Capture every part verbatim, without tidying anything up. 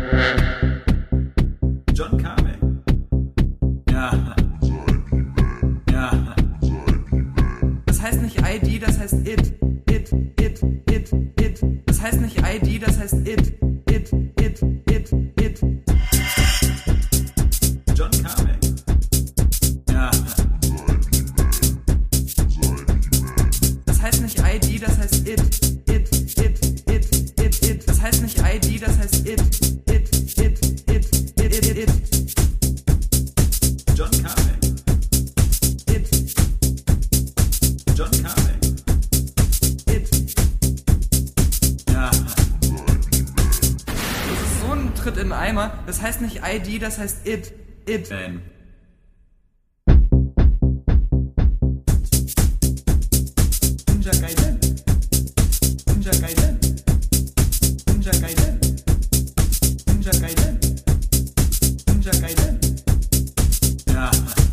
John Carmack. Ja. Ja. Das heißt nicht I D, das heißt it. It, it, it, it. Das heißt nicht I D, das heißt it. It, it, it, it. John Carmack. Ja. Das heißt nicht I D, das heißt it. It, it, it, it, it. Das heißt nicht I D, das heißt it. It, it, it, it, it, it. John Carmack. It. John Carmack. It. Ja. Das ist so ein Tritt in den Eimer. Das heißt nicht I D, das heißt it. It. Nein. Ninja Gaiden. Ninja Gaiden. Ninja Gaiden. Ninja Gaiden. Ninja Gaiden. Ja.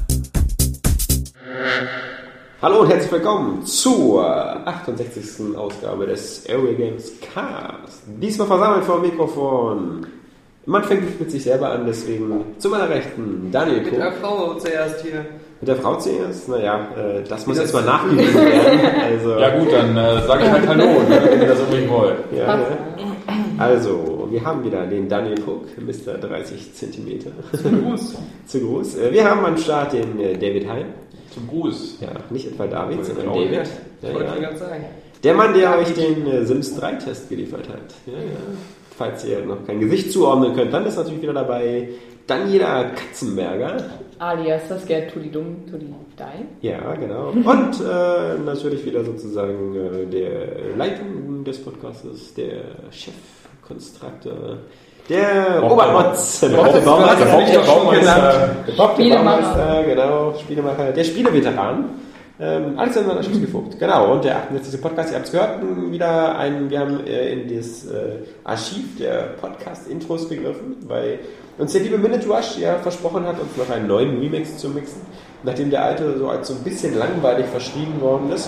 Hallo und herzlich willkommen zur achtundsechzigsten Ausgabe des Area Games Cast. Diesmal versammelt vor dem Mikrofon. Man fängt nicht mit sich selber an, deswegen zu meiner Rechten Daniel Mit Kuh. der Frau zuerst hier. Mit der Frau zuerst? Naja, äh, das muss jetzt mal nachgewiesen werden. Also, Ja gut, dann äh, sage ich halt Hallo, ne, wenn ihr das unbedingt wollt. ja, ja. Also, wir haben wieder den Daniel Cook, Mister dreißig Zentimeter. Zu Gruß. Zu groß. Äh, Wir haben am Start den äh, David Hein. Zum Gruß. Ja, nicht etwa David, sondern Claudia. David. Ich Ja, wollte schon ja. ganz sagen. Der Mann, der euch den äh, Sims drei Test geliefert hat. Ja, ja. Falls ihr noch kein Gesicht zuordnen könnt, dann ist natürlich wieder dabei Daniela Katzenberger. Alias Saskia Tulidum Tulidai. Ja, genau. Und äh, natürlich wieder sozusagen äh, der Leitung des Podcastes, der Chefkonstruktor, der Obermotz, der Bob, der Baumeister, Bob, der Baumeister. der Bob, der Spielemacher. Baumeister, genau, Spielemacher, der Spieleveteran. Ähm, Alexander Schiffsgefugt, genau, und der achtundsechzigste Podcast, ihr habt es gehört, wieder ein, wir haben äh, in das äh, Archiv der Podcast-Intros gegriffen, weil uns der liebe Minute Rush ja versprochen hat, uns noch einen neuen Remix zu mixen, nachdem der alte so als so ein bisschen langweilig verschrieben worden ist.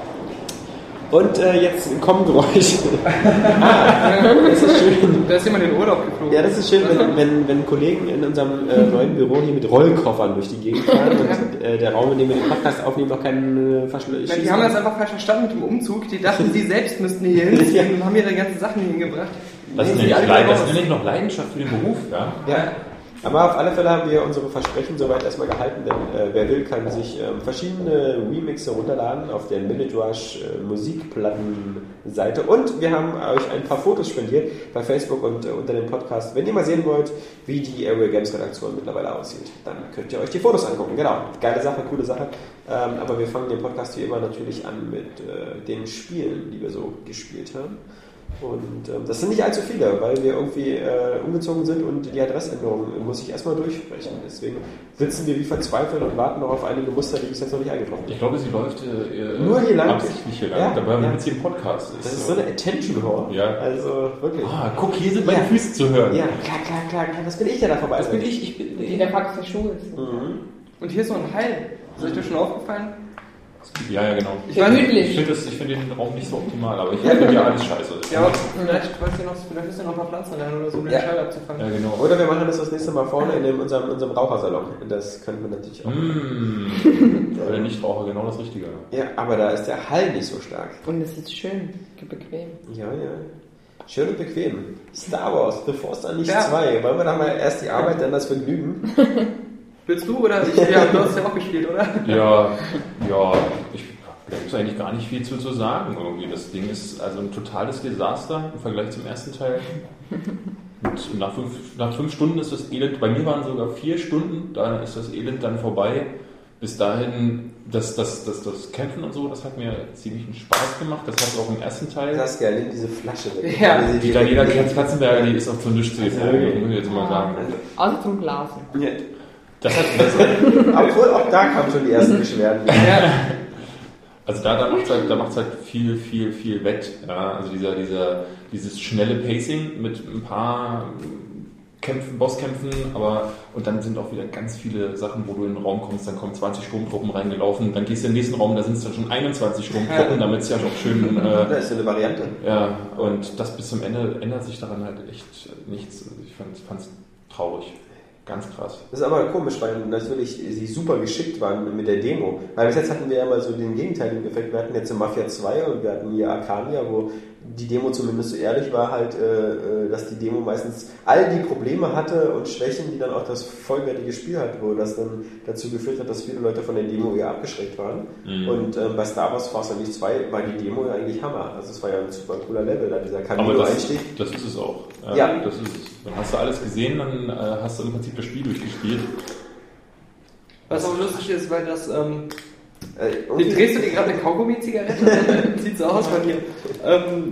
Und äh, jetzt kommen Geräusche. Ah, das ist schön. Da ist jemand in den Urlaub geflogen. Ja, das ist schön, wenn, wenn, wenn Kollegen in unserem äh, neuen Büro hier mit Rollkoffern durch die Gegend fahren und äh, der Raum, in dem wir den Podcast aufnehmen, noch keinen äh, Verschluss. Ja, die haben das einfach falsch verstanden mit dem Umzug. Die dachten, sie selbst müssten hier hinziehen und haben ihre ganzen Sachen hier hingebracht. Das Nee, ist die nämlich alle Leid- raus. das nenne ich noch Leidenschaft für den Beruf, ja. Ja, aber auf alle Fälle haben wir unsere Versprechen soweit erstmal gehalten, denn äh, wer will, kann sich ähm, verschiedene Remixe runterladen auf der Minute Rush äh, Musikplattenseite und wir haben euch ein paar Fotos spendiert bei Facebook und äh, unter dem Podcast. Wenn ihr mal sehen wollt, wie die Area Games Redaktion mittlerweile aussieht, dann könnt ihr euch die Fotos angucken. Genau, geile Sache, coole Sache. Ähm, aber wir fangen den Podcast wie immer natürlich an mit äh, den Spielen, die wir so gespielt haben. Und ähm, das sind nicht allzu viele, weil wir irgendwie äh, umgezogen sind und die Adressänderung muss ich erstmal durchsprechen. Deswegen sitzen wir wie verzweifelt und warten noch auf einige Muster, die bis jetzt noch nicht eingetroffen sind. Ich glaube, sie läuft äh, Nur hier lang? absichtlich hier lang, Ja, dabei, damit ja. sie im Podcast ist. Das ist so eine Attention Whore. Ja. Also wirklich. Ah, guck, hier sind meine Ja. Füße zu hören. Ja, klar, klar, klar, klar. Das bin ich, der da vorbei Das bin ich, ich bin... Die der Pax der Schuhe ist. Mhm. Und hier ist noch ein Heil. Ist euch das schon aufgefallen? Ja, ja, genau. Ich weiß nicht, Gemütlich. Ich finde das- ich finde den Raum nicht so optimal, aber ich finde ja alles scheiße. Ja, aber vielleicht, weißt du noch, vielleicht ist ja noch ein paar Pflanzen rein oder so, um den Ja. Schall abzufangen. Ja, genau. Oder wir machen das das nächste Mal vorne in dem, unserem, unserem Rauchersalon. Das können wir natürlich auch. Mmh. Für den Nichtraucher genau das Richtige. Ja, aber da ist der Hall nicht so stark. Und es ist schön, bequem. Ja, ja. Schön und bequem. Star Wars, The Force Unleashed Ja. zwei. Wollen wir da mal erst die Arbeit, dann das Vergnügen? Willst du oder ich? Ja, du hast ja auch gespielt, oder? Ja, ja, ich, da gibt es eigentlich gar nicht viel zu, zu sagen irgendwie. Das Ding ist also ein totales Desaster im Vergleich zum ersten Teil. Und nach fünf, nach fünf Stunden ist das Elend, bei mir waren es sogar vier Stunden, da ist das Elend dann vorbei. Bis dahin, das, das, das, das Kämpfen und so, das hat mir ziemlich einen Spaß gemacht. Das hat auch im ersten Teil. Das geil, nimm diese Flasche weg. Ja. Wie sie Die Daniela Katzenberger, die ist auch zu nichts zu jetzt, muss ich jetzt mal sagen. Außer zum Blasen. Ja. Das hat, das, Obwohl, auch da kamen schon die ersten Beschwerden. Ja. Also da, da macht es halt, da macht's halt viel, viel, viel wett. Ja, also dieser, dieser, dieses schnelle Pacing mit ein paar Kämpfen, Bosskämpfen, aber und dann sind auch wieder ganz viele Sachen, wo du in den Raum kommst, dann kommen zwanzig Sturmtruppen reingelaufen, dann gehst du in den nächsten Raum, da sind es dann schon einundzwanzig Sturmtruppen, damit es ja noch schön... Äh, das ist eine Variante. Ja, und das bis zum Ende ändert sich daran halt echt nichts. Ich fand es traurig. Ganz krass. Das ist aber komisch, weil natürlich sie super geschickt waren mit der Demo. Weil bis jetzt hatten wir ja mal so den gegenteiligen Effekt. Wir hatten jetzt in Mafia zwei und wir hatten hier Arcania, wo die Demo zumindest so ehrlich war, halt, äh, dass die Demo meistens all die Probleme hatte und Schwächen, die dann auch das vollwertige Spiel hat, wo das dann dazu geführt hat, dass viele Leute von der Demo eher abgeschreckt waren. Mhm. Und äh, bei Star Wars Force Unleashed zwei war die Demo ja eigentlich Hammer. Also es war ja ein super cooler Level, da dieser Camino-Einstieg. Das, das ist es auch. Ja, ja. Das ist es. Dann hast du alles gesehen, dann äh, hast du im Prinzip das Spiel durchgespielt. Was auch lustig ist, weil das... Ähm Äh, drehst du dir gerade eine Kaugummi-Zigarette? Sieht so aus bei mir. Ähm,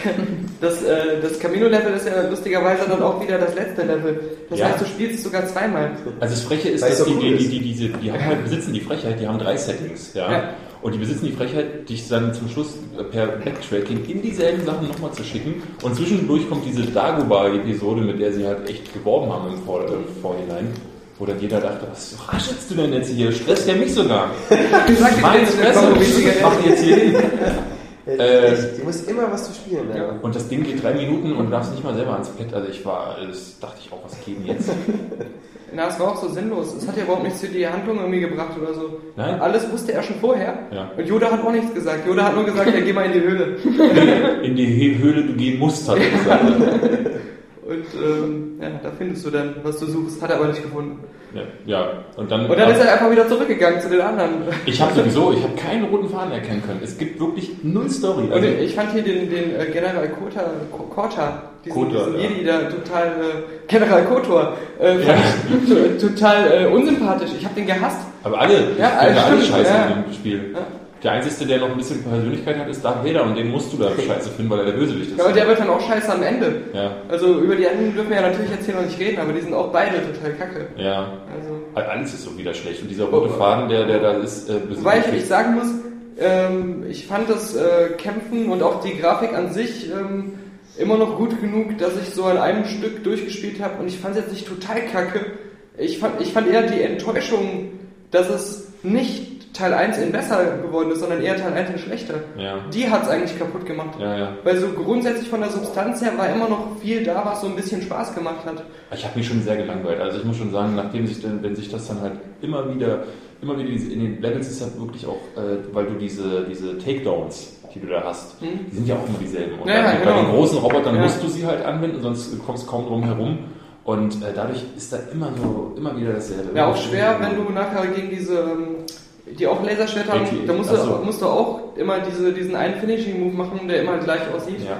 das äh, das Camino-Level ist ja lustigerweise dann auch wieder das letzte Level. Das ja. heißt, du spielst es sogar zweimal. Also das Freche ist, dass die, die, die, die, diese, die haben halt, besitzen die Frechheit, die haben drei Settings. Ja? Ja. Und die besitzen die Frechheit, dich dann zum Schluss per Backtracking in dieselben Sachen nochmal zu schicken. Und zwischendurch kommt diese Dagobah-Episode, mit der sie halt echt geworben haben im Vor- äh, Vorhinein. Wo dann jeder dachte, was raschelst du denn jetzt hier? Stresst ja mich sogar. Meine Fresse, was macht die jetzt hier hin? äh, du musst immer was zu spielen. Ja. Und das Ding geht drei Minuten und du darfst nicht mal selber ans Pad. Also ich war, das dachte ich auch, was geht denn jetzt? Na, es war auch so sinnlos. Es hat ja überhaupt nichts für die Handlung irgendwie gebracht oder so. Nein? Alles wusste er schon vorher. Ja. Und Yoda hat auch nichts gesagt. Yoda hat nur gesagt, ja, geh mal in die Höhle. In die Höhle du gehen musst, hat er gesagt. Und ähm, ja, da findest du dann, was du suchst. Hat er aber nicht gefunden. Ja, ja. Und dann, und dann ist er einfach wieder zurückgegangen zu den anderen. Ich habe sowieso, ich habe keinen roten Faden erkennen können. Es gibt wirklich null Story. Also und ich fand hier den, den äh, General Kota, Kota, diesen, Kotor, diesen ja. Jedi da total, äh, General Kotor, äh, ja. ich, total äh, unsympathisch. Ich habe den gehasst. Aber alle, ja, ich finde alle scheiße ja. in dem Spiel. Ja. Der Einzige, der noch ein bisschen Persönlichkeit hat, ist Darth Vader und den musst du da scheiße finden, weil er der Bösewicht ist. Ja, und der wird dann auch scheiße am Ende. Ja. Also über die anderen dürfen wir ja natürlich jetzt hier noch nicht reden, aber die sind auch beide total kacke. Ja. Also. Alles ist so wieder schlecht. Und dieser rote oh, Faden, der, der da ist... Äh, Wobei ich, ich sagen muss, ähm, ich fand das äh, Kämpfen und auch die Grafik an sich ähm, immer noch gut genug, dass ich so an einem Stück durchgespielt habe und ich fand es jetzt nicht total kacke. Ich fand, ich fand eher die Enttäuschung, dass es nicht Teil eins in besser geworden ist, sondern eher Teil eins in schlechter. Ja. Die hat es eigentlich kaputt gemacht. Ja, ja. Weil so grundsätzlich von der Substanz her war immer noch viel da, was so ein bisschen Spaß gemacht hat. Ich habe mich schon sehr gelangweilt. Also ich muss schon sagen, nachdem sich dann, wenn sich das dann halt immer wieder, immer wieder diese, in den Levels ist halt wirklich auch, äh, weil du diese, diese Takedowns, die du da hast, hm? die sind ja auch immer dieselben. Und ja, dann, ja, bei genau. den großen Robotern ja. musst du sie halt anwenden, sonst kommst du kaum drum herum. Und äh, dadurch ist da immer so, immer wieder dasselbe. Ja, auch schwer, wenn du nachher gegen diese, die auch Laserschwerter haben, da musst du, so. musst du auch immer diese, diesen einen Finishing-Move machen, der immer gleich aussieht. Ja.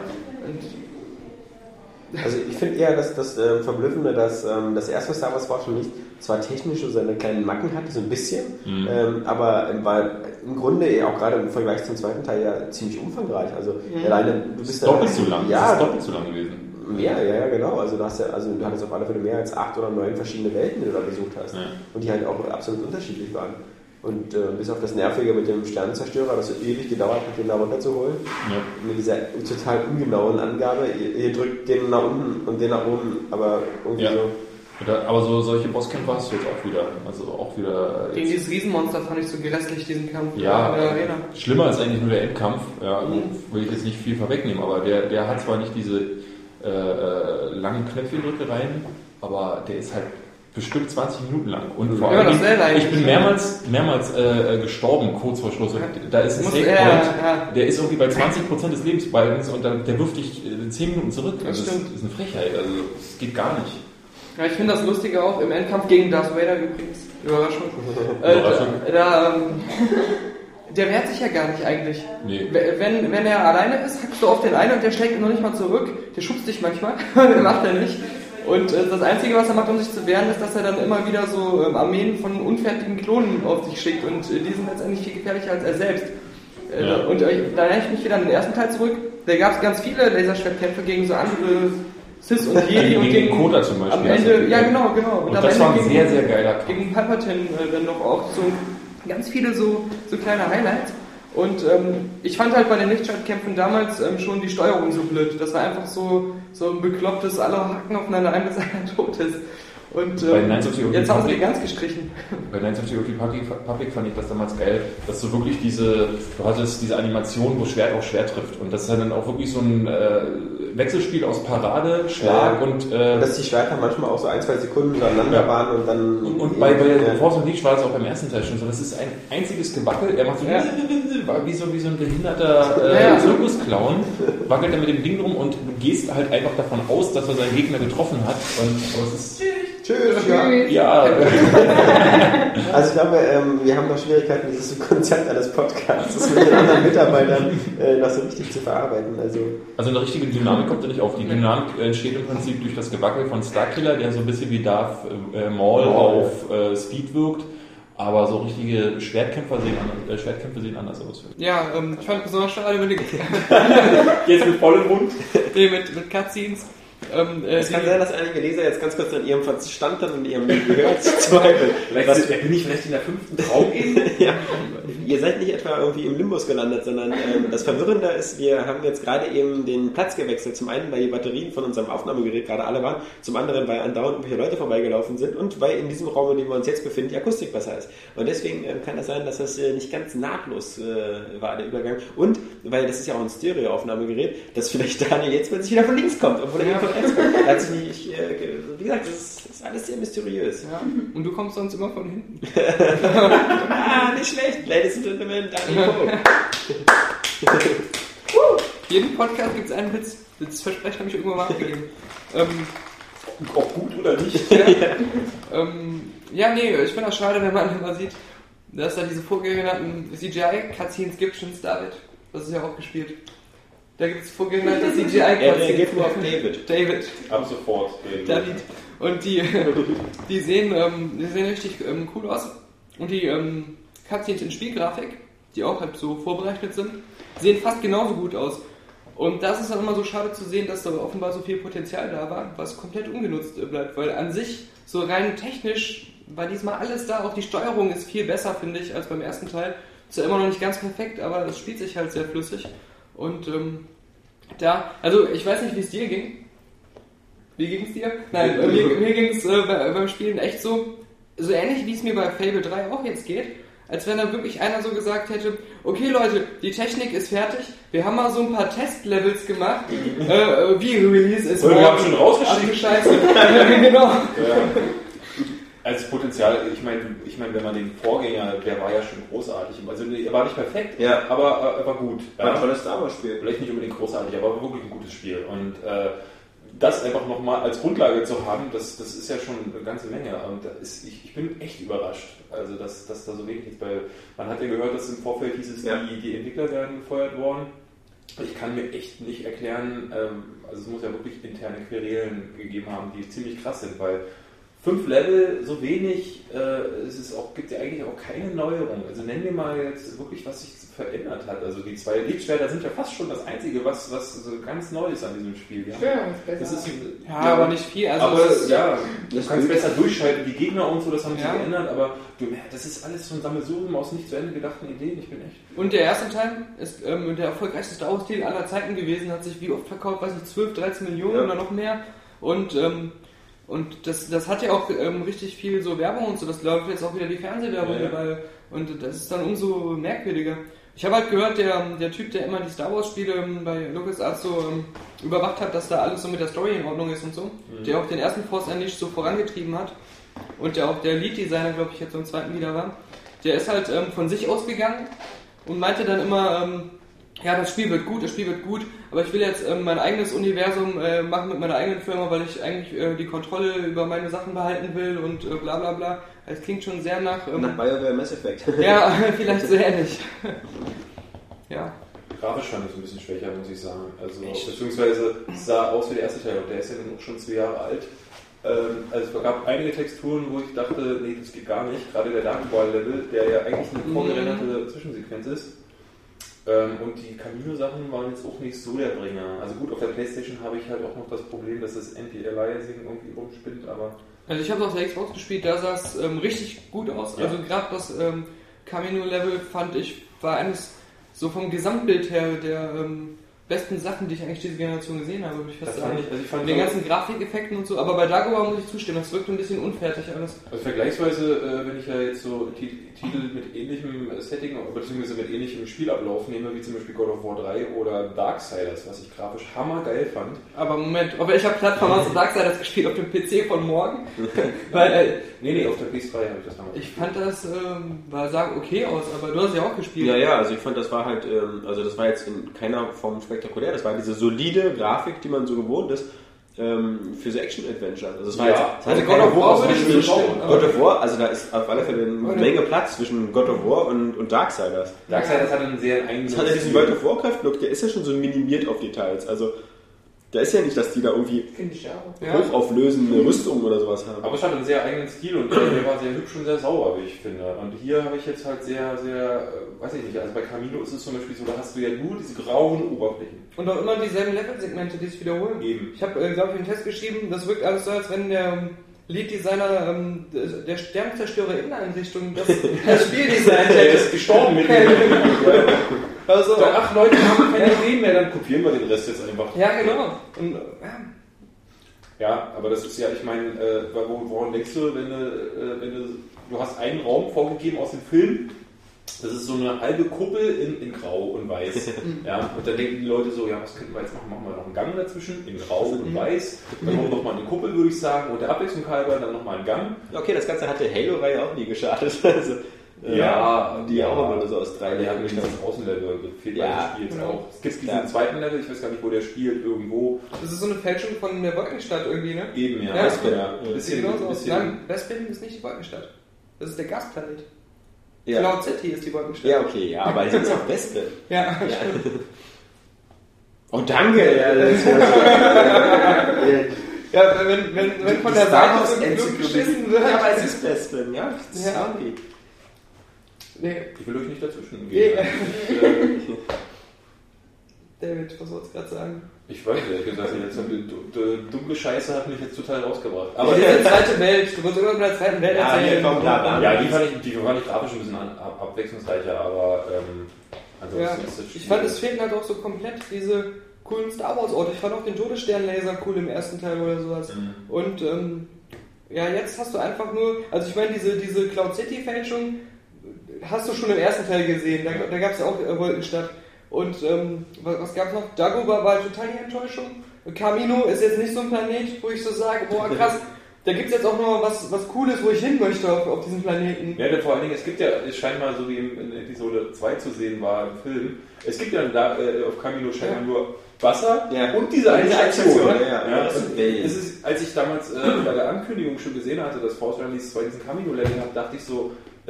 Also ich finde eher, dass das äh, Verblüffende, dass ähm, das erste Star Wars war schon nicht, zwar technisch so seine kleinen Macken hatte, so ein bisschen, mhm. ähm, aber war im Grunde auch gerade im Vergleich zum zweiten Teil ja ziemlich umfangreich. Also mhm. alleine, du bist da doppelt so lang. Ja, das ist doppelt so lang gewesen. Mehr, ja, ja, genau. Also du hast ja, also du hattest auf alle Fälle mehr als acht oder neun verschiedene Welten, die du da besucht hast. Ja. Und die halt auch absolut unterschiedlich waren. Und äh, bis auf das Nervige mit dem Sternenzerstörer, das hat ewig gedauert, mit den da runterzuholen. Ja. Mit dieser total ungenauen Angabe, ihr, ihr drückt den nach unten und den nach oben, aber irgendwie ja. so. Oder, aber so solche Bosskämpfe hast du jetzt auch wieder. Also auch wieder. Gegen dieses Riesenmonster fand ich so grässlich, diesen Kampf ja, in der Arena. Schlimmer ist eigentlich nur der Endkampf. Ja, mhm. will ich jetzt nicht viel vorwegnehmen, aber der, der hat zwar nicht diese äh, äh, langen Knöpfchendrückereien, aber der ist halt bestimmt zwanzig Minuten lang. Und vor ja, allem, ich, ich bin mehrmals, mehrmals äh, gestorben, kurz vor Schluss. Da ist ein Save Point, ja, ja. der ist irgendwie bei zwanzig Prozent des Lebensbalkens und dann, der wirft dich äh, zehn Minuten zurück. Das, das, ist, das ist eine Frechheit, also das geht gar nicht. Ja, ich finde das Lustige auch im Endkampf gegen Darth Vader übrigens. Überraschung. äh, Überraschung. Da, da, ähm, der wehrt sich ja gar nicht eigentlich. Nee. Wenn, wenn er alleine ist, hackst du auf den einen und der schlägt ihn noch nicht mal zurück. Der schubst dich manchmal, der macht er nicht. Und äh, das Einzige, was er macht, um sich zu wehren, ist, dass er dann immer wieder so ähm, Armeen von unfertigen Klonen auf sich schickt und äh, die sind letztendlich viel gefährlicher als er selbst. Äh, ja. Und äh, da erinnere ich mich wieder an den ersten Teil zurück. Da gab es ganz viele Laserschwertkämpfe gegen so andere Sith und Jedi gegen und gegen Kota zum Beispiel. Am Ende, ja genau, genau. Und, und das war ein gegen, sehr, sehr geiler Kampf. Gegen Palpatine äh, dann noch auch so ganz viele so, so kleine Highlights. Und ähm, ich fand halt bei den Lichtschwertkämpfen damals ähm, schon die Steuerung so blöd. Das war einfach so, so ein beklopptes, alle hacken aufeinander ein, bis einer tot ist. Und ähm, jetzt haben sie die ganz gestrichen. Bei Knights of the Old Republic fand ich das damals geil, dass du wirklich diese, du hattest diese Animation, wo Schwert auf Schwert trifft. Und das ist dann auch wirklich so ein äh, Wechselspiel aus Parade, Schlag ja. und... Äh, dass die Schwerter manchmal auch so ein, zwei Sekunden untereinander ja. waren und dann... Und, und bei, bei ja. Force Unleashed war es auch beim ersten Teil schon so, das ist ein einziges Gebackel, er macht so ja. wie, so, wie so ein behinderter äh, ja. Zirkusclown, wackelt er mit dem Ding rum und du gehst halt einfach davon aus, dass er seinen Gegner getroffen hat. Und aber es ist... Tschüss, ja. ja. Also ich glaube, ähm, wir haben noch Schwierigkeiten, dieses Konzept eines Podcasts mit den anderen Mitarbeitern äh, noch so richtig zu verarbeiten. Also, also eine richtige Dynamik kommt da nicht auf. Die Dynamik entsteht im Prinzip durch das Gebackel von Starkiller, der so ein bisschen wie Darth äh, Maul oh, auf äh, Speed wirkt. Aber so richtige Schwertkämpfer sehen, äh, Schwertkämpfe sehen anders aus. Ja, ähm, ich fand besonders schade über die... Jetzt mit vollem Mund? Nee, mit, mit Cutscenes. Ähm, äh, es kann sein, dass einige Leser jetzt ganz kurz an ihrem Verstand und ihrem Gehör zweifeln. Vielleicht bin ich vielleicht in der fünften Traumebene? Ja. Ihr seid nicht etwa irgendwie im Limbus gelandet, sondern ähm, das Verwirrende ist, wir haben jetzt gerade eben den Platz gewechselt. Zum einen, weil die Batterien von unserem Aufnahmegerät gerade alle waren, zum anderen, weil andauernd irgendwelche Leute vorbeigelaufen sind und weil in diesem Raum, in dem wir uns jetzt befinden, die Akustik besser ist. Und deswegen ähm, kann das sein, dass das äh, nicht ganz nahtlos äh, war, der Übergang. Und, weil das ist ja auch ein Stereo-Aufnahmegerät, dass vielleicht Daniel jetzt plötzlich wieder von links kommt, obwohl er ja. von rechts kommt. Da hat sich nicht, äh, wie gesagt, das ist, das ist alles sehr mysteriös. Ja. Und du kommst sonst immer von hinten. Ah, nicht schlecht. Ladies and Gentlemen, Daniel Vogt. Jeden Podcast gibt es einen Witz. Das Versprechen habe ich irgendwann mal abgegeben. ähm, Ob gut oder nicht. Ja, ähm, ja nee, ich finde das schade, wenn man immer sieht, dass da diese vorgenannten C G I-Cutscenes gibt, schon David. Das ist ja auch gespielt. Da gibt es vorgenannte C G I-Cutscenes. Er reagiert nur auf David. David. Ab sofort. David. David. Und die, die, sehen, ähm, die sehen richtig ähm, cool aus. Und die ähm, Cutscenes in Spielgrafik, die auch halt so vorberechnet sind, sehen fast genauso gut aus. Und das ist dann immer so schade zu sehen, dass da offenbar so viel Potenzial da war, was komplett ungenutzt bleibt. Weil an sich, so rein technisch, war diesmal alles da. Auch die Steuerung ist viel besser, finde ich, als beim ersten Teil. Ist ja immer noch nicht ganz perfekt, aber es spielt sich halt sehr flüssig. Und ähm, da, also ich weiß nicht, wie es dir ging. Wie ging es dir? Nein, äh, mir, mir ging es äh, bei, beim Spielen echt so, so ähnlich wie es mir bei Fable drei auch jetzt geht. Als wenn da wirklich einer so gesagt hätte, okay Leute, die Technik ist fertig, wir haben mal so ein paar Testlevels gemacht, äh, wie Release ist morgen. Wir haben schon rausgeschickt. Scheiße. Genau. Ja. Als Potenzial, ich meine, ich mein, wenn man den Vorgänger, der war ja schon großartig. Also er war nicht perfekt, ja. aber er war gut. War ein tolles Star Wars Spiel. Vielleicht nicht unbedingt großartig, aber wirklich ein gutes Spiel. Und äh, das einfach nochmal als Grundlage zu haben, das, das ist ja schon eine ganze Menge. Und da ist, ich, ich bin echt überrascht, also dass, dass da so wenig ist. Weil man hat ja gehört, dass im Vorfeld hieß es, ja. die, die Entwickler werden gefeuert worden. Ich kann mir echt nicht erklären, ähm, also es muss ja wirklich interne Querelen gegeben haben, die ziemlich krass sind, weil fünf Level, so wenig, äh, es ist auch, gibt ja eigentlich auch keine Neuerung. Also nennen wir mal jetzt wirklich, was sich verändert hat. Also die zwei Lichtschwerter sind ja fast schon das Einzige, was, was so ganz neu ist an diesem Spiel. Ja, das ist ein, ja, ja, aber nicht viel. Also aber ist, ja, du kannst besser durchschalten, die Gegner und so, das haben sich ja. geändert, aber du, das ist alles so ein Sammelsurium aus nicht zu Ende gedachten Ideen. Ich bin echt... Und der erste Teil ist ähm, der erfolgreichste Star Wars-Titel aller Zeiten gewesen, hat sich wie oft verkauft, weiß nicht, zwölf, dreizehn Millionen ja. oder noch mehr. Und ähm, Und das, das hat ja auch ähm, richtig viel so Werbung und so, das läuft jetzt auch wieder die Fernsehwerbung ja, ja. Und das ist dann umso merkwürdiger. Ich habe halt gehört, der, der Typ, der immer die Star Wars Spiele bei LucasArts so ähm, überwacht hat, dass da alles so mit der Story in Ordnung ist und so, mhm. der auch den ersten Force Unleashed so vorangetrieben hat und der auch der Lead-Designer, glaube ich, jetzt im zweiten wieder war, der ist halt ähm, von sich ausgegangen und meinte dann immer, ähm, ja, das Spiel wird gut, das Spiel wird gut, aber ich will jetzt ähm, mein eigenes Universum äh, machen mit meiner eigenen Firma, weil ich eigentlich äh, die Kontrolle über meine Sachen behalten will und äh, bla bla bla. Es klingt schon sehr nach... Ähm, nach BioWare Mass Effect. Ja, vielleicht so ähnlich. Ja. Grafisch fand ich es ein bisschen schwächer, muss ich sagen. Also, beziehungsweise es sah aus wie der erste Teil und der ist ja dann auch schon zwei Jahre alt. Ähm, also es gab einige Texturen, wo ich dachte, nee, das geht gar nicht. Gerade der Dark Ball Level, der ja eigentlich eine vorgerenderte Zwischensequenz ist. Und die Camino-Sachen waren jetzt auch nicht so der Bringer. Also gut, auf der Playstation habe ich halt auch noch das Problem, dass das Anti-Aliasing irgendwie rumspinnt, aber... Also ich habe auf der Xbox gespielt, da sah es ähm, richtig gut aus. Ja. Also gerade das ähm, Camino-Level fand ich, war eines so vom Gesamtbild her der ähm, besten Sachen, die ich eigentlich diese Generation gesehen habe, würde ich fast Das sagen. fand ich, also ich fand Mit den ganzen Grafikeffekten und so, aber bei Dagobah muss ich zustimmen, das wirkt ein bisschen unfertig alles. Also vergleichsweise, äh, wenn ich ja jetzt so Ti- Titel mit ähnlichem äh, Setting bzw. mit ähnlichem Spielablauf nehme, wie zum Beispiel God of War drei oder Darksiders, was ich grafisch hammergeil fand. Aber Moment, auf welcher Plattform hast du Darksiders gespielt? Auf dem P C von morgen? Weil, äh, Nee, nee, auf der P S drei habe ich das damals ich fand das, ähm, war sagen okay aus, aber du hast ja auch gespielt. Ja, ja, also ich fand, das war halt, ähm, also das war jetzt in keiner Form spektakulär, das war diese solide Grafik, die man so gewohnt ist, ähm, für so Action-Adventures. Also es war Ja, jetzt, es also hatte God keine of War Hoch- würde ich zwischen- zustimmen, aber- God of War, also da ist auf alle Fälle eine Menge Platz zwischen God of War und, und Darksiders. Darksiders hat einen sehr eigenen Das hat ja diesen World of Warcraft-Look, der ist ja schon so minimiert auf Details, also da ist ja nicht, dass die da irgendwie Finde ich auch. Ja. hochauflösende Rüstungen oder sowas haben. Aber es hat einen sehr eigenen Stil und der, der war sehr hübsch und sehr sauber, wie ich finde. Und hier habe ich jetzt halt sehr, sehr, äh, weiß ich nicht, also bei Camino ist es zum Beispiel so, da hast du ja nur diese grauen Oberflächen. Und auch immer dieselben Level-Segmente, die sich wiederholen. Eben. Ich habe, äh, glaube ich, einen Test geschrieben, das wirkt alles so, als wenn der ähm, Lead-Designer ähm, der Sternzerstörer Inneneinrichtung das, das Spieldesign Der hätte. ist gestorben mit dem Also, So, ach Leute, wir haben keine Ideen mehr, dann kopieren wir den Rest jetzt einfach. ja, genau. Und, äh, ja. Ja, aber das ist ja, ich meine, äh, wo- woran denkst du, wenn du, äh, wenn du, du hast einen Raum vorgegeben aus dem Film, das ist so eine halbe Kuppel in, in Grau und Weiß. Ja, und dann denken die Leute so, ja, was könnten wir jetzt machen? Machen wir noch einen Gang dazwischen, in Grau und Weiß. Dann machen wir noch mal eine Kuppel, würde ich sagen, und der Abwechslung halber dann noch mal einen Gang. Okay, das Ganze hat der Halo-Reihe auch nie geschadet. Also, äh, Ja, die ja. auch immer nur so aus drei Die haben Leveln dieses bestanden. Außenlevel fehlt Ja, bei des Spiels genau. auch. Es gibt diesen Ja. zweiten Level, ich weiß gar nicht, wo der spielt, irgendwo. Das ist so eine Fälschung von der Wolkenstadt irgendwie, ne? Eben, ja. Ja, Wespen, ja. ja. Ein bisschen, genau ein so. bisschen. Nein, Westberlin ist nicht die Wolkenstadt. Das ist der Gasplanet. Ja. Cloud City ist die Wolkenstadt. Ja, okay, ja, aber sie ist auch Wespe. Ja. Ja. Oh, danke! Ja, das Ja, wenn, wenn, wenn von der Star Seite Wars so ein Flug Enzyklopädie. geschissen wird. Ja, aber es ist Wespen, ja. Das ist Ja. sorry. Nee, Ich will euch nicht dazwischen nee. gehen. David, was sollst du gerade sagen? Ich weiß nicht, gesagt, jetzt die, die dunkle Scheiße hat mich jetzt total rausgebracht. Aber Aber diese zweite Welt, du wirst irgendwann von der zweiten Welt Ja, erzählen. hier kommt da- ja, die fand ich, die fand ich grafisch ein bisschen an, ab, abwechslungsreicher, aber ähm, ansonsten Ja, ist das ich Spiel- fand, es fehlten halt auch so komplett diese coolen Star Wars Orte. Ich fand auch den Todesstern-Laser cool im ersten Teil oder sowas. Mhm. Und ähm, ja, jetzt hast du einfach nur, also ich meine, diese, diese Cloud City-Fälschung hast du schon im ersten Teil gesehen. Da, da gab es ja auch äh, Wolkenstadt. Und ähm, was, was gab es noch? Dagobah war total die Enttäuschung. Camino ist jetzt nicht so ein Planet, wo ich so sage, boah krass, da gibt es jetzt auch noch was, was Cooles, wo ich hin möchte auf, auf diesem Planeten. Ja, denn vor allen Dingen, es gibt ja, es scheint mal so wie in, in Episode zwei zu sehen war im Film, es gibt ja da äh, auf Camino scheinbar Ja. nur Wasser Ja. und diese eine Diese Station. Station, ja, ja. und es ist, als ich damals äh, bei der Ankündigung schon gesehen hatte, dass Force Rallies zwei diesen Camino-Level hat, dachte ich so, äh,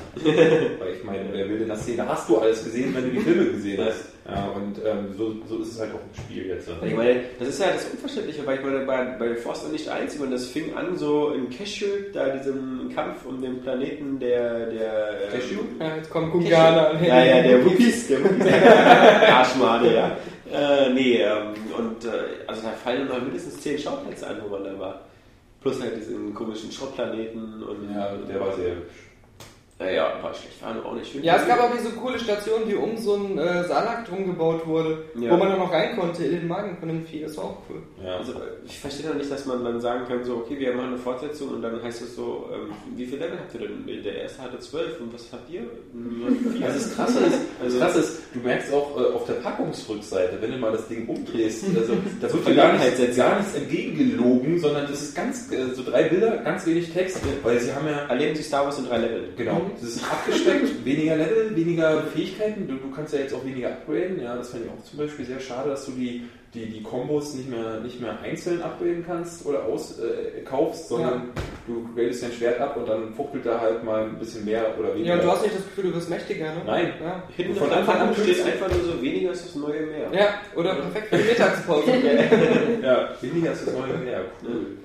weil ich meine, der Wilde in der Szene hast du alles gesehen, wenn du die Filme gesehen hast. Ja, und ähm, so, so ist es halt auch im Spiel jetzt. Ich meine, das ist ja das Unverständliche, weil ich meine, bei, bei Forster nicht eins, ich meine, das fing an so in Cashew, da diesem Kampf um den Planeten der... der Cashew? Ja, jetzt kommt Gungana. Ja, ja, der Wookies, der Wookies, der Arschmade, ja. Äh, nee, ähm, und äh, also da fallen noch mindestens zehn Schauplätze an, wo man da war. Plus halt diesen komischen Schrottplaneten und... Ja, der war sehr hübsch. Naja, war schlecht, war auch nicht schön. Ja, es gab auch diese coole Station, die um so einen äh, Salak drum gebaut wurde, Ja. wo man dann noch rein konnte in den Magen von dem Vieh. Das war auch cool. Ja. Also, ich verstehe doch nicht, dass man dann sagen kann, so, okay, wir machen eine Fortsetzung und dann heißt es so, ähm, wie viele Level habt ihr denn? Der erste hatte zwölf und was habt ihr? Nur vier. Also das Krasse ist, also das Krasse ist, du merkst auch äh, auf der Packungsrückseite, wenn du mal das Ding umdrehst, also da wird dir gar nichts, gar nichts entgegengelogen, sondern das ist ganz, äh, so drei Bilder, ganz wenig Text, weil sie haben ja, Erleben Sie Star Wars in drei Leveln. genau, das ist abgesteckt, weniger Level, weniger Fähigkeiten, du, du kannst ja jetzt auch weniger upgraden, ja, das fand ich auch zum Beispiel sehr schade, dass du die, die, die Kombos nicht mehr, nicht mehr einzeln upgraden kannst oder aus, äh, kaufst, sondern Ja. du gradest dein Schwert ab und dann fuchtelt da halt mal ein bisschen mehr oder weniger. Ja, und du hast nicht das Gefühl, du wirst mächtiger, ne? Nein. Ja, Hinten Von von Anfang an Anfang an steht einfach nur so, weniger ist das neue Meer. ja oder perfekt für die Mittagspause. Ja, weniger ist das neue Meer, cool.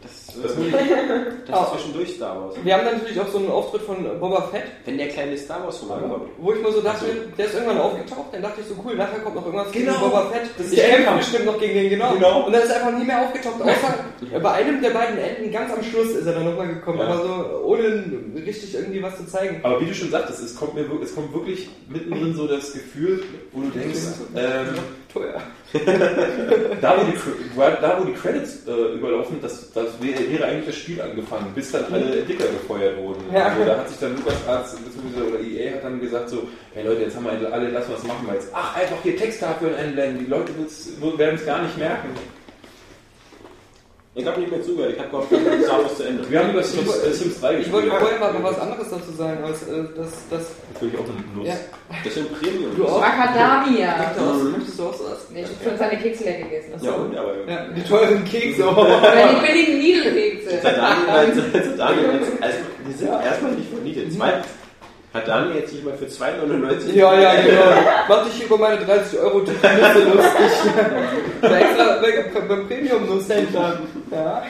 Das, das, das ist zwischendurch Star Wars. Wir haben dann natürlich auch so einen Auftritt von Boba Fett. Wenn der kleine Star Wars vorbeikommt. Wo ich mir so dachte, der ist irgendwann aufgetaucht, dann dachte ich so, cool, nachher kommt noch irgendwas Genau. gegen Boba Fett. Das ist ich der kämpfe Endkampf. bestimmt noch gegen den, genau. Genau. Und dann ist er einfach nie mehr aufgetaucht, außer bei einem der beiden Enden, ganz am Schluss ist er dann nochmal gekommen, Ja. aber so ohne richtig irgendwie was zu zeigen. Aber wie du schon sagtest, es kommt mir wirklich, es kommt wirklich mittendrin so das Gefühl, wo du denkst, ähm, Teuer. da, wo die, da wo die Credits äh, überlaufen, das, das wäre, wäre eigentlich das Spiel angefangen, bis dann alle Entwickler gefeuert wurden. Ja. Also da hat sich dann LucasArts bzw. oder E A hat dann gesagt so, hey Leute, jetzt haben wir alle, lassen wir es machen, weil jetzt, ach, einfach hier Texttafeln einblenden, die Leute werden es gar nicht merken. Ich habe nicht mehr zugehört, ich habe gehofft, dass Star Wars zu Ende. Wir haben über Sims, äh, Sims drei Ich wollte gespielt. vorher mal noch was anderes dazu sagen, als äh, das, das Natürlich auch eine Nuss. ja. Das sind Premium. Du auch? Macadamia. Möchtest du auch- Möchtest du auch sowas? Nee, ich hab schon seine Kekse leer gegessen. Ja, und aber. Ja, die teuren Kekse. Oh. Oder die billigen Niedelkekse. Hat Daniel, also Daniel jetzt, also, die sind erstmal nicht vernietet. Zweitens hat Daniel jetzt nicht mal für zwei neunundneunzig. Ja, ja, genau. Mach dich über meine dreißig Euro Nüsse lustig. Da extra beim Premium-Nusshändler. Ja.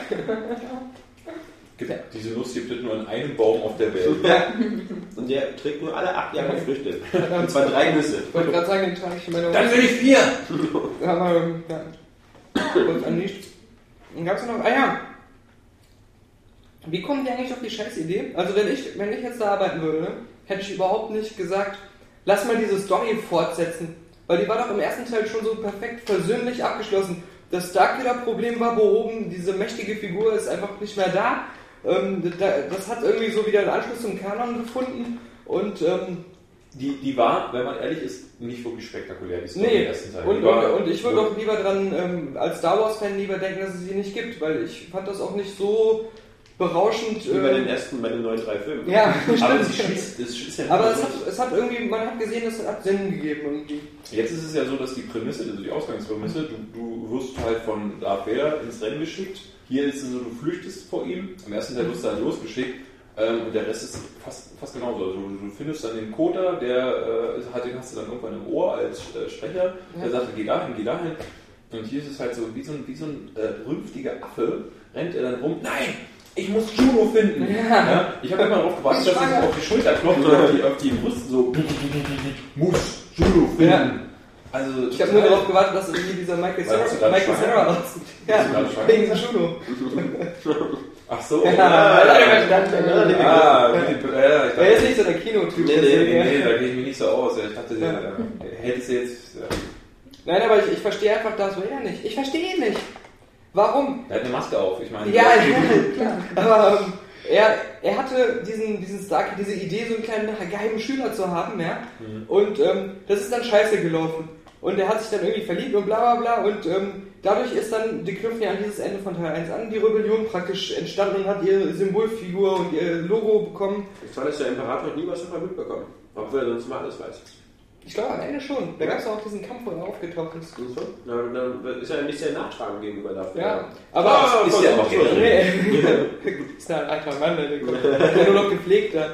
Gibt, diese Nuss gibt es nur an einem Baum auf der Welt. Ja. Und der trägt nur alle acht Jahre Früchte. Und zwar drei Nüsse. Ich wollte gerade sagen, den trage ich in meine Dann will ich vier! Aber, ja. Und an nichts. Dann gab's noch, ah ja. Wie kommen die eigentlich auf die scheiß Idee? Also wenn ich, wenn ich jetzt da arbeiten würde, ne, hätte ich überhaupt nicht gesagt, lass mal diese Story fortsetzen. Weil die war doch im ersten Teil schon so perfekt versöhnlich abgeschlossen. Das Starkiller-Problem war behoben, diese mächtige Figur ist einfach nicht mehr da. Ähm, das hat irgendwie so wieder einen Anschluss zum Kanon gefunden. Und ähm, Die, die war, wenn man ehrlich ist, nicht wirklich spektakulär, die Story im nee, ersten Teil. und, Die war- und, und ich würde auch lieber dran, ähm, als Star Wars-Fan lieber denken, dass es sie nicht gibt, weil ich fand das auch nicht so berauschend. Wie bei ähm, den ersten, bei den neuen drei Filmen. Ja, Aber sie stimmt. schließt, es ist ja Aber nicht es so- hat, es hat irgendwie, man hat gesehen, es hat Sinn gegeben irgendwie. Jetzt ist es ja so, dass die Prämisse, also die Ausgangsprämisse, du, du wirst halt von Darth Vader ins Rennen geschickt. Hier ist es so, du flüchtest vor ihm. Im ersten Teil wirst du halt losgeschickt. Ähm, und der Rest ist fast, fast genauso. Also du, du findest dann den Koter, der äh, hat, den hast du dann irgendwann im Ohr als äh, Sprecher. Der Ja. sagt, geh dahin, geh dahin. Und hier ist es halt so, wie so ein, wie so ein äh, rünftiger Affe, rennt er dann rum. Nein! Ich muss Juno finden! Ja. Ja, ich habe immer darauf gewartet, dass er sich auf die Schulter klopft oder auf die, auf die Brust so. Muss Juno finden! Ja. Also, Ich habe nur darauf gewartet, dass irgendwie dieser Michael Weil hast du Sarah, gerade Michael schwanger? Sarah aussieht. Ja, Bist du gerade schwanger? wegen Juno. Ach so. Ja, Ah, ja, ja, ja. ah, mit dem- ja, ich Er ist dachte, nicht so der Kinotyp. Nee, nee, deswegen, nee, ja. nee, da gehe ich mich nicht so aus. Ich dachte, Ja. der, der hättest du jetzt. Ja. Nein, aber ich, ich verstehe einfach Darth Vader nicht. Ich verstehe ihn nicht. Warum? Der hat eine Maske auf. Ich meine, Ja, der- ja, klar. Aber ähm, er, er hatte diesen, diesen Stark, diese Idee, so einen kleinen geheimen Schüler zu haben, ja. Mhm. Und ähm, das ist dann scheiße gelaufen. Und er hat sich dann irgendwie verliebt und bla bla bla. Und ähm, dadurch ist dann, die knüpfen ja an dieses Ende von Teil eins an, die Rebellion praktisch entstanden und hat ihre Symbolfigur und ihr Logo bekommen. Ich fand, dass der Imperator nie was davon mitbekommen. Obwohl er sonst mal alles weiß. Ich glaube am Ende schon. Da gab es auch diesen Kampf, wo er aufgetaucht ist. Und so? Na, dann ist er nicht sehr nachtragend gegenüber dafür. Ja, aber Ah, ist ja auch so. generell. Nee, ist ja ein alter Mann, der kommt ja nur noch gepflegt da.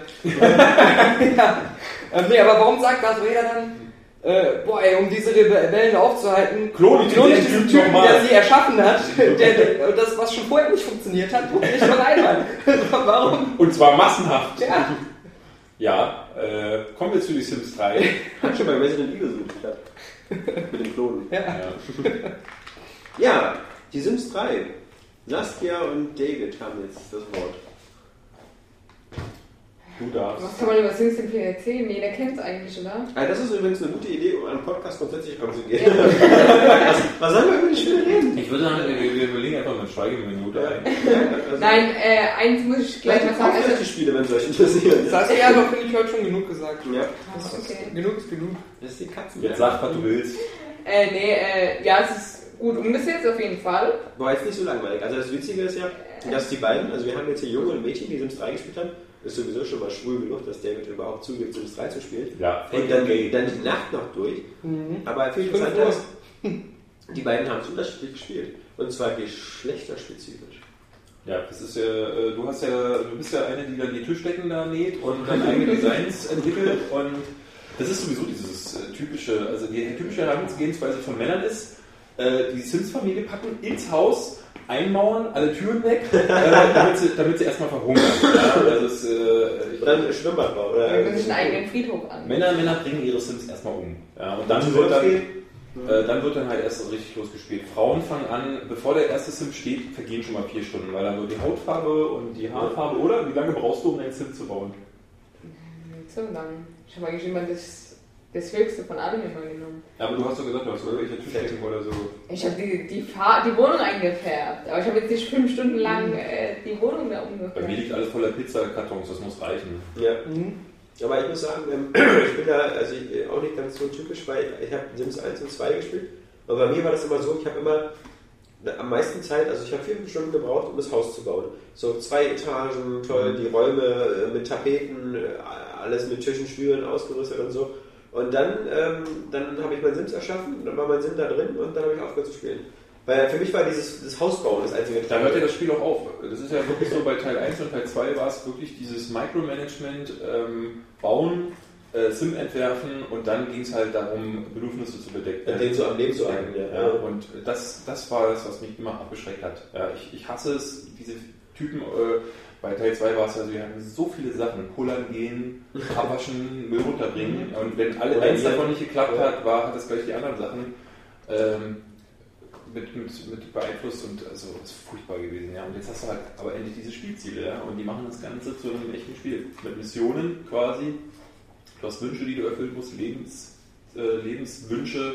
Ja. Ähm, nee, aber warum sagt Darth Vader dann, äh, boah ey, um diese Rebellen aufzuhalten, Klon ich klon ich den diesen Typen Typen, nochmal. der sie erschaffen hat, der, der, das, was schon vorher nicht funktioniert hat, nicht nur einmal. Warum? Und zwar massenhaft. Ja. Ja, äh, kommen wir zu die Sims drei. Hat schon bei Resident Evil so geklappt. Mit dem Klonen. Ja. Ja. Ja, die Sims drei. Saskia und David haben jetzt das Wort. Du darfst. Was kann man über Sims denn viel erzählen? Jeder kennt es eigentlich, oder? Also das ist übrigens eine gute Idee, um einen Podcast grundsätzlich ranzugehen. was, was sollen wir über die Spiele reden? Ich würde sagen, wir, wir überlegen einfach mal eine Schweigeminute ein. Also, Nein, äh, eins muss ich gleich Vielleicht mal sagen. kauft euch Also, die Spiele, wenn es euch interessiert. Das heißt, ja, doch finde ich heute schon genug gesagt. Ja, Ah, okay. Genug ist genug. das ist die Katzen. Jetzt sag, was du willst. Äh, nee, äh, ja, es ist gut umgesetzt, auf jeden Fall. War jetzt nicht so langweilig. Also das Witzige ist ja, dass die beiden, also wir haben jetzt hier Junge und Mädchen, die Sims drei gespielt haben, ist sowieso schon mal schwul genug, dass David überhaupt zugibt, Sims drei zu spielen. Ja, Und dann, dann die Nacht noch durch. Mhm. Aber viel Fünf interessanter Uhr. ist, die beiden haben es unterschiedlich gespielt. Und zwar geschlechterspezifisch. Ja, das ist ja, äh, du hast ja, du bist ja eine, die dann die Tischdecken da näht und dann eigene Designs entwickelt und das ist sowieso dieses äh, typische, also die typische Herangehensweise von Männern ist, äh, die Sims-Familie packen ins Haus einmauern, alle Türen weg, äh, damit, sie, damit sie erstmal verhungern. Ja, also es, äh, Oder ein Schwimmbad bauen. Oder Wir müssen sich einen eigenen Friedhof an. Männer, Männer bringen ihre Sims erstmal um. Ja, und dann wird dann, äh, dann wird dann halt erst richtig losgespielt. Frauen fangen an, bevor der erste Sim steht, vergehen schon mal vier Stunden, weil dann wird die Hautfarbe und die Haarfarbe, oder? Wie lange brauchst du, um einen Sim zu bauen? Nicht so lang. Ich habe eigentlich immer das, das Höchste von allem immer genommen. Ja, aber du hast doch gesagt, du hast irgendwelche Tischdecken oder so. Ich habe die, die, Fahr die Wohnung eingefärbt, aber ich habe jetzt nicht fünf Stunden lang äh, die Wohnung da Bei umgefärbt. mir liegt alles voller Pizzakartons, das muss reichen. Ja. Aber ich muss sagen, ähm, ich bin da also ich, auch nicht ganz so typisch, weil ich habe Sims eins und zwei gespielt. Und bei mir war das immer so, ich habe immer am meisten Zeit, also ich habe vier Stunden gebraucht, um das Haus zu bauen. So zwei Etagen, toll, die Räume äh, mit Tapeten, äh, alles mit Tischen, Stühlen ausgerüstet und so. Und dann, ähm, dann habe ich mein Sims erschaffen, dann war mein Sim da drin und dann habe ich aufgehört zu spielen. Weil für mich war dieses das Hausbauen das einzige. Da hört ja das Spiel auch auf. Das ist ja wirklich so, bei Teil eins und Teil zwei war es wirklich dieses Micromanagement, ähm, Bauen, äh, Sim entwerfen und dann ging es halt darum, Bedürfnisse zu bedecken. Den so am Leben zu halten, ja. Ja, und das, das war das, was mich immer abgeschreckt hat. Ja, ich, ich hasse es, diese Typen, äh, bei Teil zwei war es ja so, wir hatten so viele Sachen, pullern gehen, abwaschen, Müll runterbringen und wenn alle eins davon nicht geklappt hat, war, hat das gleich die anderen Sachen ähm, mit, mit, mit beeinflusst und also das ist furchtbar gewesen. Ja. Und jetzt hast du halt aber endlich diese Spielziele, ja, und die machen das Ganze zu einem echten Spiel. Mit Missionen quasi, du hast Wünsche, die du erfüllen musst, Lebens, äh, Lebenswünsche,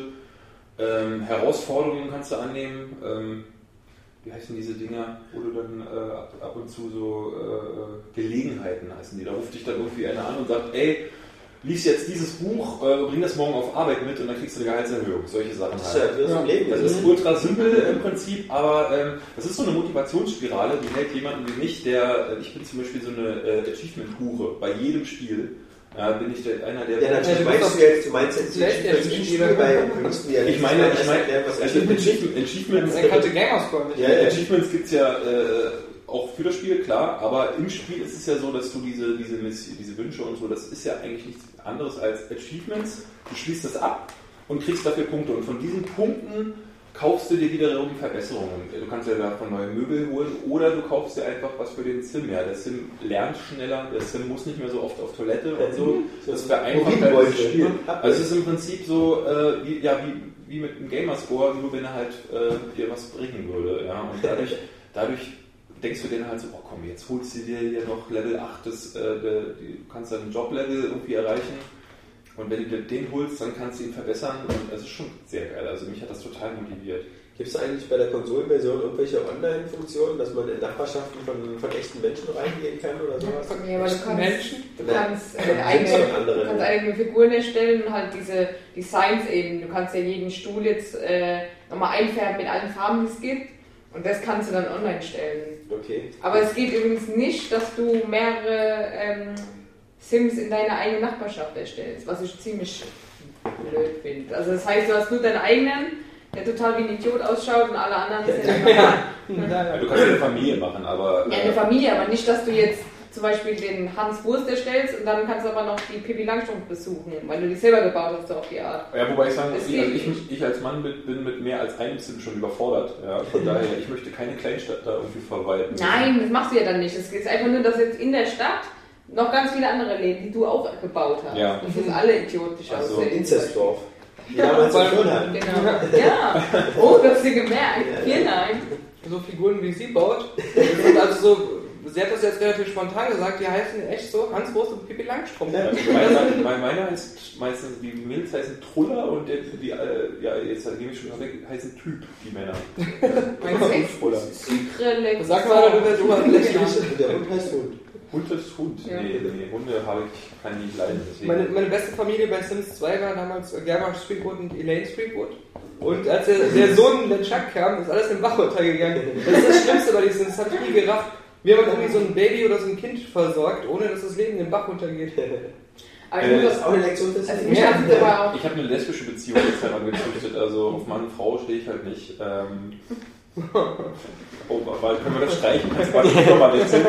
ähm, Herausforderungen kannst du annehmen, ähm, wie heißen diese Dinger, wo du dann äh, ab, ab und zu so äh, Gelegenheiten heißen die. Da ruft dich dann irgendwie einer an und sagt, ey, lies jetzt dieses Buch, äh, bring das morgen auf Arbeit mit und dann kriegst du eine Gehaltserhöhung. Solche Sachen Das halt. ist ja das Leben. Das ist ultra simpel im Prinzip, aber ähm, das ist so eine Motivationsspirale, die hält jemanden wie mich, der, ich bin zum Beispiel so eine äh, Achievement-Hure bei jedem Spiel. Ja, bin ich der, einer der... Ja, natürlich meinst du jetzt, du meinst jetzt Achievement Spiel, weil wir mussten ja ich meine, ich meine, was also Achievements, Achievements, Er kannte Gamerscore nicht. ja, Achievements gibt es ja äh, auch für das Spiel, klar, aber im Spiel ist es ja so, dass du diese, diese, diese Wünsche und so, das ist ja eigentlich nichts anderes als Achievements. Du schließt das ab und kriegst dafür Punkte und von diesen Punkten kaufst du dir wiederum Verbesserungen. Du kannst ja davon neue Möbel holen oder du kaufst dir einfach was für den Sim. Ja, der Sim lernt schneller, der Sim muss nicht mehr so oft auf Toilette und so. Das vereinfacht halt das Spiel. Also es ist im Prinzip so, äh, wie, ja, wie, wie mit einem Gamerscore, nur wenn er halt äh, dir was bringen würde. Ja? Und dadurch, dadurch denkst du dir halt so, oh komm, jetzt holst du dir hier noch Level acht, das, äh, du kannst dann ein Joblevel irgendwie erreichen. Und wenn du den holst, dann kannst du ihn verbessern und das ist schon sehr geil. Also mich hat das total motiviert. Gibt es eigentlich bei der Konsolenversion irgendwelche Online-Funktionen, dass man in Nachbarschaften von, von echten Menschen reingehen kann oder sowas? Ja, aber du kannst, Menschen? du kannst, Ja, äh, eigene, von anderen. du kannst eigene Figuren erstellen und halt diese Designs eben. Du kannst ja jeden Stuhl jetzt äh, nochmal einfärben mit allen Farben, die es gibt. Und das kannst du dann online stellen. Okay. Aber es geht übrigens nicht, dass du mehrere ähm, Sims in deiner eigenen Nachbarschaft erstellst, was ich ziemlich blöd finde. Also das heißt, du hast nur deinen eigenen, der total wie ein Idiot ausschaut und alle anderen sind ja, Ja, du kannst ja eine Familie machen, aber... ja, eine Familie, aber nicht, dass du jetzt zum Beispiel den Hans Wurst erstellst und dann kannst du aber noch die Pippi Langstrumpf besuchen, weil du die selber gebaut hast, so auf die Art. Ja, wobei ich sagen muss, Es ich, also geht ich, ich als Mann bin, bin mit mehr als einem Sim schon überfordert. Ja, von daher, ich möchte keine Kleinstadt da irgendwie verwalten. Nein, das machst du ja dann nicht. Es geht einfach nur, dass jetzt in der Stadt noch ganz viele andere Läden, die du auch gebaut hast. Ja. Das ist alle idiotisch Also, aussehen. Inzestdorf. Die damals Ja, schon hatten. Genau. Ja. Oh, du hast sie gemerkt. Vielen Dank. So Figuren wie sie baut. Das sind also so, sie hat das jetzt relativ spontan gesagt, die heißen echt so Hans Wurst und Pippi Langstrumpf. Ja. Meine, meine, meine heißt meistens, die Mädels heißen Truller und die, die äh, ja, jetzt gebe ich schon weg, heißen Typ, die Männer. Meinst du echt? Truller. Sucre, Sag mal, du wirst oberflächlich. Und der Hund heißt Hund. Hund ist Hund. Ja. Nee, nee, Hunde habe ich, kann ich nicht leiden. Deswegen. Meine, meine beste Familie bei Sims zwei war damals Germa Streetwood und Elaine Streetwood. Und als der, der Sohn, der Chuck kam, ist alles im Bach untergegangen. Das ist das Schlimmste bei diesen Sims, das habe ich nie gerafft. Wir haben irgendwie so ein Baby oder so ein Kind versorgt, ohne dass das Leben den Bach untergeht. Aber ich Äh, muss Das das ist auch eine Lektion fürs Also Leben. mich hat es aber auch. Ich habe eine lesbische Beziehung jetzt einmal gezüchtet, also auf Mann und Frau stehe ich halt nicht. Ähm, oh, aber können wir das streichen? Kannst du mal nochmal wechseln?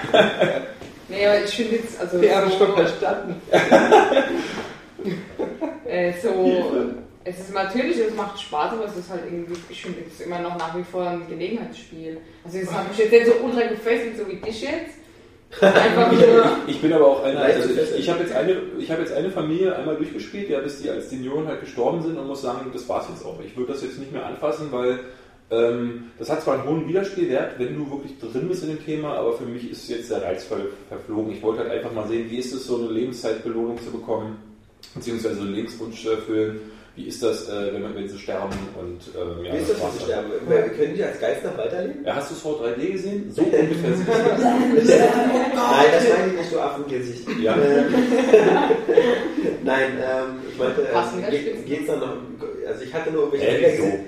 Nee, aber ich finde jetzt, also Wir haben so, schon verstanden. äh, so Es ist natürlich, es macht Spaß, aber es ist halt irgendwie, ich finde es immer noch nach wie vor ein Gelegenheitsspiel. Also es hat mich jetzt nicht so ultra gefesselt, so wie dich jetzt. Einfach nur ich bin aber auch einer, also ich, ich habe jetzt eine, ich habe jetzt eine Familie einmal durchgespielt, ja, bis die als Senioren halt gestorben sind und muss sagen, das war's jetzt auch. Ich würde das jetzt nicht mehr anfassen, weil ähm, das hat zwar einen hohen Wiederspielwert, wenn du wirklich drin bist in dem Thema, aber für mich ist jetzt der Reiz ver- verflogen. Ich wollte halt einfach mal sehen, wie ist es, so eine Lebenszeitbelohnung zu bekommen, beziehungsweise so einen Lebenswunsch erfüllen. Wie ist das, äh, wenn, man, wenn sie sterben? Und, äh, ja, Wie ist das, wenn sie sterben? Ja. Können die als Geist noch weiterleben? Ja, hast du Saw drei D gesehen? So ungefähr sieht das aus. Nein, das meine ich nicht, du Affengesicht. Ja. Nein, ähm, ich meinte, äh, geht, geht's dann noch, also ich hatte nur irgendwelche äh, Bilder so. gesehen.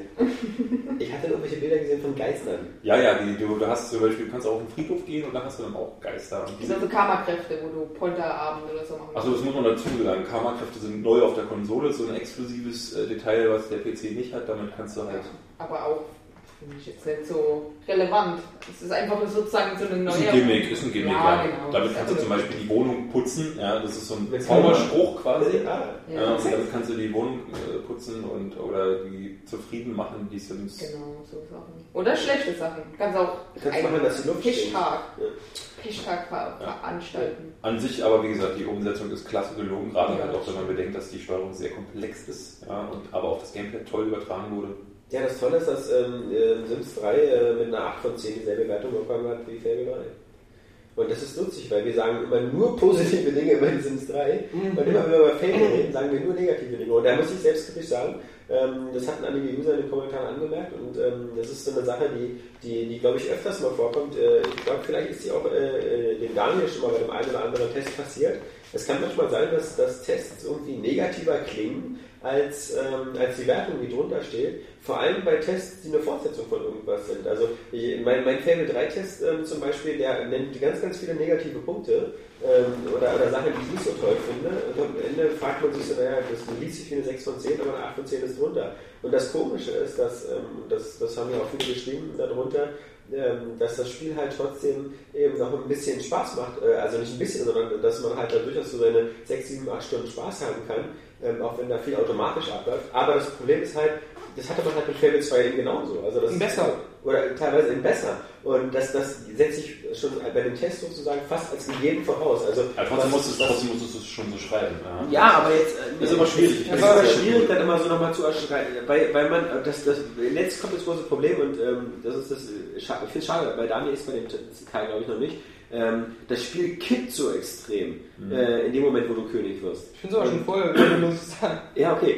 Ich hatte nur irgendwelche Bilder gesehen von Geistern. Ja, ja, die, du, du hast zum Beispiel, du kannst auch auf den Friedhof gehen und da hast du dann auch Geister. das sind so Karma-Kräfte, wo du Polterabend oder so machen Achso, das muss man dazu sagen. Karma-Kräfte sind neu auf der Konsole, so ein exklusives äh, Detail, was der P C nicht hat, damit kannst du halt... Aber auch, finde ich jetzt nicht so relevant. Es ist einfach sozusagen so eine neue... Ist ein Gimmick, ist ein Gimmick, ja. ja. Genau. Damit kannst du zum Beispiel die Wohnung putzen, ja, das ist so ein Mit Zauberspruch quasi. Ah, ja. Ja, und damit kannst du die Wohnung äh, putzen und oder die zufrieden machen, die Sims. Genau, so Sachen. Oder schlechte Sachen. Kannst auch kannst machen, dass die Luft Pischtag, ja. Pischtag ver- Ja. veranstalten. An sich aber, wie gesagt, die Umsetzung ist klasse gelungen, gerade Ja, halt auch, wenn man stimmt. bedenkt, dass die Steuerung sehr komplex ist, ja, und aber auch das Gameplay toll übertragen wurde. Ja, das Tolle ist, dass ähm, Sims drei äh, mit einer acht von zehn dieselbe Wertung bekommen hat wie Fable drei. Und das ist lustig, weil wir sagen immer nur positive Dinge bei Sims drei mhm. und immer wenn wir über Fable reden, sagen wir nur negative Dinge. Und da muss ich selbstkritisch sagen, ähm, das hatten einige User in den Kommentaren angemerkt und ähm, das ist so eine Sache, die, die, die glaube ich öfters mal vorkommt. Äh, ich glaube, vielleicht ist sie auch äh, dem Daniel schon mal bei dem einen oder anderen Test passiert. Es kann manchmal sein, dass, dass Tests irgendwie negativer klingen, als, ähm, als die Wertung, die drunter steht. Vor allem bei Tests, die eine Fortsetzung von irgendwas sind. Also ich, mein, mein Fable drei Test ähm, zum Beispiel, der nennt ganz, ganz viele negative Punkte ähm, oder, oder Sachen, die ich nicht so toll finde. Und am Ende fragt man sich so, naja, das liest sich wie eine sechs von zehn, aber eine acht von zehn ist drunter. Und das Komische ist, dass, ähm, das, das haben ja auch viele geschrieben darunter, ähm, dass das Spiel halt trotzdem eben noch ein bisschen Spaß macht. Äh, also nicht ein bisschen, sondern dass man halt da durchaus so seine sechs, sieben, acht Stunden Spaß haben kann. Ähm, auch wenn da viel automatisch abläuft. Aber das Problem ist halt, das hatte man halt mit Fable zwei eben genauso. Also das besser. Oder teilweise eben besser. Und das, das setzt sich schon bei dem Test sozusagen fast als gegeben voraus. Also, Ja, trotzdem musstest du es schon so schreiben. Ja, ja aber jetzt... Äh, das ist aber schwierig. Das ist aber schwierig, dann immer so nochmal zu erschreien. Weil, weil man... Das, das, jetzt kommt das große Problem und ähm, das ist das... Ich finde es schade, weil Daniel ist bei dem Teil, glaube ich, noch nicht. Ähm, das Spiel kippt so extrem mhm. äh, in dem Moment, wo du König wirst. Ich finde es aber schon voll, muss ich sagen. Ja, okay.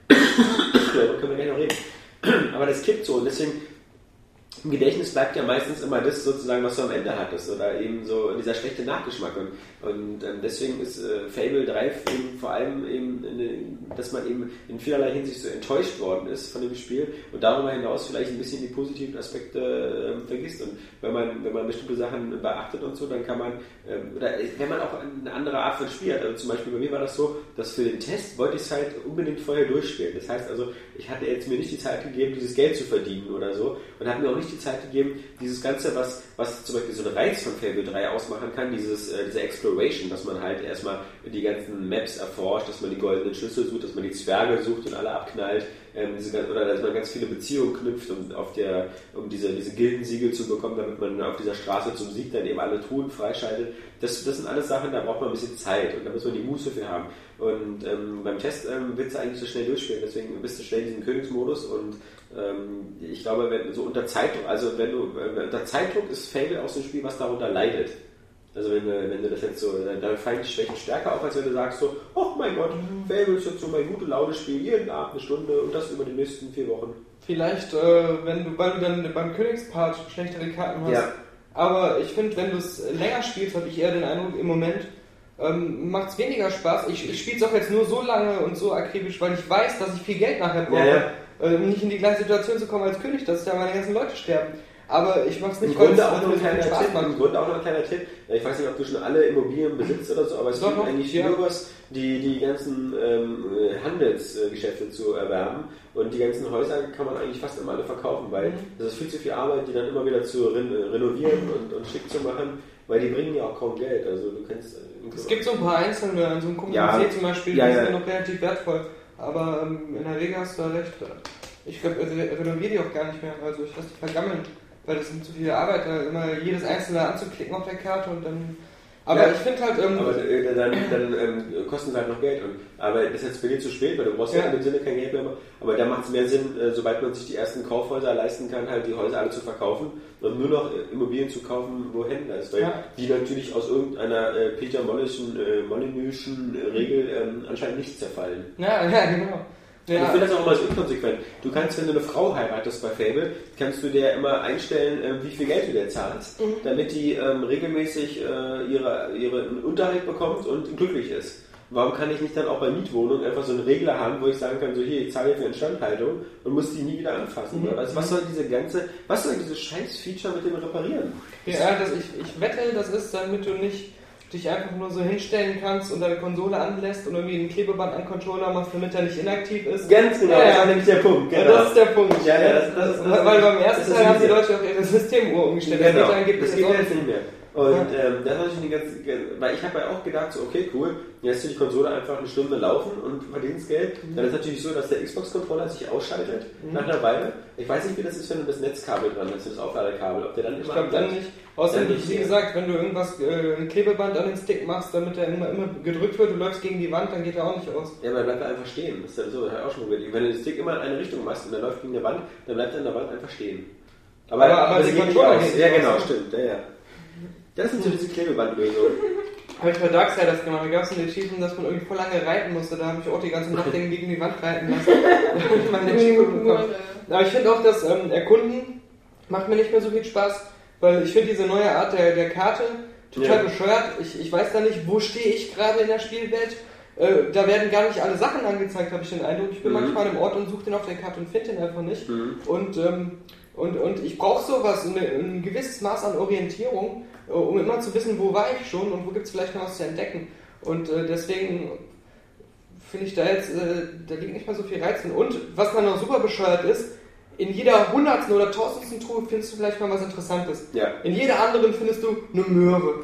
Darüber können wir gleich noch reden. Aber das kippt so und deswegen im Gedächtnis bleibt ja meistens immer das sozusagen, was du am Ende hattest oder eben so dieser schlechte Nachgeschmack und, und ähm, deswegen ist äh, Fable drei eben vor allem eben, eine, dass man eben in vielerlei Hinsicht so enttäuscht worden ist von dem Spiel und darüber hinaus vielleicht ein bisschen die positiven Aspekte äh, vergisst und wenn man, wenn man bestimmte Sachen beachtet und so, dann kann man ähm, oder wenn man auch eine andere Art von Spiel hat, also zum Beispiel bei mir war das so, dass für den Test wollte ich es halt unbedingt vorher durchspielen, das heißt also, ich hatte jetzt mir nicht die Zeit gegeben, dieses Geld zu verdienen oder so und habe mir auch nicht die Zeit gegeben, dieses Ganze, was, was zum Beispiel so ein Reiz von Fable drei ausmachen kann, dieses, äh, diese Exploration, dass man halt erstmal die ganzen Maps erforscht, dass man die goldenen Schlüssel sucht, dass man die Zwerge sucht und alle abknallt, ähm, diese, oder dass man ganz viele Beziehungen knüpft, um, auf der, um diese, diese Gildensiegel zu bekommen, damit man auf dieser Straße zum Sieg dann eben alle Truhen freischaltet. Das, das sind alles Sachen, da braucht man ein bisschen Zeit und da muss man die Muße für haben. Und ähm, beim Test ähm, willst du eigentlich so schnell durchspielen, deswegen bist du schnell in diesem Königsmodus und ähm, ich glaube, wenn so unter Zeitdruck, also wenn du äh, unter Zeitdruck ist Fable auch so ein Spiel, was darunter leidet. Also wenn, wenn du das jetzt so, dann fallen die Schwächen stärker auf, als wenn du sagst so, ach mein Gott, Fable ist jetzt so mein gute Laune Spiel, jeden Abend eine Stunde und das über die nächsten vier Wochen. Vielleicht, äh, wenn du, weil du dann beim Königspart schlechtere Karten hast. Ja. Aber ich finde, wenn du es länger spielst, habe ich eher den Eindruck, im Moment ähm, macht es weniger Spaß. Ich, ich spiele es auch jetzt nur so lange und so akribisch, weil ich weiß, dass ich viel Geld nachher brauche, Ja, ja. äh, um nicht in die gleiche Situation zu kommen als König, dass da meine ganzen Leute sterben. Aber ich mache es nicht, Im Grunde es auch noch ein kleiner Spaß Tipp, macht. im Grunde auch noch ein kleiner Tipp. Ich weiß nicht, ob du schon alle Immobilien besitzt oder so, aber es Doch, gibt noch, eigentlich ja. nur was, die, die ganzen ähm, Handelsgeschäfte zu erwerben und die ganzen Häuser kann man eigentlich fast immer alle verkaufen, weil Mhm. das ist viel zu viel Arbeit, die dann immer wieder zu ren- renovieren und, und schick zu machen, weil die bringen ja auch kaum Geld. Also du kannst. Es gibt so ein paar einzelne, so ein Kommunizé Ja. zum Beispiel, Ja, die ja. sind ja noch relativ wertvoll. aber ähm, in der Regel hast du da recht. Ich glaube, re renoviere die auch gar nicht mehr, also ich lasse die vergammeln, weil das sind zu viele Arbeit, da immer jedes einzelne anzuklicken auf der Karte und dann... Aber ja, ich finde halt... Ähm, aber äh, dann, dann ähm, kosten sie halt noch Geld. Und, aber das ist jetzt für dich zu spät, weil du brauchst ja, ja in dem Sinne kein Geld mehr. Aber da macht es mehr Sinn, äh, sobald man sich die ersten Kaufhäuser leisten kann, halt die Häuser alle zu verkaufen und nur noch äh, Immobilien zu kaufen, wo Händler ist. Weil ja. die natürlich aus irgendeiner äh, Peter Mollischen, äh, Molyneuxschen äh, Regel äh, anscheinend nicht zerfallen. Ja, ja, genau. Ja. Ich finde das auch immer so inkonsequent. Du kannst, wenn du eine Frau heiratest bei Fable, kannst du dir immer einstellen, äh, wie viel Geld du dir zahlst, mhm. damit die ähm, regelmäßig äh, ihre, ihren Unterhalt bekommt und glücklich ist. Warum kann ich nicht dann auch bei Mietwohnungen einfach so einen Regler haben, wo ich sagen kann, so hier, ich zahle für Instandhaltung und muss die nie wieder anfassen? Mhm. Also was soll diese ganze, was soll diese scheiß Feature mit dem Reparieren? Ja, das, ich, ich wette, das ist, damit du nicht dich einfach nur so hinstellen kannst und deine Konsole anlässt und irgendwie ein Klebeband an Controller machst, damit er nicht inaktiv ist. Ganz genau, ja, das ist nämlich der Punkt. Genau. Das ist der Punkt. Ja, ja, das, das, das, das weil beim ersten Teil haben die Leute auch ihre Systemuhr umgestellt. Genau, das geht das geht jetzt nicht mehr. Und ähm, das war natürlich eine ganz, weil ich habe ja auch gedacht, so okay, cool, jetzt lässt du die Konsole einfach eine Stunde laufen und verdienst Geld. Mhm. Dann ist natürlich so, dass der Xbox-Controller sich ausschaltet mhm. nach einer Weile. Ich weiß nicht, wie das ist, wenn du das Netzkabel dran hast, das Aufladekabel, ob der dann immer... Ich glaube dann nicht. Außerdem, dann wie gesagt, wenn du irgendwas, äh, ein Klebeband an den Stick machst, damit der immer, immer gedrückt wird, du läufst gegen die Wand, dann geht er auch nicht aus. Ja, aber dann bleibt er einfach stehen. Das ist ja so, das hat auch schon probiert. Wenn du den Stick immer in eine Richtung machst und der läuft gegen eine Wand, dann bleibt er an der Wand einfach stehen. Aber, aber, aber, aber sie geht nicht aus. Ja, genau, stimmt. Ja, ja. Das sind so diese Klebebandlösungen. Habe ich bei Darksiders gemacht. Da gab es ein Achievement, dass man irgendwie voll lange reiten musste. Da habe ich auch die ganze Nacht gegen die Wand reiten lassen. Aber ich finde auch, dass ähm, Erkunden macht mir nicht mehr so viel Spaß, weil ich finde diese neue Art der, der Karte total ja. bescheuert. Ich, ich weiß da nicht, wo stehe ich gerade in der Spielwelt. Äh, da werden gar nicht alle Sachen angezeigt, habe ich den Eindruck. Ich bin mhm. manchmal im Ort und suche den auf der Karte und finde den einfach nicht. Mhm. Und, ähm, und, und ich brauche sowas, ein, ein gewisses Maß an Orientierung, um immer zu wissen, wo war ich schon und wo gibt es vielleicht noch was zu entdecken. Und äh, deswegen finde ich da jetzt, äh, da liegt nicht mehr so viel Reiz drin. Und was dann noch super bescheuert ist, in jeder hundertsten oder tausendsten Truhe findest du vielleicht mal was Interessantes. Ja. In jeder anderen findest du eine Möhre.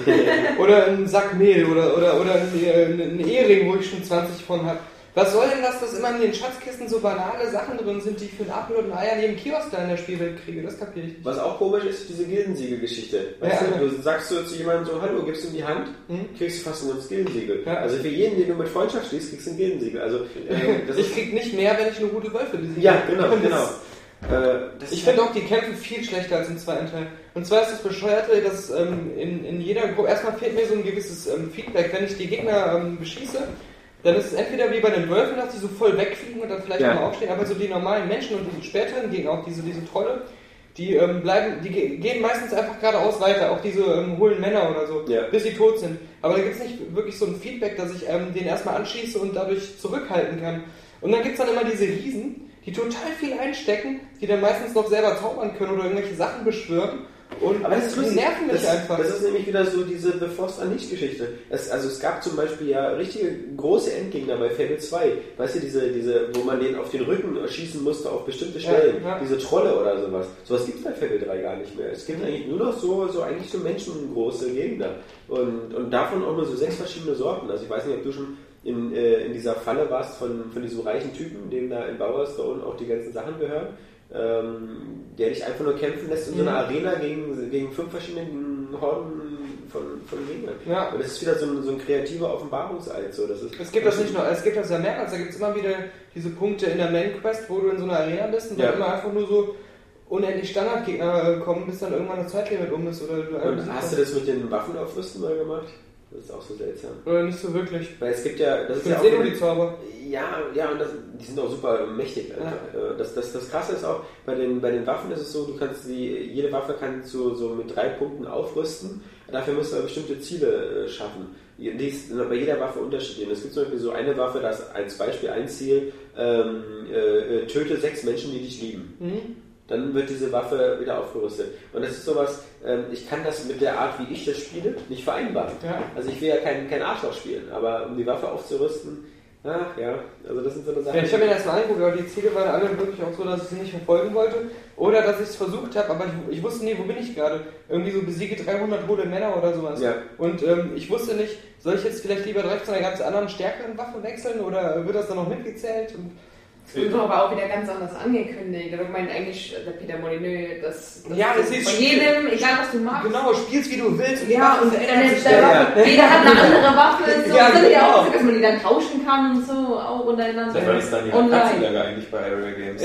Oder einen Sack Mehl oder, oder, oder einen, einen Ehering, wo ich schon zwanzig von habe. Was soll denn das, dass immer in den Schatzkisten so banale Sachen drin sind, die ich für einen Apfel und ein Ei an jedem Kiosk da in der Spielwelt kriege? Das kapiere ich nicht. Was auch komisch ist, diese Gildensiegel-Geschichte. Weißt ja, du, du sagst so zu jemandem so, hallo, gibst du ihm die Hand, hm? kriegst du fast ein Gildensiegel. Ja. Also für jeden, den du mit Freundschaft schließt, kriegst du ein Gildensiegel. Also, ähm, das ich krieg nicht mehr, wenn ich eine gute Wölfe besiege. Ja, genau, genau. Äh, ich finde auch die Kämpfe viel schlechter als im zweiten Teil. Und zwar ist das Bescheuerte, dass ähm, in, in jeder Gruppe, erstmal fehlt mir so ein gewisses ähm, Feedback. Wenn ich die Gegner ähm, beschieße, dann ist es entweder wie bei den Wölfen, dass die so voll wegfliegen und dann vielleicht ja. mal aufstehen, aber so die normalen Menschen und die späteren Gegner, auch diese, diese Trolle, die ähm, bleiben, die gehen meistens einfach geradeaus weiter, auch diese ähm, hohlen Männer oder so, ja. bis sie tot sind. Aber da gibt es nicht wirklich so ein Feedback, dass ich ähm, den erstmal anschieße und dadurch zurückhalten kann. Und dann gibt es dann immer diese Riesen, die total viel einstecken, die dann meistens noch selber zaubern können oder irgendwelche Sachen beschwören. Und aber das ist lustig. Nerven mich das, einfach. Das ist nämlich wieder so diese The Force Unleashed-Geschichte. Es, also es gab zum Beispiel ja richtige große Endgegner bei Fable zwei. Weißt du, diese, diese, wo man den auf den Rücken schießen musste auf bestimmte Stellen. Ja, ja. Diese Trolle oder sowas. Sowas gibt es bei Fable drei gar nicht mehr. Es gibt mhm. eigentlich nur noch so, so eigentlich so menschengroße Gegner. Und, und davon auch nur so sechs verschiedene Sorten. Also ich weiß nicht, ob du schon in, äh, in dieser Falle warst von, von diesem reichen Typen, dem da in Bowerstone auch die ganzen Sachen gehören. Ähm, der dich einfach nur kämpfen lässt in so einer Arena gegen, gegen fünf verschiedene Horden von, von Gegnern. Ja. Und das ist wieder so ein, so ein kreativer Offenbarungseid. So. Das ist, es gibt das nicht nur, es gibt das ja mehrmals, da gibt es immer wieder diese Punkte in der Main Quest, wo du in so einer Arena bist und ja. dann immer einfach nur so unendlich Standardgegner kommen, bis dann irgendwann das Zeitlimit um ist. Oder du und hast du das mit den Waffenaufrüsten mal gemacht? Das ist auch so seltsam. Oder nicht so wirklich. Weil es gibt ja... Das ich ist ja auch nur die Zauber. Ja, ja, und das, die sind auch super mächtig. Alter. Ja. Das, das, das Krasse ist auch, bei den, bei den Waffen ist es so, du kannst die, jede Waffe kannst du so mit drei Punkten aufrüsten. Dafür musst du aber bestimmte Ziele äh, schaffen. Die ist bei jeder Waffe unterschiedlich. Es gibt zum Beispiel so eine Waffe, das als Beispiel ein Ziel, ähm, äh, töte sechs Menschen, die dich lieben. Mhm. Dann wird diese Waffe wieder aufgerüstet. Und das ist sowas, ähm, ich kann das mit der Art, wie ich das spiele, nicht vereinbaren. Ja. Also ich will ja kein, kein Arschloch spielen, aber um die Waffe aufzurüsten, Ach ja, also das sind so eine Sachen. Ja, ich habe mir das mal angeguckt, aber die Ziele waren alle wirklich auch so, dass ich sie nicht verfolgen wollte. Oder dass ich es versucht habe, aber ich, ich wusste nie, wo bin ich gerade. Irgendwie so besiege dreihundert hohle Männer oder sowas. Ja. Und ähm, ich wusste nicht, soll ich jetzt vielleicht lieber direkt zu einer ganz anderen, stärkeren Waffe wechseln oder wird das dann noch mitgezählt? Und Das wird aber auch wieder ganz anders angekündigt. Da meint eigentlich der Peter Molyneux, dass, dass Ja, das du ist von Spiel- jedem, egal was du magst. Genau, spielst wie du willst. Und die Ja, Waffen und verändern dann sich ist schnell. der Waffe, jeder hat eine andere Waffe, so, Ja, das ist ja auch genau. so, dass man die dann tauschen kann und so, auch untereinander. Seit wann ist dann die Online. Katzenlager eigentlich bei Area Games?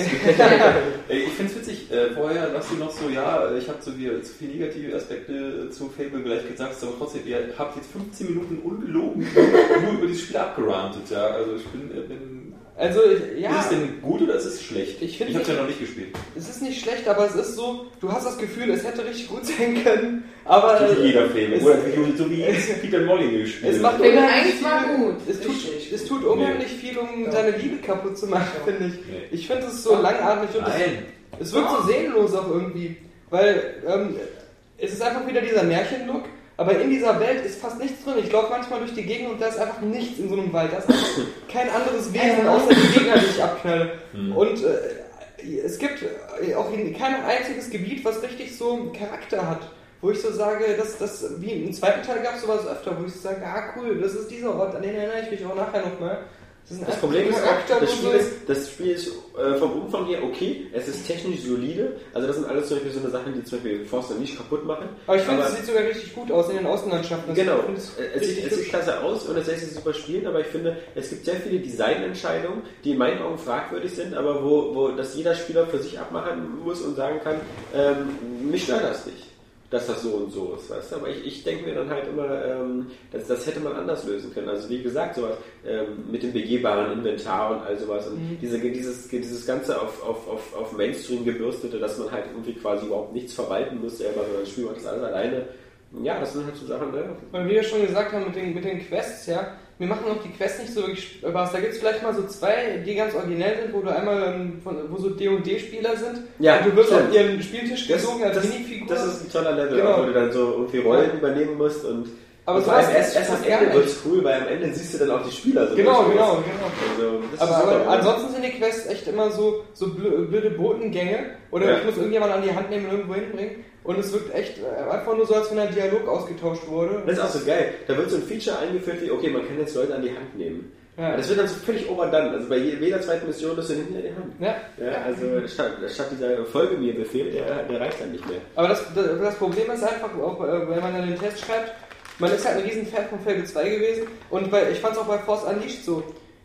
Ey, ich find's witzig, äh, vorher sagst du noch so, ja, ich habe so wieder zu viele negative Aspekte zu Fable gleich gesagt, aber trotzdem, ihr habt jetzt fünfzehn Minuten ungelogen nur über dieses Spiel abgerantet, ja, also ich bin, äh, bin Also, ja. ist es denn gut oder ist es schlecht? Ich find ich hab's ja nicht- noch nicht gespielt. Es ist nicht schlecht, aber es ist so, du hast das Gefühl, es hätte richtig gut sein können, aber So wie jeder Fable, es- oder wie- so wie jedes Peter Molyneux Spiel. es macht Fable unheimlich eins war viel- gut. Es tut, Richtig. es tut unheimlich viel, um deine Liebe kaputt zu machen, finde ich. Nee. Ich finde es so langatmig und es, Nein. es wirkt so seelenlos auch irgendwie, weil ähm, es ist einfach wieder dieser Märchenlook, aber in dieser Welt ist fast nichts drin. Ich laufe manchmal durch die Gegend und da ist einfach nichts in so einem Wald. Da ist einfach kein anderes Wesen, außer die Gegner, die ich abknalle. Hm. Und äh, es gibt äh, auch kein einziges Gebiet, was richtig so einen Charakter hat. Wo ich so sage, dass das, wie im zweiten Teil gab es sowas öfter, wo ich so sage, ah cool, das ist dieser Ort, an den erinnere ich mich auch nachher nochmal. Das, Das Problem ist, Charakter, auch, das wo Spiel so- ist, das Spiel ist äh, vom Umfang her okay, es ist technisch solide, also das sind alles zum Beispiel so eine Sachen, die zum Beispiel Forster nicht kaputt machen. Aber ich finde, es sieht sogar richtig gut aus in den Außenlandschaften. Das Genau, finde ich es sieht, richtig es sieht hübsch. klasse aus und es lässt sich super spielen, aber ich finde, es gibt sehr viele Designentscheidungen, die in meinen Augen fragwürdig sind, aber wo, wo das jeder Spieler für sich abmachen muss und sagen kann, ähm, mich stört das nicht, dass das so und so ist, weißt du? Aber ich, ich denke mir dann halt immer, ähm, das, das hätte man anders lösen können. Also wie gesagt, sowas ähm, mit dem begehbaren Inventar und all sowas und Mhm. diese, dieses, dieses Ganze auf, auf, auf, auf Mainstream gebürstete, dass man halt irgendwie quasi überhaupt nichts verwalten muss selber, sondern das Spiel macht das alles alleine. Ja, das sind halt so Sachen, ne? Weil wir ja schon gesagt haben mit den, mit den Quests, ja, mir machen auch die Quests nicht so wirklich Spaß. Da gibt es vielleicht mal so zwei, die ganz originell sind, wo du einmal, ähm, von, wo so D und D-Spieler sind Ja, und du wirst stimmt. auf ihren Spieltisch Das, gezogen als das, Minifigur. das ist ein toller Level, Genau. wo du dann so irgendwie Rollen übernehmen musst und aber und so vor allem was erst, erst am fast gar Ende nicht. wird es cool, weil am Ende siehst du dann auch die Spieler so. Genau, durch. genau, genau. Also, das Aber, ist super, aber oder? ansonsten sind die Quests echt immer so, so blö- blöde Botengänge oder Ja. ich muss irgendjemand an die Hand nehmen und irgendwo hinbringen und es wirkt echt äh, einfach nur so, als wenn ein Dialog ausgetauscht wurde. Das ist auch so geil. Da wird so ein Feature eingeführt wie, okay, man kann jetzt Leute an die Hand nehmen. Ja. Das wird dann so völlig overdone. Also bei jeder zweiten Mission ist du hinten in die Hand. Ja. Ja, also statt, statt dieser Folge mir Befehl, der, der reicht dann nicht mehr. Aber das, das, das Problem ist einfach, auch äh, wenn man dann den Test schreibt, man ist halt ein riesen Fan von Fable zwei gewesen und bei, ich fand es auch bei Force Unleashed so.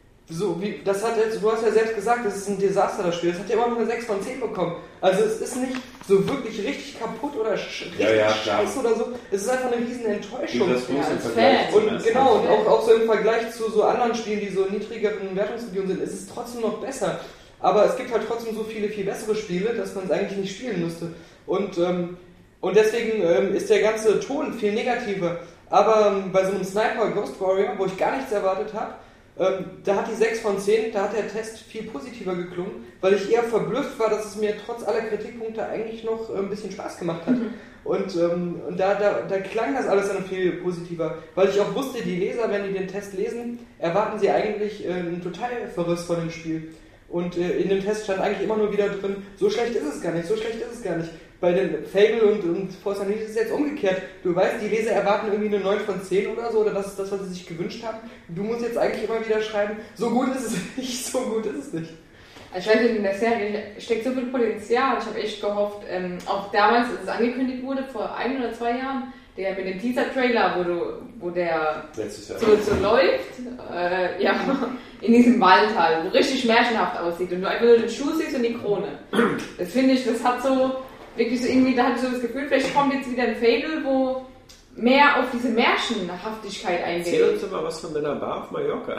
So, wie, das hat jetzt, du hast ja selbst gesagt, das ist ein Desaster, das Spiel. Das hat ja immer noch eine sechs von zehn bekommen. Also es ist nicht so wirklich richtig kaputt oder sch richtig Ja, ja, klar. scheiße oder so. Es ist einfach eine riesen Enttäuschung. Das Ja, im als Vergleich Fan. zum Und ersten genau, und Teil. auch, auch so im Vergleich zu so anderen Spielen, die so in niedrigeren Wertungsregionen sind, ist es trotzdem noch besser. Aber es gibt halt trotzdem so viele, viel bessere Spiele, dass man es eigentlich nicht spielen müsste. Und, ähm, und deswegen ähm, ist der ganze Ton viel negativer. Aber ähm, bei so einem Sniper Ghost Warrior, wo ich gar nichts erwartet habe, ähm, da hat die sechs von zehn, da hat der Test viel positiver geklungen, weil ich eher verblüfft war, dass es mir trotz aller Kritikpunkte eigentlich noch äh, ein bisschen Spaß gemacht hat. Mhm. Und, ähm, und da, da, da klang das alles dann viel positiver, weil ich auch wusste, die Leser, wenn die den Test lesen, erwarten sie eigentlich äh, einen Totalverriss von dem Spiel. Und äh, in dem Test stand eigentlich immer nur wieder drin, so schlecht ist es gar nicht, so schlecht ist es gar nicht. Bei den Fable und, und Force Unleashed ist es jetzt umgekehrt. Du weißt, die Leser erwarten irgendwie eine neun von zehn oder so, oder das ist das, was sie sich gewünscht haben. Du musst jetzt eigentlich immer wieder schreiben, so gut ist es nicht, so gut ist es nicht. Ich weiß nicht, in der Serie steckt so viel Potenzial. Ich habe echt gehofft, ähm, auch damals, als es angekündigt wurde, vor ein oder zwei Jahren, der mit dem Teaser-Trailer, wo, du, wo der Letztes Jahr. so, so läuft, äh, ja, in diesem Waldtal, wo richtig märchenhaft aussieht und du einfach nur den Schuh siehst und die Krone. Das finde ich, das hat so, wirklich so irgendwie, da hatte ich so das Gefühl, vielleicht kommt jetzt wieder ein Fable, wo mehr auf diese Märchenhaftigkeit Erzähl eingeht. uns doch mal was von deiner Bar auf Mallorca.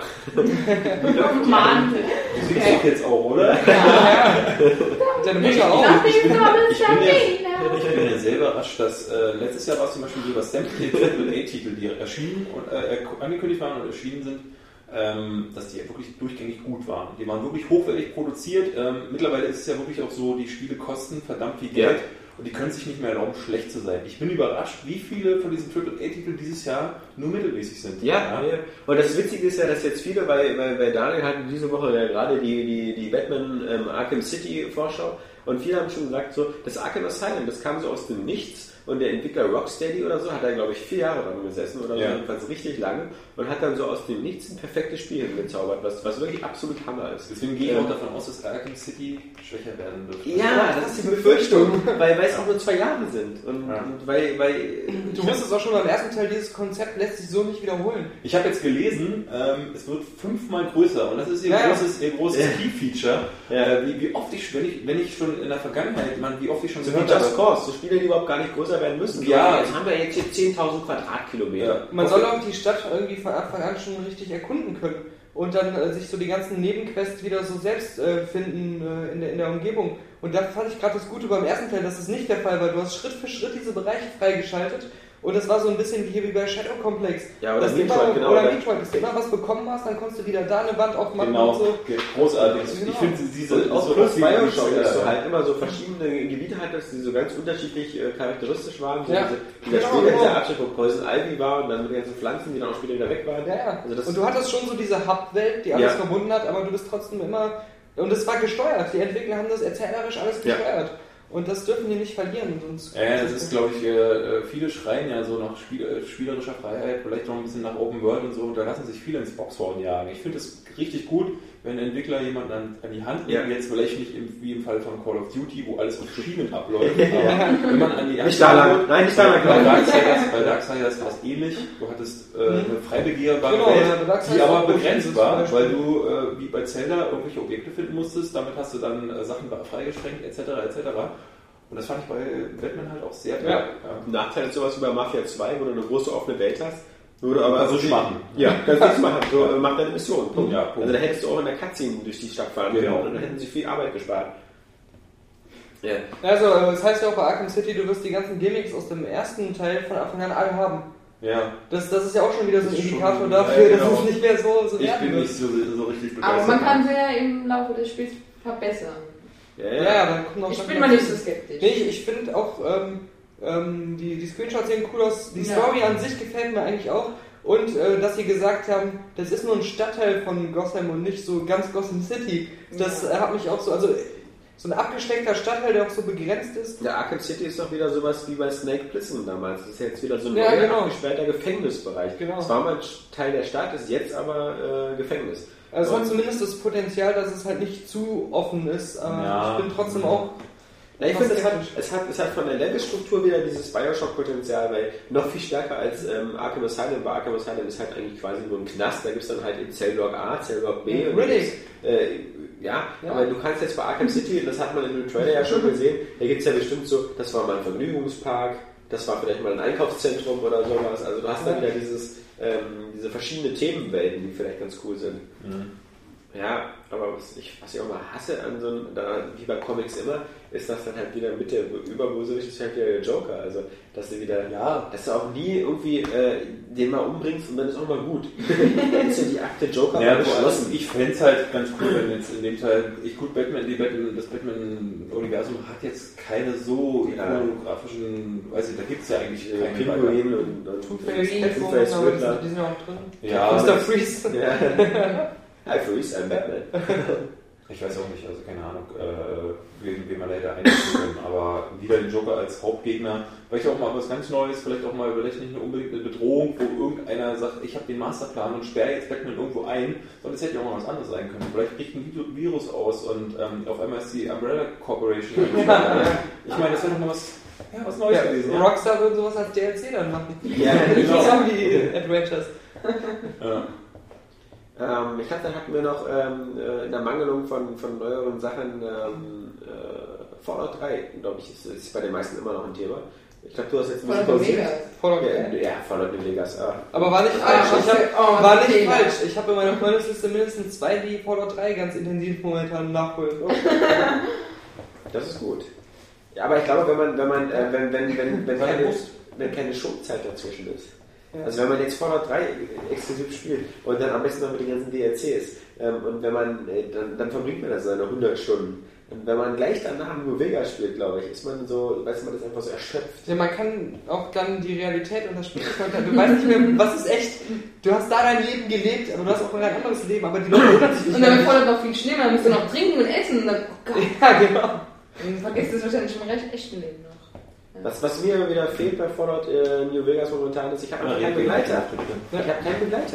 Oh Mann. Du siehst doch jetzt auch, oder? Deine Mutter auch. Nach Ich dem bin- Kabel ich bin Sabina. Ich bin ja sehr überrascht, dass äh, letztes Jahr war es zum Beispiel so, dass sämtliche Triple A-Titel, die erschienen und äh, angekündigt waren und erschienen sind, ähm, dass die wirklich durchgängig gut waren. Die waren wirklich hochwertig produziert. Ähm, mittlerweile ist es ja wirklich auch so, die Spiele kosten verdammt viel Geld. Ja. und die können sich nicht mehr erlauben, schlecht zu sein. Ich bin überrascht, wie viele von diesen Triple A Titeln dieses Jahr nur mittelmäßig sind. Ja, ja. Und das Witzige ist ja, dass jetzt viele, weil, weil, weil Daniel hatte diese Woche ja gerade die, die, die Batman ähm, Arkham City Vorschau und viele haben schon gesagt, so, das Arkham Asylum, das kam so aus dem Nichts. Und der Entwickler Rocksteady oder so hat da, glaube ich, vier Jahre dran gesessen oder so, ja. jedenfalls richtig lange und hat dann so aus dem Nichts ein perfektes Spiel hingezaubert, was, was wirklich absolut Hammer ist. Deswegen gehe ich auch davon aus, dass Arkham City schwächer werden wird. Ja, das ist die Befürchtung, weil, weil es auch nur zwei Jahre sind. Und, ja. und weil, weil du wusstest auch schon beim ersten Teil, dieses Konzept lässt sich so nicht wiederholen. Ich habe jetzt gelesen, ähm, es wird fünfmal größer und das ist ihr ja, großes, ihr großes ja. Key-Feature. Ja. Äh, wie, wie oft ich, wenn ich, wenn ich schon in der Vergangenheit, man, wie oft ich schon so wie Just Cause, so Spiele, die überhaupt gar nicht größer werden müssen. Ja. Jetzt haben wir jetzt hier zehntausend Quadratkilometer. Ja. Man soll auch die Stadt irgendwie von Anfang an schon richtig erkunden können und dann äh, sich so die ganzen Nebenquests wieder so selbst äh, finden äh, in, der, in der Umgebung. Und da fand ich gerade das Gute beim ersten Teil, dass es nicht der Fall war. Du hast Schritt für Schritt diese Bereiche freigeschaltet. Und das war so ein bisschen wie hier wie bei Shadow Complex. Ja, oder dass Metroid, immer, genau. Oder Metroid, dass du immer was bekommen hast, dann konntest du wieder da eine Wand aufmachen genau. und so. Großartig. Genau. Ich finde diese... Und auch so plus viel Bioshock, Geschichte, dass du ja. halt immer so verschiedene Gebiete hattest, die so ganz unterschiedlich äh, charakteristisch waren. So Ja. diese, dieser Genau, Spiel, genau. der Abschnitt, wo Poison Ivy war und dann mit den ganzen Pflanzen, die dann auch später wieder weg waren. Ja, ja. Also das und du hattest schon so diese Hub-Welt, die alles Ja. verbunden hat, aber du bist trotzdem immer... Und es war gesteuert. Die Entwickler haben das erzählerisch alles Ja. gesteuert. Und das dürfen die nicht verlieren. Sonst Ja, das ist, glaube ich, äh, viele schreien ja so nach Spiel, äh, spielerischer Freiheit, vielleicht noch ein bisschen nach Open World und so, und da lassen sich viele ins Boxhorn jagen. Ich finde es richtig gut, wenn ein Entwickler jemanden an, an die Hand nimmt, Ja. jetzt vielleicht nicht im, wie im Fall von Call of Duty, wo alles auf Schienen abläuft, aber wenn man an die Hand nicht da lang. nimmt, Nein, nicht da lang. bei Darksiders, bei Darksiders war es ähnlich. Du hattest äh, eine frei begehbare Genau, Welt, ja, bei Darksiders die aber auch begrenzt dieses war, Beispiel. weil du äh, wie bei Zelda irgendwelche Objekte finden musstest. Damit hast du dann äh, Sachen freigeschränkt, et cetera et cetera. Und das fand ich bei Batman halt auch sehr toll. Ja. Ja. Nachteil ist sowas wie bei Mafia zwei, wo du eine große offene Welt hast. Wo du aber Kannst du so machen. Ja, kannst nichts machen. So, äh, mach deine Mission. Punkt. Ja, Punkt. Also da hättest du auch in der Cutscene durch die Stadt fahren Genau. können und dann hätten sie viel Arbeit gespart. Ja. Also, äh, das heißt ja auch bei Arkham City, du wirst die ganzen Gimmicks aus dem ersten Teil von Anfang an alle haben. Ja. Das, das ist ja auch schon wieder so ein Das ist Indikator schon- dafür, ja, genau. dass es nicht mehr so, so Ich werden bin wird. nicht so, so richtig begeistert. Aber man kann sie ja im Laufe des Spiels verbessern. Ja, Ja, ja. ja, dann kommen auch Ich Sachen bin mal dazu. nicht so skeptisch. Nee, ich, ich finde auch, ähm, ähm, die, die Screenshots sehen cool aus. Die Ja. Story an sich gefällt mir eigentlich auch. Und äh, dass sie gesagt haben, das ist nur ein Stadtteil von Gotham und nicht so ganz Gotham City. Das äh, hat mich auch so, also so ein abgesteckter Stadtteil, der auch so begrenzt ist. Der Arkham City ist doch wieder sowas wie bei Snake Plissken damals. Das ist jetzt wieder so ein Ja, neuer, genau. abgesperrter Gefängnisbereich. Genau. Es war mal Teil der Stadt, ist jetzt aber äh, Gefängnis. Also es Und- hat zumindest das Potenzial, dass es halt nicht zu offen ist. Aber Ja. ich bin trotzdem auch... Na, ich finde, es hat, skeptisch. es, hat, es hat von der Levelstruktur wieder dieses Bioshock-Potenzial, weil noch viel stärker als ähm, Arkham Asylum. Bei Arkham Asylum ist halt eigentlich quasi nur ein Knast. Da gibt es dann halt in Cellblock A, Cellblock B. Und Riddick. Äh, ja, Ja. aber du kannst jetzt bei Arkham City, das hat man in dem Trailer ja schon gesehen, da gibt es ja bestimmt so, das war mal ein Vergnügungspark, das war vielleicht mal ein Einkaufszentrum oder sowas. Also du hast dann wieder dieses, ähm, diese verschiedenen Themenwelten, die vielleicht ganz cool sind. Mhm. Ja, aber was ich, was ich auch mal hasse an so einem, da, wie bei Comics immer, ist, dass dann halt wieder mit der Überbösewicht ist halt wieder der Joker. Also, dass du wieder, Ja. dass du auch nie irgendwie äh, den mal umbringst und dann ist auch mal gut. Dann ist ja die Akte Joker Ja, mal geschlossen. ich fände es halt ganz cool, wenn jetzt in dem Teil, ich gut, Batman, die Batman, das Batman-Universum hat jetzt keine so Ja. ikonografischen, weiß ich, da gibt es ja eigentlich Äh, keine Pinguin und, und Two-Face, Freeze, Catwoman, Two-Face, aber die Riddler. sind, die sind ja auch drin. Ja, Mister das- Freeze. Ja. Hi Freeze, I'm Batman. Ich weiß auch nicht, also keine Ahnung, äh, wen, wen man da hätte einsetzen können, aber wieder den Joker als Hauptgegner, vielleicht auch mal was ganz Neues, vielleicht auch mal, vielleicht nicht nur unbedingt eine Bedrohung, wo irgendeiner sagt, ich habe den Masterplan und sperre jetzt Batman irgendwo ein, sondern es hätte ja auch mal was anderes sein können. Vielleicht bricht ein Virus aus und ähm, auf einmal ist die Umbrella Corporation. Ja. Ich meine, das wäre doch mal was, ja, was Neues Ja, gewesen. Ja. Rockstar würde sowas als D L C dann machen. Ja, Nicht genau. so wie Adventures. Ja. Ähm, ich glaube, dann hatten wir noch ähm, äh, in der Mangelung von, von neueren Sachen ähm, äh, Fallout drei, glaube ich, ist, ist bei den meisten immer noch ein Thema. Ich glaube, du hast jetzt ein bisschen Fallout pausiert. Vegas. Fallout Ja, ja, Fallout New Vegas. Ah. Aber war nicht Ah, falsch. was Ich hab, für- oh, war was nicht für Fehler. falsch. Ich habe in meiner Freundesliste mindestens zwei, die Fallout drei ganz intensiv momentan nachholen. Das ist gut. Ja, aber ich glaube, wenn man, wenn man, äh, wenn, wenn, wenn, wenn, Weil keine, muss. wenn keine Schonzeit dazwischen ist. Ja. Also wenn man jetzt Fallout drei exklusiv spielt und dann am besten noch mit den ganzen D L Cs ähm, und wenn man, äh, dann, dann verbringt man da seine hundert Stunden. Und wenn man gleich danach New Vegas spielt, glaube ich, ist man so, weiß man das einfach so erschöpft. Ja, man kann auch dann die Realität und das Spiel, du weißt nicht mehr, was ist echt. Du hast da dein Leben gelebt, aber du hast auch ein anderes Leben, aber die Leute wundern sich nicht. Und dann wird voll noch viel schlimmer, dann musst du noch trinken und essen und dann, oh Gott. Ja, genau. Und vergisst es wahrscheinlich im recht echten Leben noch. Ja. Was, was mir wieder fehlt bei Fallout äh, New Vegas momentan ist, ich habe keinen Begleiter. Ich habe keinen Begleiter.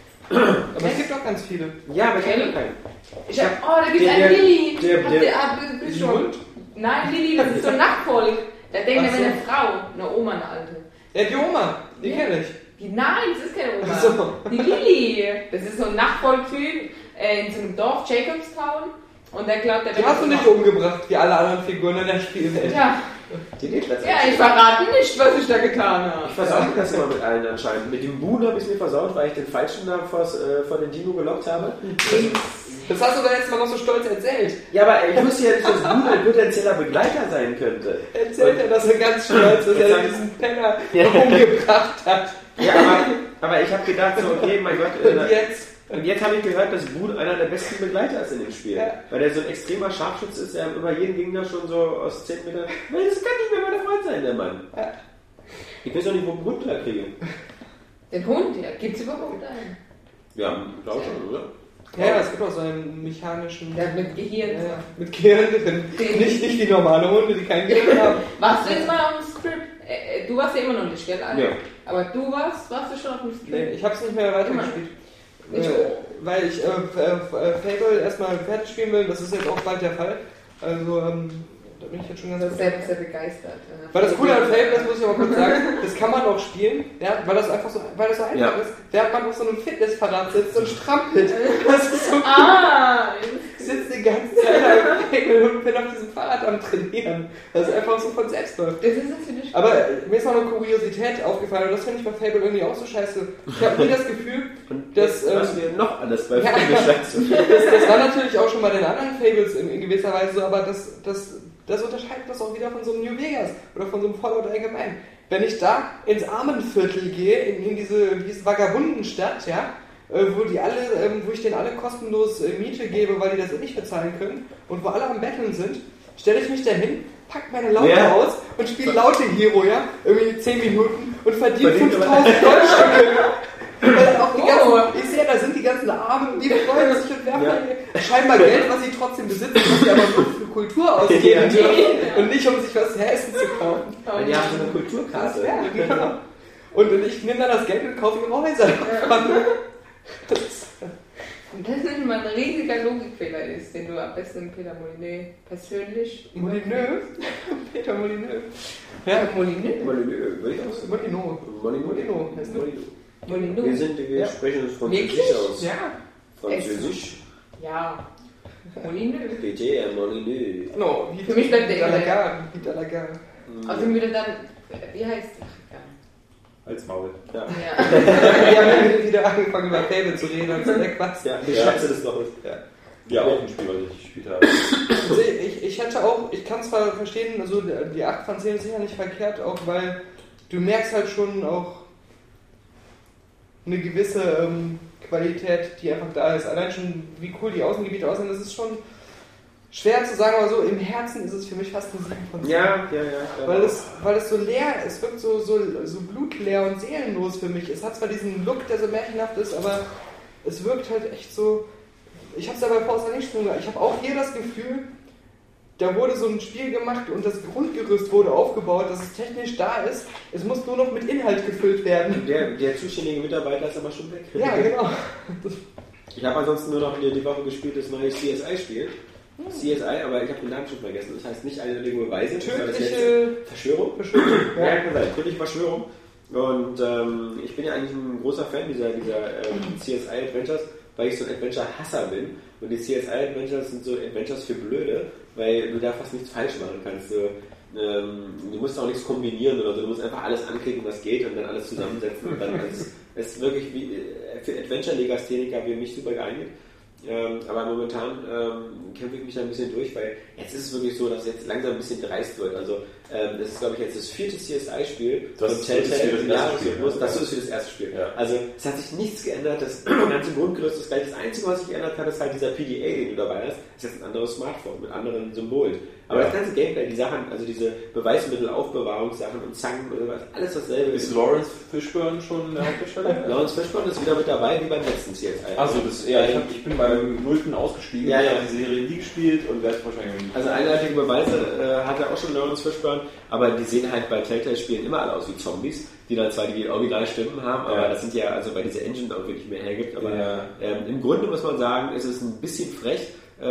Aber es gibt auch ganz viele. Ja, aber ich kenne keinen. Ich hab, oh, da gibt's Der- einen der- Lilly. der- Habt der- ihr, ah, bist- bist schon? Hund? Nein, Lilly, das ist so ein Nachtvolk. Da denkt er, Ach so. wenn eine Frau, eine Oma, eine alte. Ja, die Oma, die Ja. kenne ich. Die, nein, das ist keine Oma. Ach so. Die Lilly. Das ist so ein Nachtvolk-Typ äh, in so einem Dorf, Jacobstown. Und der glaubt, der Die hast du nicht umgebracht, wie alle anderen Figuren in der Spielwelt. Ja. Die lebt ja, letztendlich. ich verrate nicht, was ich da getan habe. Ich versaue das immer mit allen anscheinend. Mit dem Boon habe ich es mir versaut, weil ich den falschen Namen vor, äh, vor den Dino gelockt habe. Das hast du da jetzt mal noch so stolz erzählt. Ja, aber ich wusste ja nicht, dass Boon ein potenzieller Begleiter sein könnte. Erzählt er das so ganz stolz, dass er diesen Penner umgebracht hat. Ja, aber, aber ich habe gedacht, so, okay, mein Gott. Äh, Und jetzt? Und jetzt habe ich gehört, dass Boon einer der besten Begleiter ist in dem Spiel. Ja. Weil der so ein extremer Scharfschütze ist, der immer jeden Gegner schon so aus zehn Metern. Nein, das kann nicht mehr mein Freund sein, der Mann. Ja. Ich weiß auch nicht, wo ich den Hund herkriege. Den Hund, ja. Gibt's überhaupt einen? Ja, glaube schon, oder? Ja, es gibt auch so einen mechanischen. Der mit Gehirn. Ja, mit Gehirn drin. Nicht, nicht wie normale Hunde, die kein Gehirn haben. Warst du jetzt mal auf dem Script? Äh, du warst ja immer noch nicht, gell? Alter? Ja. Aber du warst, warst du schon auf dem Script? Nee, ich hab's nicht mehr weitergespielt. Ich Äh, weil ich äh, äh, äh, Fable erstmal fertig spielen will, das ist jetzt auch bald der Fall. Also, ähm, da bin ich jetzt schon ganz Das ist sehr, sehr begeistert. Weil das Coole an Fable, das muss ich aber kurz sagen, das kann man auch spielen, ja, weil das einfach so, weil das so einfach Ja. ist, während man auf so einem Fitnessfahrrad sitzt und strampelt. Das ist so cool. Ah! Ich sitze die ganze Zeit am Fable und bin auf diesem Fahrrad am Trainieren. Das ist einfach so von selbst läuft. Das ist natürlich. Aber äh, mir ist noch eine Kuriosität aufgefallen und das finde ich bei Fable irgendwie auch so scheiße. Ich habe nie das Gefühl, Und Das, das, was ähm, wir noch alles bei ja. Filmen scheiße. das, das war natürlich auch schon bei den anderen Fables in, in gewisser Weise so, aber das, das, das unterscheidet das auch wieder von so einem New Vegas oder von so einem Fallout allgemein. Wenn ich da ins Armenviertel gehe, in, in diese, diese Vagabundenstadt, ja, äh, wo die alle, ähm, wo ich denen alle kostenlos äh, Miete gebe, weil die das eh nicht bezahlen können und wo alle am Betteln sind, stelle ich mich da hin, pack meine Laute Ja. aus und spiele Laute Hero, ja, irgendwie zehn Minuten und verdiene Verdient fünftausend Goldstücke. Weil auch die Oh. ganzen, ich sehe, da sind die ganzen Armen, die freuen sich und werfen Ja. scheinbar Geld, was sie trotzdem besitzen, was sie aber nur für Kultur ausgeben Ja. dürfen und nicht, um sich was zu essen zu kaufen. Weil die haben so eine Kulturkarte. Ja, genau. Und ich nehme dann das Geld und kaufe ihre Häuser davon. Das ist, Und das nicht mal ein riesiger Logikfehler ist, den du am besten im Peter Molyneux persönlich. Molineux? Peter Molineux. Ja, Molyneux? Molyneux, würde ich auch sagen. Molyneux. Molyneux. Molyneux heißt das. Molyneux. Molyneux. Wir, sind, wir Ja. sprechen es Wirklich? Französisch aus. Ja, Französisch. Ja. Molyneux. Bitte, Molyneux. no, wie Für mich bleibt der Peter immer- Lagarde. Peter Lagarde. Also würde dann. Wie heißt das? Als Maul. Ja. Ja. Wir haben wieder angefangen über Fable zu reden, als der Quatsch. Ja, wie Ja. scheiße das doch ist. Ja. Ja, auch ein Spiel, was ich gespielt habe. Also ich, ich hätte auch, ich kann zwar verstehen, also die acht von zehn ist sicher nicht verkehrt, auch weil du merkst halt schon auch eine gewisse ähm, Qualität, die einfach da ist. Allein schon, wie cool die Außengebiete aussehen, das ist schon schwer zu sagen, aber so im Herzen ist es für mich fast eine sieben von zehn. Ja, ja, ja. Weil es, weil es so leer, es wirkt so, so, so blutleer und seelenlos für mich. Es hat zwar diesen Look, der so märchenhaft ist, aber es wirkt halt echt so. Ich habe es ja bei Forza nicht schon gesagt. Ich habe auch hier das Gefühl, da wurde so ein Spiel gemacht und das Grundgerüst wurde aufgebaut, dass es technisch da ist. Es muss nur noch mit Inhalt gefüllt werden. Der, der zuständige Mitarbeiter ist aber schon weg. Ja, genau. Das, Ich habe ansonsten nur noch die, die Woche gespielt, das neue C S I-Spiel. C S I, aber ich habe den Namen schon vergessen. Das heißt nicht eindeutige Beweise. Das war das letzte. tödliche Verschwörung? Verschwörung. Ja, Ja. kann sein. Tödliche Verschwörung. Und ähm, ich bin ja eigentlich ein großer Fan dieser, dieser ähm, C S I-Adventures, weil ich so ein Adventure-Hasser bin. Und die C S I-Adventures sind so Adventures für Blöde, weil du da fast nichts falsch machen kannst. Du, ähm, du musst auch nichts kombinieren oder so. Du musst einfach alles anklicken, was geht und dann alles zusammensetzen. Und dann ist es wirklich wie, äh, für Adventure-Legastheniker wie mich super geeignet. Ähm, aber momentan ähm, kämpfe ich mich da ein bisschen durch, weil jetzt ist es wirklich so, dass es jetzt langsam ein bisschen dreist wird. Also Ähm, das ist, glaube ich, jetzt das vierte C S I-Spiel Das von Telltale. ist für das erste Spiel, Plus. ja. Das ist für das erste Spiel. Ja. Also es hat sich nichts geändert, das ganze Grundgerüst ist gleich. Das Einzige, was sich geändert hat, ist halt dieser P D A, den du dabei hast. Das ist jetzt ein anderes Smartphone mit anderen Symbolen. Aber Ja. das ganze Gameplay, die Sachen, also diese Beweismittelaufbewahrungssachen und Zangen oder was, alles dasselbe. Ist Lawrence Fishburne schon der Hauptdarsteller? Lawrence Fishburne ist wieder mit dabei, wie beim letzten C S I. Also das, ja, ich, hab, ich bin beim Nullten ausgestiegen, Ja, ja. ich habe die Serie nie gespielt und werde wahrscheinlich nicht. Also eindeutige Beweise äh, hat er auch schon Lawrence Fishburne, aber die sehen halt bei Telltale-Spielen immer alle aus wie Zombies, die dann zwar die Originalstimmen haben, aber Ja. das sind ja, also weil diese Engine auch wirklich mehr hergibt, aber Ja. ähm, im Grunde muss man sagen, ist es ein bisschen frech,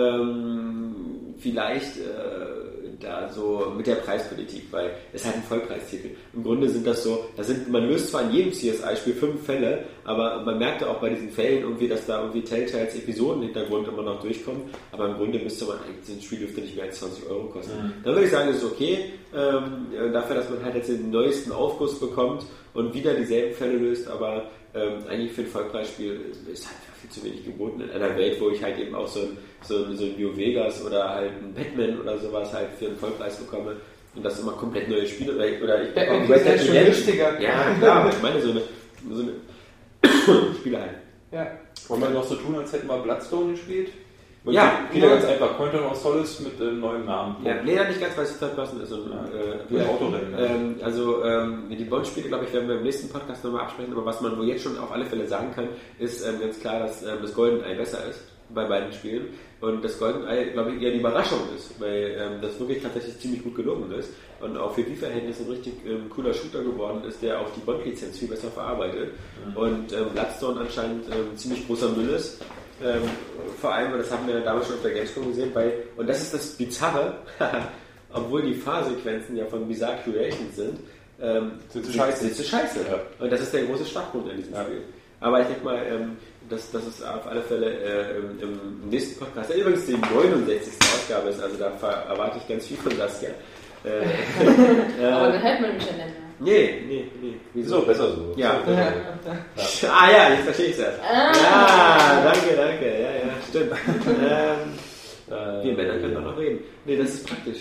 ähm, vielleicht äh, da so mit der Preispolitik, weil es halt ein Vollpreistitel. Im Grunde sind das so, da sind, man löst zwar in jedem C S I-Spiel fünf Fälle, aber man merkt auch bei diesen Fällen irgendwie, dass da irgendwie Telltales Episoden-Hintergrund immer noch durchkommt, aber im Grunde müsste man eigentlich, ein Spiel dürfte nicht mehr als zwanzig Euro kosten. Mhm. Dann würde ich sagen, das ist okay, ähm, dafür, dass man halt jetzt den neuesten Aufguss bekommt und wieder dieselben Fälle löst, aber ähm, eigentlich für ein Vollpreisspiel ist halt viel zu wenig geboten in einer Welt, wo ich halt eben auch so ein, so ein, so ein New Vegas oder halt ein Batman oder sowas halt für einen Vollpreis bekomme und das immer komplett neue Spiele oder ich, oder ich Batman bekomme ist ja schon günstiger. Ja, klar, aber ich meine so eine, so eine Spiele halt. Ja. Wollen wir noch so tun, als hätten wir Bloodstone gespielt? Weil Ja, Wieder ja. ganz einfach, Quantum of Solace mit einem neuen Namen. Ja, nee, ja, nicht ganz, weil es Third Person ist. Und, Ja, äh, mit Autorennen. Ähm, also ähm, die Bond-Spiele, glaube ich, werden wir im nächsten Podcast nochmal absprechen, aber was man wohl jetzt schon auf alle Fälle sagen kann, ist ähm, ganz klar, dass ähm, das GoldenEye besser ist bei beiden Spielen und das GoldenEye, glaube ich, eher die Überraschung ist, weil ähm, das wirklich tatsächlich ziemlich gut gelungen ist und auch für die Verhältnisse ein richtig ähm, cooler Shooter geworden ist, der auch die Bond-Lizenz viel besser verarbeitet mhm. und ähm, Bloodstone anscheinend ähm, ziemlich großer Müll ist. Ähm, vor allem, das haben wir damals schon auf der Gamescom gesehen, weil, und das ist das Bizarre, obwohl die Fahrsequenzen ja von Bizarre Creations sind, ähm, sind sie scheiße. Sind sie scheiße. Ja. Und das ist der große Schwachpunkt in diesem Ja. Spiel. Aber ich denke mal, ähm, das, das ist auf alle Fälle äh, im, im nächsten Podcast, der übrigens die neunundsechzigste Ausgabe ist, also da ver- erwarte ich ganz viel von Saskia. Äh, Aber äh, dann hält man mich ja nicht mehr. nee, nee, nee. Wieso? Besser so. Ja. So, Ja. besser Ah ja, jetzt verstehe ich es erst. Ah. Ja, danke, danke. Ja, ja, stimmt. ähm, so. Äh, wir Männer können doch noch reden. Nee, das ist praktisch.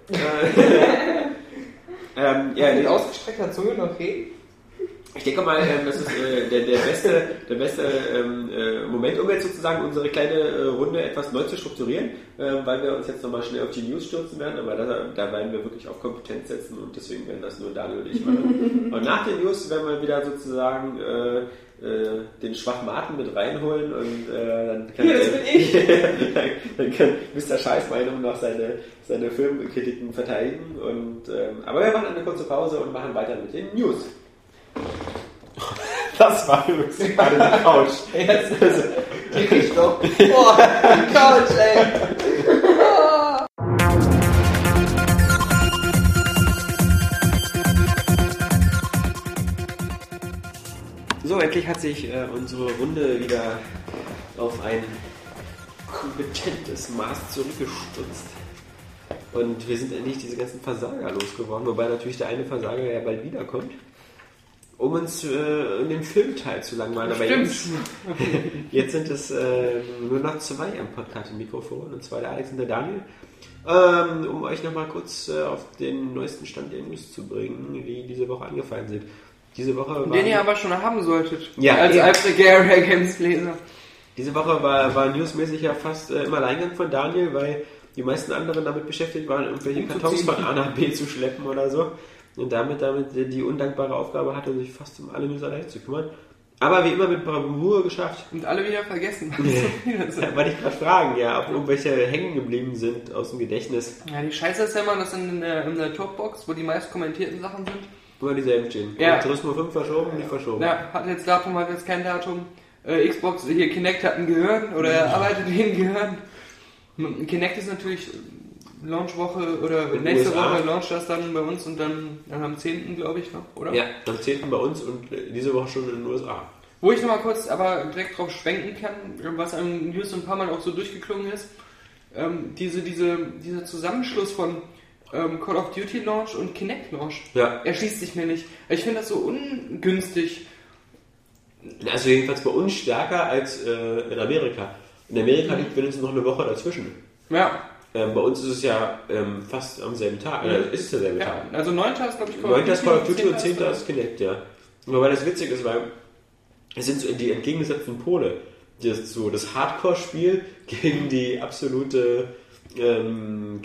ähm, ja, Mit nee, ausgestreckter Zunge noch reden? ich denke mal, ähm, das ist äh, der, der beste, der beste ähm, äh, Moment, um jetzt sozusagen unsere kleine äh, Runde etwas neu zu strukturieren, äh, weil wir uns jetzt nochmal schnell auf die News stürzen werden, aber da, da werden wir wirklich auf Kompetenz setzen und deswegen werden das nur Daniel und ich machen. Und nach den News werden wir wieder sozusagen äh, äh, den Schwachmaten mit reinholen und äh, dann kann, Hier, das bin ich. dann, dann kann Mister Scheißmeinung noch seine, seine Filmkritiken verteidigen. Und, ähm, aber wir machen eine kurze Pause und machen weiter mit den News. Das war übrigens gerade die Couch. Jetzt, die riecht doch. Boah, die Couch, ey. So, endlich hat sich äh, unsere Runde wieder auf ein kompetentes Maß zurückgestutzt. Und wir sind endlich diese ganzen Versager losgeworden, wobei natürlich der eine Versager ja bald wiederkommt, um uns äh, in den Filmteil zu langweilen. Aber Stimmt. jetzt, jetzt sind es äh, nur noch zwei am Podcast im Mikrofon, und zwar der Alex und der Daniel, ähm, um euch nochmal kurz äh, auf den neuesten Stand der News zu bringen, die diese Woche angefallen sind. Diese Woche war, Den ihr aber schon haben solltet. Ja, als eben. Alfred Guerra Games Leser. Diese Woche war, war newsmäßig ja fast äh, im Alleingang von Daniel, weil die meisten anderen damit beschäftigt waren, irgendwelche Umzuziehen. Kartons von A nach B zu schleppen oder so. Und damit, damit die undankbare Aufgabe hatte, sich fast um alle News allein zu kümmern. Aber wie immer mit Bravour geschafft. Und alle wieder vergessen. Ja, wollte ich gerade fragen, ja, ob irgendwelche hängen geblieben sind aus dem Gedächtnis. Ja, die Scheiße ist ja immer, dass in der, in der Topbox, wo die meist kommentierten Sachen sind, Immer dieselben stehen. Ja. Turismo fünf verschoben, nicht verschoben. ja, hat jetzt Datum, hat jetzt kein Datum. Äh, Xbox, hier Kinect hat ein Gehirn oder arbeitet wie ein Gehirn. Kinect ist natürlich Launchwoche oder In nächste U S A. Woche launcht das dann bei uns und dann, dann am zehnten glaube ich noch, oder? Ja, am zehnten bei uns und diese Woche schon in den U S A. Wo ich nochmal kurz aber direkt drauf schwenken kann, was am News ein paar Mal auch so durchgeklungen ist, ähm, diese, diese, dieser Zusammenschluss von ähm, Call of Duty Launch und Kinect Launch Ja. erschließt sich mir nicht. Ich finde das so ungünstig. Also jedenfalls bei uns stärker als äh, in Amerika. In Amerika liegt wenigstens noch eine Woche dazwischen. Ja, Ähm, bei uns ist es ja ähm, fast am selben Tag. Mhm. Oder ist es derselbe Ja, Tag? also neunter ist, glaube ich, neunter ist Call of Duty und zehnter zehnter ist Kinect, ja. Wobei das witzig ist, weil es sind so die entgegengesetzten Pole. Das, so das Hardcore-Spiel gegen die absolute ähm,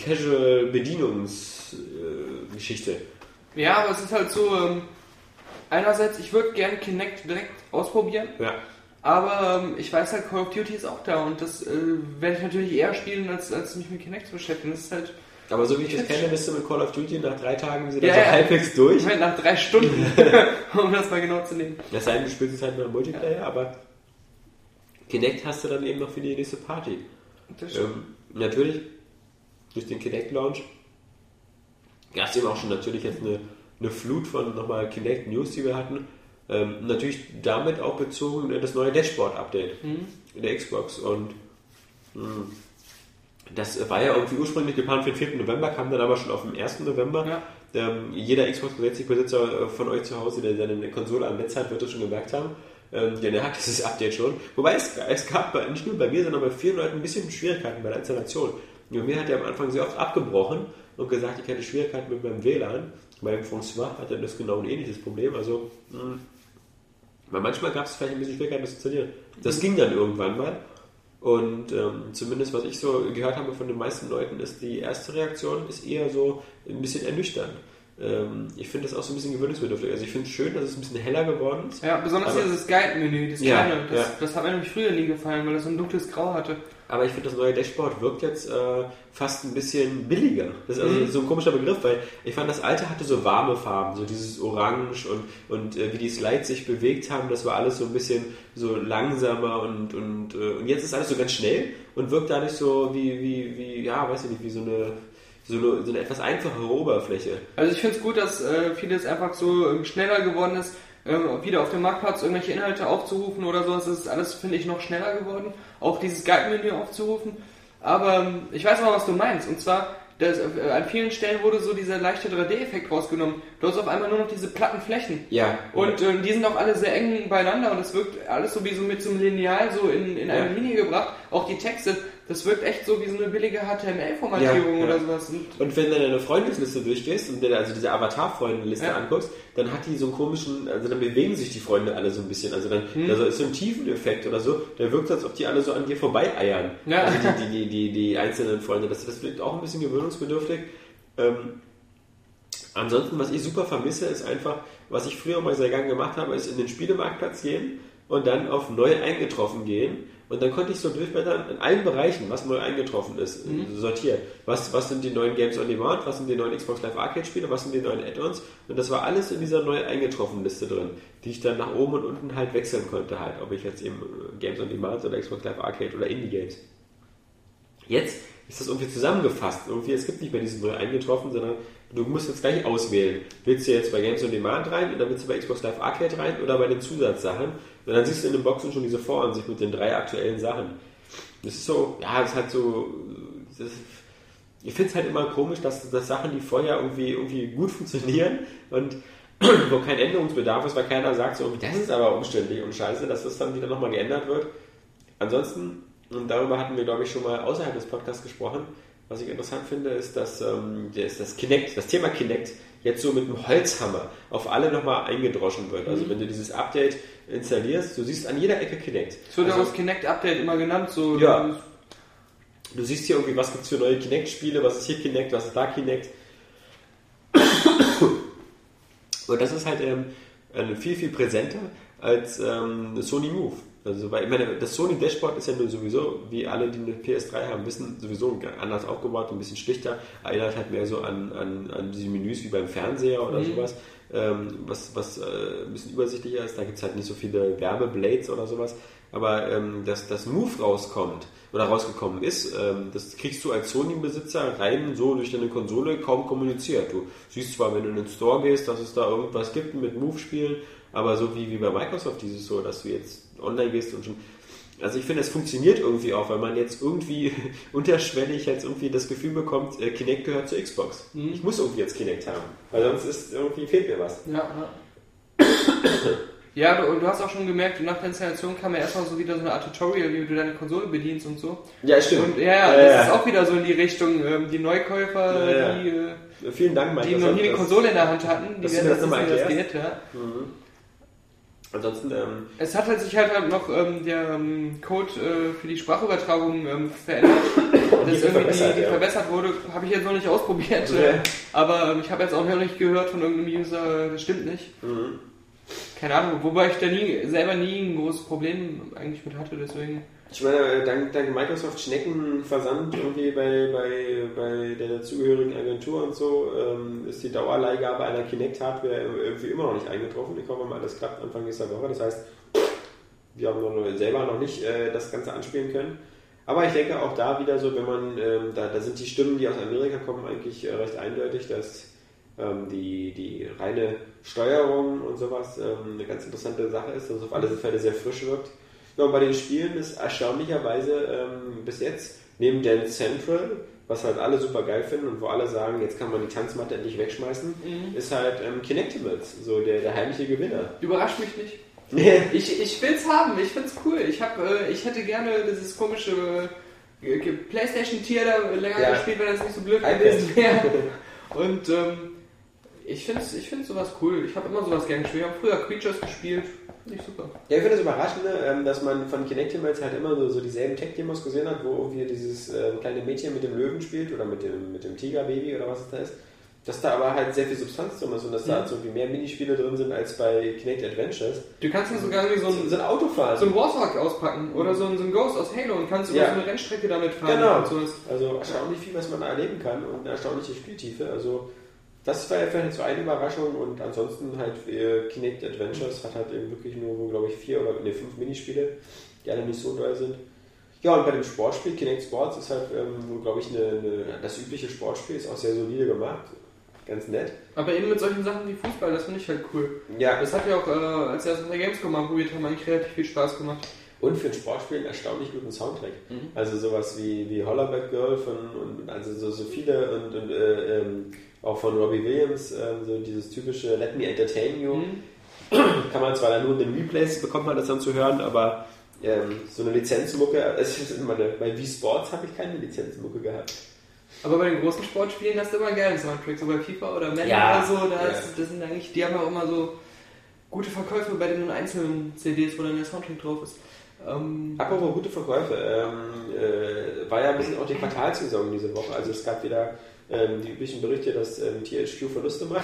Casual-Bedienungsgeschichte. Äh, ja, aber es ist halt so, ähm, einerseits, ich würde gerne Kinect direkt ausprobieren. Ja. Aber ähm, ich weiß halt, Call of Duty ist auch da und das äh, werde ich natürlich eher spielen, als, als mich mit Kinect zu beschäftigen. Das ist halt. Aber so wie ich das kenne, bist du mit Call of Duty nach drei Tagen sind ja, ja, so ja. halbwegs durch. Moment, nach drei Stunden, um das mal genau zu nehmen. Das heißt, du spielst es halt nur im Multiplayer, ja. Aber Kinect hast du dann eben noch für die nächste Party. Das ähm, natürlich, durch den Kinect-Launch gab es eben auch schon natürlich jetzt eine, eine Flut von nochmal Kinect-News, die wir hatten. Ähm, natürlich damit auch bezogen das neue Dashboard-Update mhm. in der Xbox. Und mh, das war ja irgendwie ursprünglich geplant für den vierten November, kam dann aber schon auf den ersten November. Ja. Ähm, jeder Xbox-Besitzer von euch zu Hause, der seine Konsole am Netz hat, wird das schon gemerkt haben. Ähm, der hat dieses Update schon. Wobei es, es gab bei, nicht nur bei mir, sondern bei vielen Leuten ein bisschen Schwierigkeiten bei der Installation. Und mir hat er am Anfang sehr oft abgebrochen und gesagt, ich hätte Schwierigkeiten mit meinem W L A N. Beim François hatte das genau ein ähnliches Problem. Also, mh, weil manchmal gab es vielleicht ein bisschen Schwierigkeiten, das zu installieren. Das ging dann irgendwann mal. Und ähm, zumindest was ich so gehört habe von den meisten Leuten, ist die erste Reaktion ist eher so ein bisschen ernüchternd. Ähm, ich finde das auch so ein bisschen gewöhnungsbedürftig. Also ich finde es schön, dass es ein bisschen heller geworden ist. Ja, besonders aber, dieses Guide-Menü, das ja, kleine, das, ja. das hat mir nämlich früher nie gefallen, weil das so ein dunkles Grau hatte. Aber ich finde, das neue Dashboard wirkt jetzt äh, fast ein bisschen billiger. Das ist also mhm. so ein komischer Begriff, weil ich fand, das alte hatte so warme Farben, so dieses Orange und, und äh, wie die Slides sich bewegt haben, das war alles so ein bisschen so langsamer und, und, äh, und jetzt ist alles so ganz schnell und wirkt dadurch so wie, wie, wie ja, weiß ich nicht, wie so eine, so eine, so eine etwas einfachere Oberfläche. Also ich finde es gut, dass äh, vieles einfach so ähm, schneller geworden ist, ähm, wieder auf dem Marktplatz irgendwelche Inhalte aufzurufen oder sowas. Das ist alles, finde ich, noch schneller geworden. Auch dieses Guide-Menü aufzurufen. Aber ähm, ich weiß auch, was du meinst. Und zwar, dass, äh, an vielen Stellen wurde so dieser leichte drei D-Effekt rausgenommen. Du hast auf einmal nur noch diese platten Flächen. Ja. Und ähm, die sind auch alle sehr eng beieinander und es wirkt alles so wie so mit so einem Lineal so in, in eine ja. Linie gebracht. Auch die Texte, das wirkt echt so wie so eine billige H T M L-Formatierung ja, ja. oder sowas. Und, und wenn du deine Freundesliste durchgehst und dir also diese Avatar-Freundenliste ja. anguckst, dann hat die so einen komischen, also dann bewegen sich die Freunde alle so ein bisschen. Also dann hm. also ist so ein Tiefeneffekt oder so, der wirkt, als ob die alle so an dir vorbei eiern. Ja. Also die, die, die, die, die einzelnen Freunde. Das, das wirkt auch ein bisschen gewöhnungsbedürftig. Ähm, ansonsten, was ich super vermisse, ist einfach, was ich früher mal sehr gerne gemacht habe, ist in den Spielemarktplatz gehen und dann auf neu eingetroffen gehen. Und dann konnte ich so durchblättern in allen Bereichen, was neu eingetroffen ist, mhm. sortiert. Was, was sind die neuen Games on Demand, was sind die neuen Xbox Live Arcade Spiele, was sind die neuen Add-ons. Und das war alles in dieser neu eingetroffenen Liste drin, die ich dann nach oben und unten halt wechseln konnte halt, ob ich jetzt eben Games on Demand oder Xbox Live Arcade oder Indie-Games. Jetzt ist das irgendwie zusammengefasst. Irgendwie, es gibt nicht mehr diesen neu eingetroffen, sondern du musst jetzt gleich auswählen. Willst du jetzt bei Games on Demand rein oder willst du bei Xbox Live Arcade rein oder bei den Zusatzsachen? Und dann siehst du in den Boxen schon diese Voransicht mit den drei aktuellen Sachen. Das ist so, ja, das ist halt so, das, ich finde es halt immer komisch, dass, dass Sachen, die vorher irgendwie, irgendwie gut funktionieren und wo kein Änderungsbedarf ist, weil keiner sagt so, das ist aber umständlich und scheiße, dass das dann wieder nochmal geändert wird. Ansonsten, und darüber hatten wir, glaube ich, schon mal außerhalb des Podcasts gesprochen, was ich interessant finde, ist, dass ähm, das, das Kinect, das Thema Kinect jetzt so mit einem Holzhammer auf alle nochmal eingedroschen wird. Also wenn du dieses Update installierst, du siehst an jeder Ecke Kinect. Es wird also, auch das Kinect-Update immer genannt. So ja. Du siehst hier irgendwie, was gibt es für neue Kinect-Spiele, was ist hier Kinect, was ist da Kinect. Und das ist halt ähm, viel, viel präsenter als ähm, Sony Move. Also, weil, ich meine, das Sony Dashboard ist ja nur sowieso, wie alle, die eine P S drei haben, wissen, sowieso anders aufgebaut, ein bisschen schlichter, erinnert halt mehr so an, an, an diese Menüs wie beim Fernseher oder mhm. sowas, ähm, was, was äh, ein bisschen übersichtlicher ist. Da gibt es halt nicht so viele Werbeblades oder sowas. Aber ähm, dass das Move rauskommt oder rausgekommen ist, ähm, das kriegst du als Sony-Besitzer rein so durch deine Konsole kaum kommuniziert. Du siehst zwar, wenn du in den Store gehst, dass es da irgendwas gibt mit Move-Spielen, aber so wie, wie bei Microsoft dieses so, dass du jetzt online gehst und schon. Also ich finde, es funktioniert irgendwie auch, weil man jetzt irgendwie unterschwellig jetzt irgendwie das Gefühl bekommt, äh, Kinect gehört zur Xbox. Mhm. Ich muss irgendwie jetzt Kinect haben, weil sonst ist irgendwie fehlt mir was. Ja, ja. Ja, du, du hast auch schon gemerkt, nach der Installation kam ja erstmal so wieder so eine Art Tutorial, wie du deine Konsole bedienst und so. Ja, stimmt. Und ja, ja, ja, das ja. ist auch wieder so in die Richtung, ähm, die Neukäufer, Ja, ja. die, äh, Vielen Dank, die Microsoft. noch nie die Konsole in der Hand hatten, die dass werden du das jetzt nochmal wissen, wie das erklärst. geht, ja. Mhm. Ansonsten, ähm, Es hat halt sich halt, halt noch ähm, der ähm, Code äh, für die Sprachübertragung ähm, verändert, dass irgendwie verbessert, die, die ja. verbessert wurde, habe ich jetzt noch nicht ausprobiert, Okay. äh, aber ähm, ich habe jetzt auch noch nicht gehört von irgendeinem User, das stimmt nicht. mhm. Keine Ahnung, wobei ich da nie, selber nie ein großes Problem eigentlich mit hatte, deswegen. Ich meine, dank, dank Microsoft Schneckenversand irgendwie bei, bei, bei der dazugehörigen Agentur und so, ähm, ist die Dauerleihgabe einer Kinect-Hardware irgendwie immer noch nicht eingetroffen. Ich hoffe mal, das klappt Anfang nächster Woche. Das heißt, wir haben noch, selber noch nicht äh, das Ganze anspielen können. Aber ich denke auch da wieder so, wenn man, ähm, da, da sind die Stimmen, die aus Amerika kommen, eigentlich äh, recht eindeutig, dass ähm, die, die reine Steuerung und sowas ähm, eine ganz interessante Sache ist, dass es auf alle Fälle sehr frisch wirkt. Ja, und bei den Spielen ist erstaunlicherweise ähm, bis jetzt, neben Dance Central, was halt alle super geil finden und wo alle sagen, jetzt kann man die Tanzmatte endlich wegschmeißen, Mhm. ist halt ähm, Kinectimals, so der, der heimliche Gewinner. Überrascht mich nicht. Ich, ich will's haben, ich find's cool. Ich hab, äh, ich hätte gerne dieses komische äh, PlayStation-Tier da länger Ja. gespielt, wenn das nicht so blöd iPad. gewesen wäre. Und ähm, ich find's, ich find's sowas cool. Ich habe immer sowas gern gespielt. Ich habe früher Creatures gespielt. Finde ich super. Ja, ich finde das Überraschende, ähm, dass man von Kinectimals halt immer so, so dieselben Tech-Demos gesehen hat, wo irgendwie dieses äh, kleine Mädchen mit dem Löwen spielt oder mit dem, mit dem Tigerbaby oder was es da ist. Dass da aber halt sehr viel Substanz drin ist und dass da Mhm. halt so irgendwie mehr Minispiele drin sind als bei Kinect Adventures. Du kannst ja sogar irgendwie so So, ein, so ein Autofahren. so ein Warthog auspacken oder so ein, so ein Ghost aus Halo und kannst über Ja. so eine Rennstrecke damit fahren. Genau. Und sowas. Also erstaunlich viel, was man da erleben kann und eine erstaunliche Spieltiefe. Also das war ja vielleicht so eine Überraschung und ansonsten halt äh, Kinect Adventures hat halt eben wirklich nur, glaube ich, vier oder ne, fünf Minispiele, die alle nicht so doll sind. Ja, und bei dem Sportspiel, Kinect Sports, ist halt, ähm, glaube ich, eine, eine, das übliche Sportspiel, ist auch sehr solide gemacht. Ganz nett. Aber eben mit solchen Sachen wie Fußball, das finde ich halt cool. Ja, Das hat ja auch, äh, als wir das mit der Gamescom mal probiert haben, eigentlich relativ viel Spaß gemacht. und für ein Sportspiel einen erstaunlich guten Soundtrack. Mhm. Also sowas wie, wie Hollerback Girl von, und also so, so viele und, und äh, ähm, auch von Robbie Williams, ähm, so dieses typische Let Me Entertain You. Mhm. Kann man zwar dann nur in den Replays bekommt man das dann zu hören, aber ähm, so eine Lizenzmucke, es ist immer eine, bei Wii Sports habe ich keine Lizenzmucke gehabt. Aber bei den großen Sportspielen hast du immer gerne Soundtracks, so bei FIFA oder Madden Ja, oder so, da ja. ist, das sind eigentlich, die haben ja auch immer so gute Verkäufe bei den einzelnen C Ds, wo dann der Soundtrack drauf ist. Ähm, Apropos gute Verkäufe, ähm, äh, war ja ein bisschen auch die Quartalssaison diese Woche, also es gab wieder ähm, die üblichen Berichte, dass ähm, T H Q Verluste macht.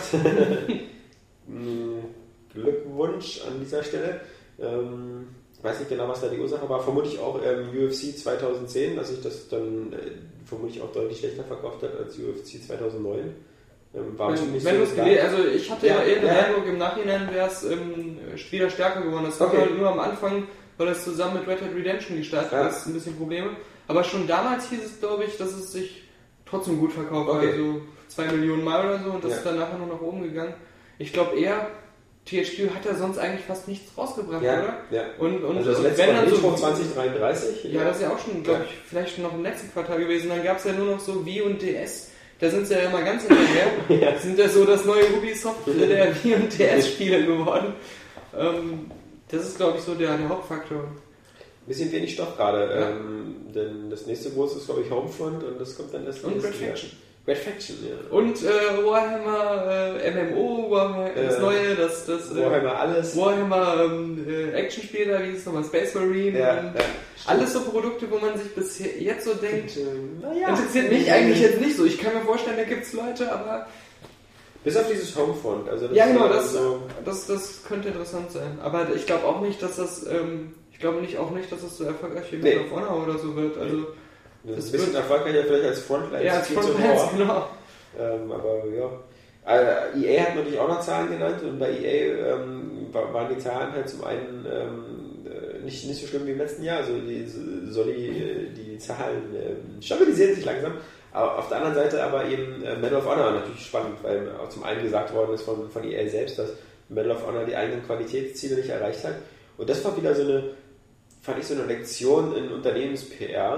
Glückwunsch an dieser Stelle. Ähm, ich weiß nicht genau, was da die Ursache war. Vermutlich auch ähm, U F C zweitausendzehn, dass sich das dann äh, vermutlich auch deutlich schlechter verkauft hat als U F C zweitausendneun. Ähm, war wenn ziemlich wenn so du's klar. gele- also ich hatte ja, Ja, eher den ja. Eindruck, im Nachhinein wäre es ähm, wieder stärker geworden. Das war Okay. halt nur am Anfang, weil das zusammen mit Red Dead Redemption gestartet Ja. ist, ein bisschen Probleme. Aber schon damals hieß es, glaube ich, dass es sich trotzdem gut verkauft hat, Okay. also zwei Millionen Mal oder so, und das Ja. ist dann nachher nur nach oben gegangen. Ich glaube eher, T H Q hat ja sonst eigentlich fast nichts rausgebracht, Ja, oder? ja. Und, und, Also das und letzte wenn Mal dann so Intro zwanzig dreiunddreißig. ja, das ist ja auch schon, glaube Ja. ich, vielleicht noch im letzten Quartal gewesen. Dann gab es ja nur noch so Wii und D S. Da sind sie ja immer ganz hinterher. Ja. Sind ja so das neue Ubisoft der Wii und D S-Spiele geworden. Ähm, das ist, glaube ich, so der, der Hauptfaktor. Bisschen wenig Stoff gerade, Ja. ähm, denn das nächste große ist, glaube ich, Homefront und das kommt dann erst Und nächstes Red Jahr. Faction. Red Faction, ja. Und äh, Warhammer äh, M M O, Warhammer, das Äh, neue, das, das äh, Warhammer alles. Warhammer ähm, äh, Actionspiel da, wie hieß es nochmal, Space Marine. Ja, ähm, ja. Alles so Produkte, wo man sich bis jetzt so denkt, Und, äh, naja. interessiert mich eigentlich jetzt nicht so. Ich kann mir vorstellen, da gibt es Leute, aber Bis auf dieses Homefront. Also das ja, genau, ist das, so, das, das könnte interessant sein. Aber ich glaube auch nicht, dass das, ähm, ich glaube nicht auch nicht, dass das so erfolgreich wie Nee. Medal of Honor oder so wird. Also das das ist ein bisschen wird- erfolgreicher vielleicht als Frontline. ja, als Viel zu Frontlands, Horror. genau. Ähm, aber ja. Äh, E A hat natürlich auch noch Zahlen genannt und bei E A ähm, wa- waren die Zahlen halt zum einen ähm, äh, nicht, nicht so schlimm wie im letzten Jahr. Also die, Soli, äh, die Zahlen äh, stabilisieren sich langsam. Aber auf der anderen Seite aber eben äh, Medal of Honor natürlich spannend, weil auch zum einen gesagt worden ist von, von E A selbst, dass Medal of Honor die eigenen Qualitätsziele nicht erreicht hat. Und das war wieder so eine, fand ich so eine Lektion in Unternehmens-P R,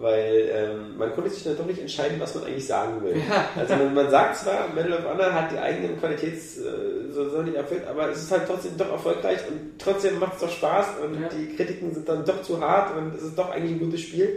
weil ähm, man konnte sich dann doch nicht entscheiden, was man eigentlich sagen will. Ja. Also man, man sagt zwar, Medal of Honor hat die eigenen Qualitäts äh, so, so nicht erfüllt, aber es ist halt trotzdem doch erfolgreich und trotzdem macht es doch Spaß und ja. die Kritiken sind dann doch zu hart und es ist doch eigentlich ein gutes Spiel.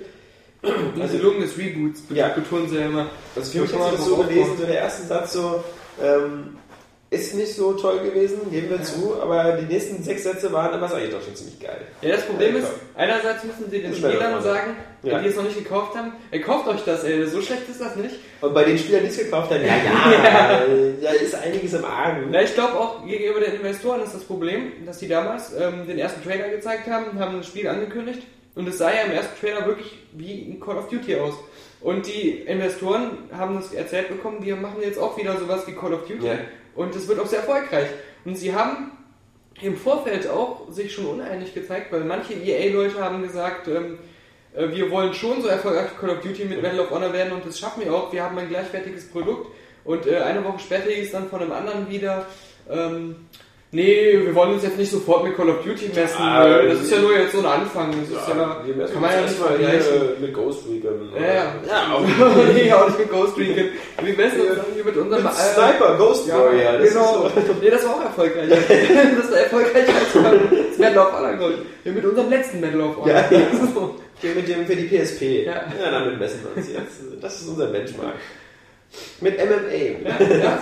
Also Gelungen des Reboots, ja. betonen sie ja immer. Also für mich ist das so gewesen, so der erste Satz so, ähm, ist nicht so toll gewesen, geben wir ja. zu, aber die nächsten sechs Sätze waren immer so, eigentlich doch schon ziemlich geil. Ja, das Problem ja, ist, einerseits müssen sie den das Spielern sagen, ja. die es noch nicht gekauft haben, ey, kauft euch das, ey, so schlecht ist das nicht. Und bei den Spielern, die es gekauft haben, ja, ja, da ist einiges im Argen. Na, ich glaube auch, gegenüber den Investoren ist das Problem, dass die damals ähm, den ersten Trailer gezeigt haben, haben das Spiel angekündigt und es sah ja im ersten Trailer wirklich wie ein Call of Duty aus. Und die Investoren haben das erzählt bekommen, wir machen jetzt auch wieder sowas wie Call of Duty. Ja. Und es wird auch sehr erfolgreich. Und sie haben im Vorfeld auch sich schon uneinig gezeigt, weil manche E A-Leute haben gesagt, ähm, äh, wir wollen schon so erfolgreich Call of Duty mit Medal of Honor werden und das schaffen wir auch, wir haben ein gleichwertiges Produkt. Und äh, eine Woche später hieß es dann von einem anderen wieder, ähm, nee, wir wollen uns jetzt nicht sofort mit Call of Duty messen, ah, das ist ja nur jetzt so ein Anfang, das ist ja, ja kann man ja nicht vergleichen. Mit Ghost Recon. Ja, ja. ja auch nee, auch nicht mit Ghost Recon. Wir messen uns dann hier mit unserem... Mit Sniper, Ghost ja, Warrior. Das genau. Ist so. Nee, das war auch erfolgreich. Das war erfolgreicher als das Medal of Honor Gold. Wir mit unserem letzten Medal of Honor. Ja, ja. So. Mit dem für die P S P. Ja, ja damit messen wir uns jetzt. Das ist unser Benchmark. Mit M M A. Ja, ja.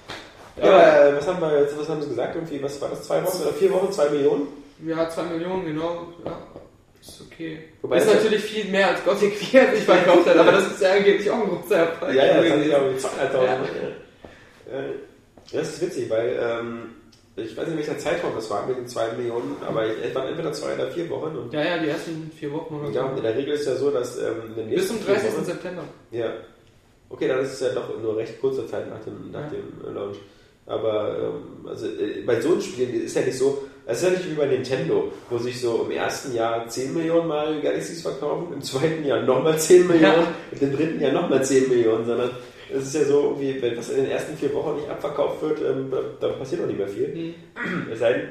Ja, aber äh, was haben wir jetzt, was haben sie gesagt? Irgendwie, was war das? Zwei Wochen oder vier Wochen? Zwei Millionen? Ja, zwei Millionen, genau. Ja, ist okay. Wobei ist natürlich viel mehr als Gothic vier sich verkauft hat, aber das ist ja angeblich auch ein großer Erfolg. Ja, ja, das hat sich auch mit zweihunderttausend. Ja. Ja. Das ist witzig, weil ähm, ich weiß nicht, welcher Zeitraum das war mit den zwei Millionen, aber es waren entweder zwei oder vier Wochen. Und ja, ja, die ersten vier Wochen oder so. Ja, in der Regel ist ja so, dass ähm, in den bis zum dreißigsten September. Ja. Okay, dann ist es ja doch nur recht kurzer Zeit nach dem, nach ja. dem Launch. Aber ähm, also, äh, bei so einem Spiel ist ja nicht so, es ist ja nicht wie bei Nintendo, wo sich so im ersten Jahr zehn Millionen Mal Galaxies verkaufen, im zweiten Jahr nochmal zehn Millionen, ja. und im dritten Jahr nochmal zehn Millionen, sondern es ist ja so, wie, wenn was in den ersten vier Wochen nicht abverkauft wird, ähm, da, da passiert noch nicht mehr viel. Mhm. Es sei denn,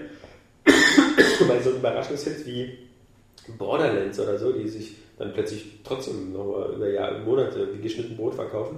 bei so einem Überraschungshit wie Borderlands oder so, die sich dann plötzlich trotzdem noch über Jahre, Monate wie geschnitten Brot verkaufen.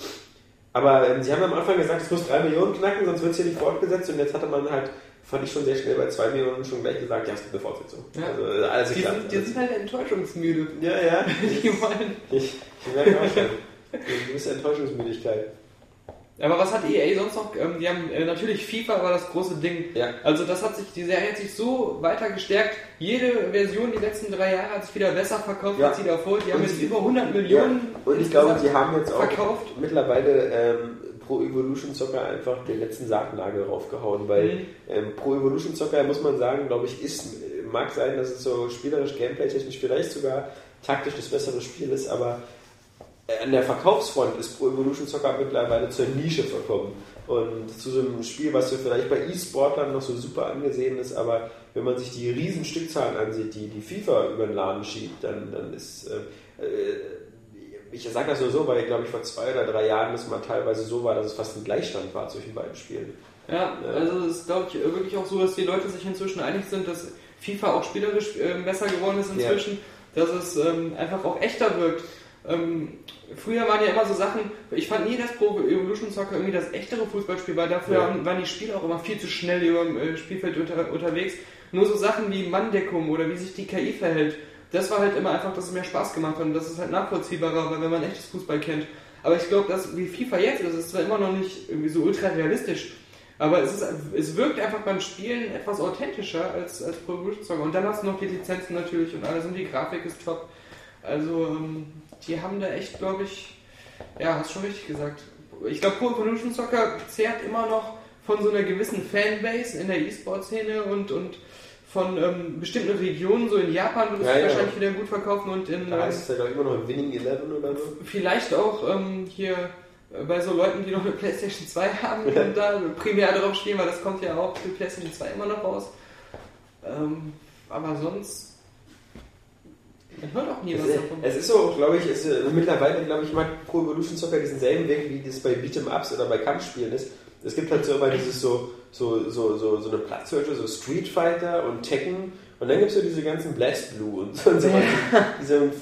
Aber ähm, sie haben am Anfang gesagt, es muss drei Millionen knacken, sonst wird es hier nicht fortgesetzt. Und jetzt hatte man halt, fand ich schon sehr schnell bei zwei Millionen schon gleich gesagt, ja, es gibt eine Fortsetzung. Ja. Also, alles die, sind, die sind halt enttäuschungsmüde. Ja, ja. Die wollen. Ich, ich merke auch schon. Eine gewisse Enttäuschungsmüdigkeit. Aber was hat E A sonst noch? Ähm, die haben äh, natürlich FIFA war das große Ding. Ja. Also das hat sich, die Serie hat sich so weiter gestärkt. Jede Version die letzten drei Jahre hat sich wieder besser verkauft ja. als die davor. Die haben und jetzt über hundert Millionen. Ja. Und ich glaube, die haben jetzt auch verkauft. mittlerweile ähm, Pro Evolution Soccer einfach den letzten Sargnagel raufgehauen, weil mhm. ähm, Pro Evolution Soccer, muss man sagen, glaube ich, ist, mag sein, dass es so spielerisch, gameplay-technisch vielleicht sogar taktisch das bessere Spiel ist, aber an der Verkaufsfront ist Pro Evolution Soccer mittlerweile zur Nische verkommen. Und zu so einem Spiel, was ja vielleicht bei E-Sportlern noch so super angesehen ist, aber wenn man sich die riesen Stückzahlen ansieht, die die FIFA über den Laden schiebt, dann, dann ist, äh, ich sage das nur so, weil, glaube ich, vor zwei oder drei Jahren das mal teilweise so war, dass es fast ein Gleichstand war zwischen beiden Spielen. Ja, also es ist, glaube ich, wirklich auch so, dass die Leute sich inzwischen einig sind, dass FIFA auch spielerisch äh, besser geworden ist inzwischen, ja. dass es ähm, einfach auch echter wirkt. Ähm, früher waren ja immer so Sachen, ich fand nie, dass Pro Evolution Soccer irgendwie das echtere Fußballspiel war, dafür ja. waren die Spieler auch immer viel zu schnell über dem äh, Spielfeld unter, unterwegs. Nur so Sachen wie Manndeckung oder wie sich die K I verhält, das war halt immer einfach, dass es mehr Spaß gemacht hat und das ist halt nachvollziehbarer, weil wenn man echtes Fußball kennt. Aber ich glaube, dass wie FIFA jetzt ist, ist zwar immer noch nicht irgendwie so ultra realistisch, aber es, ist, es wirkt einfach beim Spielen etwas authentischer als, als Pro Evolution Soccer. Und dann hast du noch die Lizenzen natürlich und alles und die Grafik ist top. Also, ähm, die haben da echt, glaube ich, ja, hast schon richtig gesagt. Ich glaube, Pro Evolution Soccer zehrt immer noch von so einer gewissen Fanbase in der E-Sport-Szene und, und von ähm, bestimmten Regionen, so in Japan wird es ja, wahrscheinlich ja. wieder gut verkaufen und in... Da heißt es ja, glaube ich, immer noch Winning Eleven oder so. Vielleicht auch ähm, hier äh, bei so Leuten, die noch eine PlayStation zwei haben und da primär drauf spielen, weil das kommt ja auch für PlayStation zwei immer noch raus. Ähm, aber sonst... Man hört auch nie was es, davon. Es ist so, glaube ich, es, mittlerweile, glaube ich, mag Pro Evolution Soccer diesen selben Weg, wie das bei Beat'em-Ups oder bei Kampfspielen ist. Es gibt halt so immer dieses so, so, so, so, so eine Platzhirsche, so Street Fighter und Tekken und dann gibt es so diese ganzen Blast Blue und so, und so ja. diese festen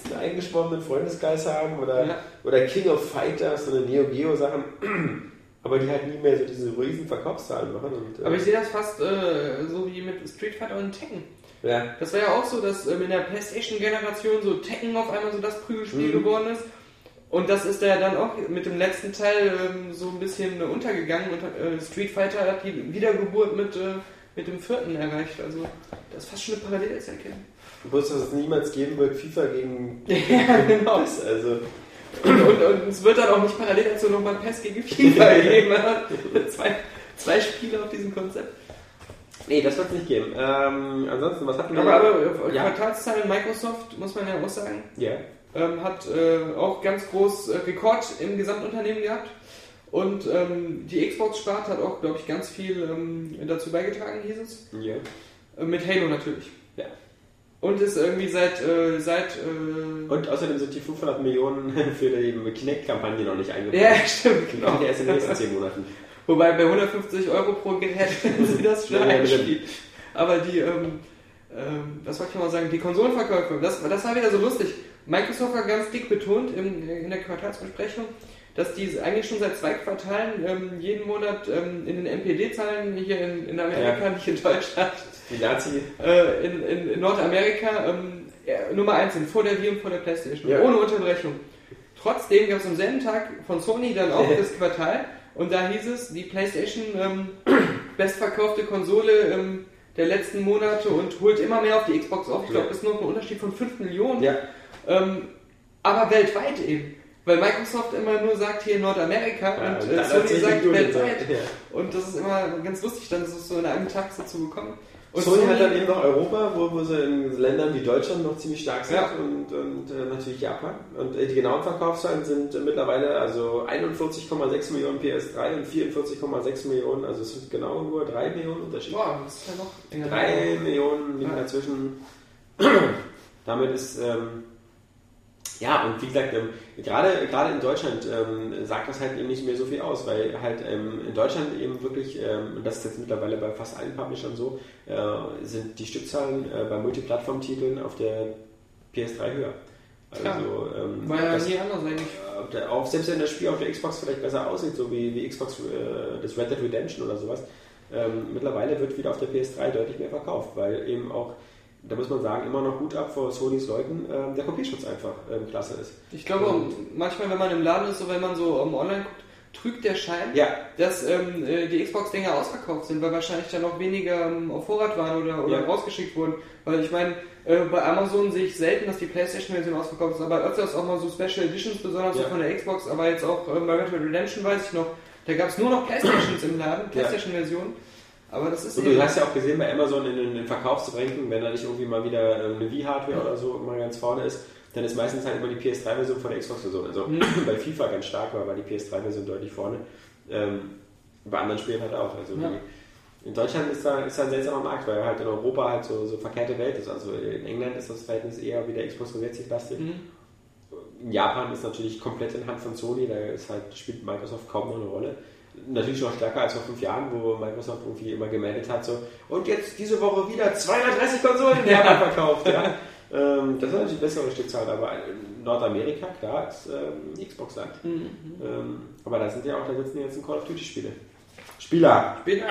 einen eingeschworenen Freundeskreis haben oder, Ja. oder King of Fighters, so eine Neo Geo Sachen, aber die halt nie mehr so diese riesen Verkaufszahlen machen. Und, äh, Aber ich sehe das fast äh, so wie mit Street Fighter und Tekken. ja. Das war ja auch so, dass ähm, in der PlayStation-Generation so Tekken auf einmal so das Prügelspiel Mhm. geworden ist. Und das ist ja dann auch mit dem letzten Teil ähm, so ein bisschen untergegangen. Und äh, Street Fighter hat die Wiedergeburt mit, äh, mit dem vierten erreicht. Also das ist fast schon eine Parallele zu erkennen. Bloß, dass es niemals geben wird, FIFA gegen Ja, genau. das, also... Und, und, und es wird dann auch nicht parallel dazu nochmal P E S gegen FIFA geben. Man hat zwei, zwei Spiele auf diesem Konzept. Nee, das wird es nicht geben. Ähm, ansonsten, was hatten wir? Aber, aber ja. Quartalszahlen Microsoft, muss man ja auch sagen, Ja. ähm, hat äh, auch ganz groß äh, Rekord im Gesamtunternehmen gehabt. Und ähm, die Xbox-Sparte hat auch, glaube ich, ganz viel ähm, dazu beigetragen, hieß es. Ja. Äh, mit Halo natürlich. Ja. Und ist irgendwie seit... Äh, seit äh, Und außerdem sind die fünfhundert Millionen für die Kinect-Kampagne noch nicht eingebaut. ja, stimmt, Die genau. kommt erst in den nächsten zehn Monaten. Wobei bei hundertfünfzig Euro pro Gerät hätten sie das schon Ja, ja, einspielt. Aber die, ähm, ähm, was wollte ich mal sagen, die Konsolenverkäufe, das, das war wieder so lustig. Microsoft hat ganz dick betont in, in der Quartalsbesprechung, dass die eigentlich schon seit zwei Quartalen ähm, jeden Monat ähm, in den M P D-Zahlen hier in, in Amerika, Ja. nicht in Deutschland, Die Nazi. äh, in, in, in Nordamerika ähm, ja, Nummer eins sind, vor der Wii und vor der PlayStation, Ja. ohne Unterbrechung. Trotzdem gab es am selben Tag von Sony dann auch das Quartal und da hieß es, die PlayStation ähm, bestverkaufte Konsole ähm, der letzten Monate und holt immer mehr auf die Xbox auf. Ich glaube, Ja. das ist noch ein Unterschied von fünf Millionen. Ja. Ähm, aber weltweit eben. Weil Microsoft immer nur sagt hier Nordamerika Ja, und und äh, dann Sony hat's richtig sagt gut weltweit. gesagt, ja. Und das ist immer ganz lustig, dann ist es so in einem Tag so zu bekommen. Und Sony hat dann eben noch Europa, wo, wo sie in Ländern wie Deutschland noch ziemlich stark sind Ja. und, und äh, natürlich Japan. Und äh, die genauen Verkaufszahlen sind äh, mittlerweile also einundvierzig Komma sechs Millionen P S drei und vierundvierzig Komma sechs Millionen, also es sind genau nur drei Millionen Unterschied. Boah, das ist ja noch enger. Drei Millionen liegen Ja. dazwischen. Damit ist, ähm, ja, und wie gesagt, ähm, gerade, gerade in Deutschland ähm, sagt das halt eben nicht mehr so viel aus, weil halt ähm, in Deutschland eben wirklich, ähm, und das ist jetzt mittlerweile bei fast allen Publishern so, äh, sind die Stückzahlen äh, bei Multiplattform-Titeln auf der P S drei höher. Also, ähm, War ja das, nie anders eigentlich. ob der, auch selbst wenn das Spiel auf der Xbox vielleicht besser aussieht, so wie, wie Xbox äh, das Red Dead Redemption oder sowas, ähm, mittlerweile wird wieder auf der P S drei deutlich mehr verkauft, weil eben auch, da muss man sagen, immer noch gut ab vor Sonys Leuten, ähm, der Kopierschutz einfach ähm, klasse ist. Ich glaube, Und- manchmal, wenn man im Laden ist, so wenn man so um, online guckt, trügt der Schein, Ja, dass ähm, äh, die Xbox-Dinger ausverkauft sind, weil wahrscheinlich da noch weniger ähm, auf Vorrat waren oder, oder Ja. rausgeschickt wurden. Weil ich meine, äh, bei Amazon sehe ich selten, dass die PlayStation-Version ausverkauft ist, aber öfters auch mal so Special Editions, besonders so Ja. von der Xbox, aber jetzt auch äh, bei Red Dead Redemption weiß ich noch, da gab es nur noch Playstations im Laden, Playstation-Version. Aber das ist und du hast ja auch gesehen bei Amazon in den, in den Verkaufsranking, wenn da nicht irgendwie mal wieder ähm, eine Wii-Hardware oder so immer ganz vorne ist, dann ist meistens halt immer die P S drei Version vor der Xbox-Version. Also Mhm. bei FIFA ganz stark war, war die P S drei Version deutlich vorne. Ähm, bei anderen Spielen halt auch. Also Ja. die, in Deutschland ist da, ist da ein seltsamer Markt, weil halt in Europa halt so, so verkehrte Welt ist. Also in England ist das Verhältnis eher wie der Xbox lastig. Mhm. In Japan ist natürlich komplett in Hand von Sony, da ist halt, spielt Microsoft kaum noch eine Rolle. Natürlich noch stärker als vor fünf Jahren, wo Microsoft irgendwie immer gemeldet hat, so, und jetzt diese Woche wieder zweihundertdreißig Konsolen in Japan verkauft. Ja. Ähm, das ist natürlich eine bessere Stückzahl, aber in Nordamerika, klar, ist ähm, Xbox-Land. Mhm. Ähm, aber da sind ja auch, da sitzen jetzt ein Call of Duty-Spiele. Spieler! Später.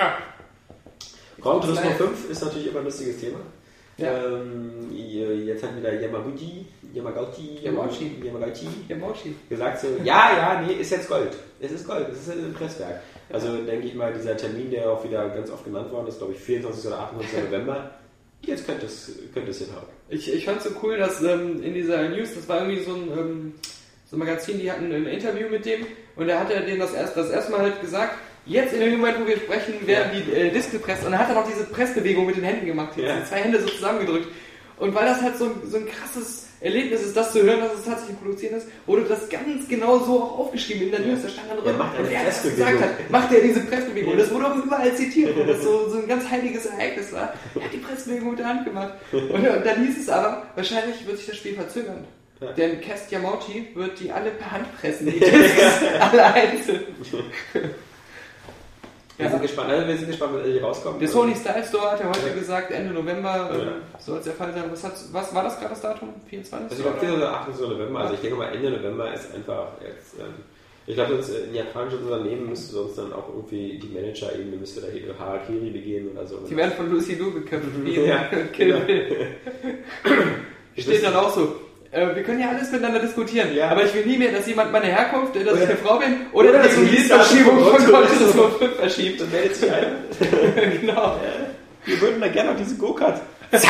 Gran Turismo Live. fünf ist natürlich immer ein lustiges Thema. Ja. Ähm, jetzt hat wieder Yamaguchi, Yamagauchi, Yamauchi. Yamagauchi Ja, Mochi. gesagt so, ja, ja, nee, ist jetzt Gold. Es ist Gold, es ist ein Presswerk. Also denke ich mal, dieser Termin, der auch wieder ganz oft genannt worden ist, glaube ich, vierundzwanzigsten oder achtundzwanzigsten November, jetzt könnte es, könnte es hinhauen. Ich, ich fand es so cool, dass ähm, in dieser News, das war irgendwie so ein, ähm, so ein Magazin, die hatten ein Interview mit dem und da hat er denen das, erst, das erste Mal halt gesagt, jetzt in dem Moment, wo wir sprechen, werden die äh, Disc gepresst und dann hat er noch diese Pressbewegung mit den Händen gemacht, Ja. diese zwei Hände so zusammengedrückt. Und weil das halt so, ein- so ein krasses Erlebnis ist, das zu hören, dass es tatsächlich produziert ist, wurde das ganz genau so auch aufgeschrieben in der News, da stand dann drin, Er macht eine und er das Pressbewegung. gesagt hat, macht er diese Pressbewegung. Und das wurde auch überall zitiert, weil das so, so ein ganz heiliges Ereignis war. Er hat die Pressbewegung mit der Hand gemacht. Und, und dann hieß es aber, wahrscheinlich wird sich das Spiel verzögern. Ja. Denn Cast Yamauchi wird die alle per Hand pressen, die Discs, alle einzeln. Wir Ja. sind gespannt, also wir sind gespannt, was hier rauskommt. Der Sony Style Store hat ja heute Ja. gesagt, Ende November ähm, Ja. soll es der Fall sein. Was, hat, was war das gerade das Datum? vierundzwanzig? Also ich glaube, vierundzwanzigsten oder achtundzwanzigsten November, also ich denke mal Ende November ist einfach jetzt, ähm, ich glaube, sonst ein japanisches Unternehmen müsste sonst dann auch irgendwie die Manager-Ebene müsste da hier Harakiri begehen oder so. Die werden von Lucy Liu geköpft. wie Ja, in Kill genau. Bill. Steht dann auch so. Äh, wir können ja alles miteinander diskutieren, Ja. aber ich will nie mehr, dass jemand meine Herkunft, äh, dass Oder- ich eine Frau bin oder, oder die das Release-Verschiebung von Release-Datum Gott von ist nur fünf verschiebt. Dann meldet sich einer. Genau. Wir würden da gerne auf diese Go-Kart.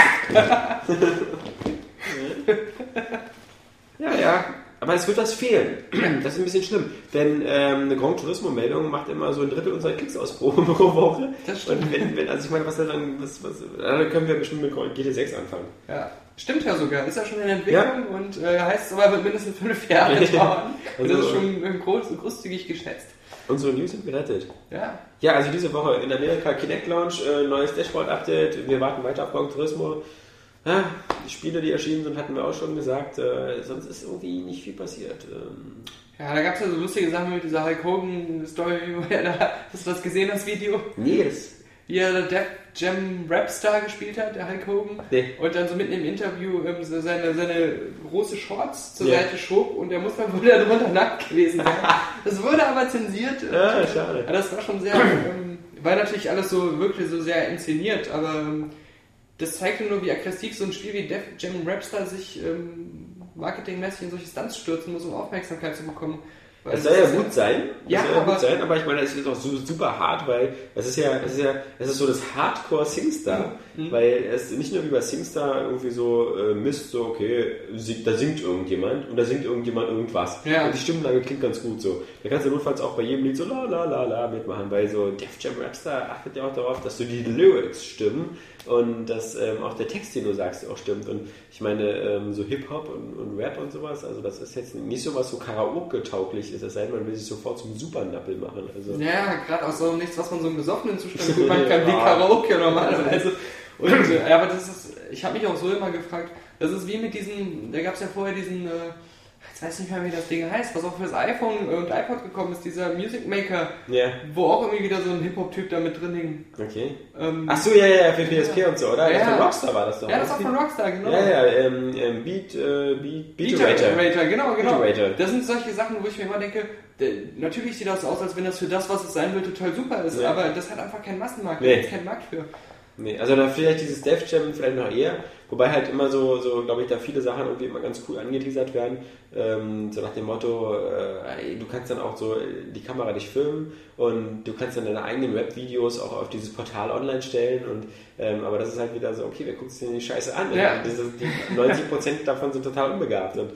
Ja, ja. Aber es wird was fehlen. Das ist ein bisschen schlimm. Denn ähm, eine Gran Turismo-Meldung macht immer so ein Drittel unserer Klicks aus pro, pro Woche. Das stimmt. Und wenn, wenn, also ich meine, was dann, was, was, dann können wir bestimmt mit G T sechs anfangen. Ja. Stimmt ja sogar, ist ja schon in Entwicklung ja. und äh, heißt es aber, wird mindestens fünf Jahre dauern. Und Also, das ist schon äh, groß, großzügig geschätzt. Unsere News sind gerettet. Ja. Ja, also diese Woche in Amerika Kinect Launch, äh, neues Dashboard-Update. Wir warten weiter auf Gran Turismo. Ja, die Spiele, die erschienen sind, hatten wir auch schon gesagt. Äh, sonst ist irgendwie nicht viel passiert. Ähm, Ja, da gab es ja so lustige Sachen mit dieser Hulk Hogan-Story, wo er da, hast du das gesehen, das Video? nee, das... Wie er der Def Jam Rapstar gespielt hat, der Hulk Hogan. Nee. Und dann so mitten im Interview ähm, so seine, seine große Shorts zur Ja. Seite schob und er muss dann wohl darunter nackt gewesen sein. Das wurde aber zensiert. Ja, schade. Ja, das war schon sehr, ähm, war natürlich alles so wirklich so sehr inszeniert, aber ähm, das zeigte nur, wie aggressiv so ein Spiel wie Def Jam Rapstar sich ähm, marketingmäßig in solche Stunts stürzen muss, um Aufmerksamkeit zu bekommen. Weil Es soll ja ist gut sein, es Ja, soll ja aber- gut sein, aber ich meine, es ist auch su- super hart, weil es ist ja, es ist ja, es ist so das Hardcore Singstar, Mhm. weil es nicht nur wie bei Singstar irgendwie so äh, Mist, so okay, sie- da singt irgendjemand und da singt irgendjemand irgendwas. Ja. Und die Stimmlage klingt ganz gut so. Da kannst du notfalls auch bei jedem Lied so la la la la mitmachen, weil so Def Jam Rapstar achtet ja auch darauf, dass so die Lyrics stimmen und dass ähm, auch der Text, den du sagst, auch stimmt. Und ich meine, ähm, so Hip-Hop und, und Rap und sowas, also das ist jetzt nicht so was so Karaoke-tauglich ist, es sei denn, man will sich sofort zum Supernappel machen. Also, Ja, gerade auch so nichts, was man so im besoffenen Zustand gut machen kann, wie Ja. Karaoke normalerweise. Und, äh, ja, aber das ist, ich habe mich auch so immer gefragt, das ist wie mit diesen, da gab es ja vorher diesen, äh, jetzt weiß ich nicht mehr, wie das Ding heißt, was auch fürs iPhone und iPod gekommen ist, dieser Music Maker, ja, wo auch irgendwie wieder so ein Hip-Hop-Typ da mit drin hing. okay. Ähm, Ach so, ja, ja, ja, für P S P und so, oder? Ja. Das von Rockstar war das doch. ja, das war von Rockstar, genau. Ja, ja, ähm, ähm, Beat, äh, Beat, Beat Beat Rater, genau, genau. Beat Rater. Das sind solche Sachen, wo ich mir immer denke, der, natürlich sieht das aus, als wenn das für das, was es sein will, total super ist, Ja. aber das hat einfach keinen Massenmarkt, Nee. da gibt es keinen Markt für. Nee, also da vielleicht dieses Def Jam vielleicht noch eher, wobei halt immer so, so glaube ich, da viele Sachen irgendwie immer ganz cool angeteasert werden, ähm, so nach dem Motto, äh, du kannst dann auch so die Kamera dich filmen und du kannst dann deine eigenen Webvideos auch auf dieses Portal online stellen und ähm, aber das ist halt wieder so, okay, wer guckt sich denn die Scheiße an? Ja. Und diese, die neunzig Prozent davon sind total unbegabt und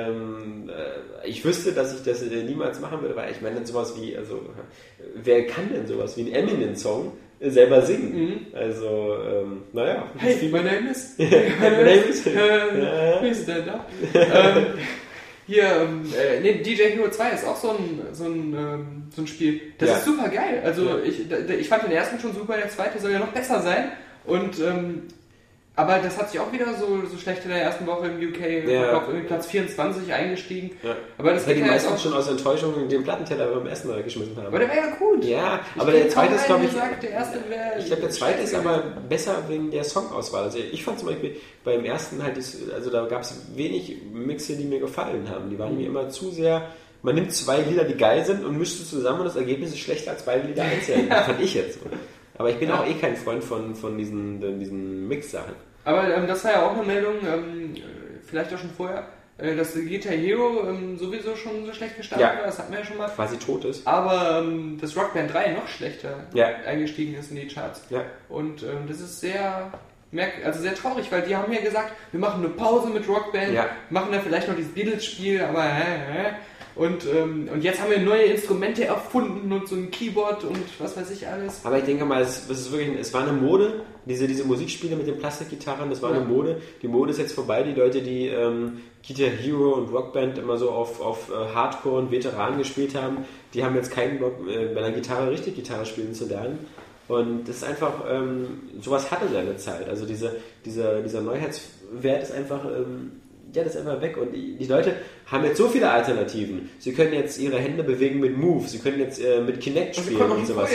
ähm, äh, ich wüsste, dass ich das äh, niemals machen würde, weil ich meine sowas wie, also wer kann denn sowas wie ein Eminem-Song selber singen? Mhm. Also, ähm, naja. Hey, my name is. My name is- Äh, Wer ist der da? ähm, hier, ähm, äh, nee, D J Hero zwei ist auch so ein, so ein, ähm, so ein Spiel. Das Ja. ist super geil. Also, Ja. ich, da- ich fand den ersten schon super, der zweite soll ja noch besser sein. Und, ähm, aber das hat sich auch wieder so, so schlecht in der ersten Woche im U K Ja. auf irgendwie Platz vierundzwanzig eingestiegen. Ja. Aber das Das hätte geht die ja jetzt meistens auch. schon aus Enttäuschung den Plattenteller beim ersten Mal weggeschmissen haben. Aber der war ja gut. Ja, Ich aber kenn der zweite kaum ist, glaube einen, ich. der sagt, der erste wäre. Ich glaube, der zweite ist aber besser wegen der Songauswahl. Also ich fand zum Beispiel beim ersten halt, das, also da gab es wenig Mixe, die mir gefallen haben. Die waren Mhm. mir immer zu sehr. Man nimmt zwei Lieder, die geil sind und mischt sie zusammen und das Ergebnis ist schlechter als beide Lieder einzeln. Das fand ich jetzt so. Aber ich bin Ja. auch eh kein Freund von, von diesen, diesen Mix-Sachen. Aber ähm, das war ja auch eine Meldung, ähm, vielleicht auch schon vorher, äh, dass Guitar Hero ähm, sowieso schon so schlecht gestartet Ja. war, das hatten wir ja schon mal. Quasi tot ist. Aber ähm, das Rock Band drei noch schlechter Ja. eingestiegen ist in die Charts. Ja. Und ähm, das ist sehr, merk also sehr traurig, weil die haben ja gesagt, wir machen eine Pause mit Rock Band, Ja. machen dann vielleicht noch dieses Beatles-Spiel, aber hä, hä. Und, ähm, und jetzt haben wir neue Instrumente erfunden und so ein Keyboard und was weiß ich alles. Aber ich denke mal, es, es ist wirklich, es war eine Mode, diese, diese Musikspiele mit den Plastikgitarren, das war Ja. eine Mode. Die Mode ist jetzt vorbei. Die Leute, die ähm, Guitar Hero und Rockband immer so auf, auf äh, Hardcore und Veteranen gespielt haben, die haben jetzt keinen Bock, äh, bei einer Gitarre richtig Gitarre spielen zu lernen. Und das ist einfach, ähm, sowas hatte seine Zeit. Also diese, dieser, dieser Neuheitswert ist einfach, ähm, ja, das ist einfach weg. Und die, die Leute haben jetzt so viele Alternativen. Sie können jetzt ihre Hände bewegen mit Move, sie können jetzt äh, mit Kinect spielen und, und sowas.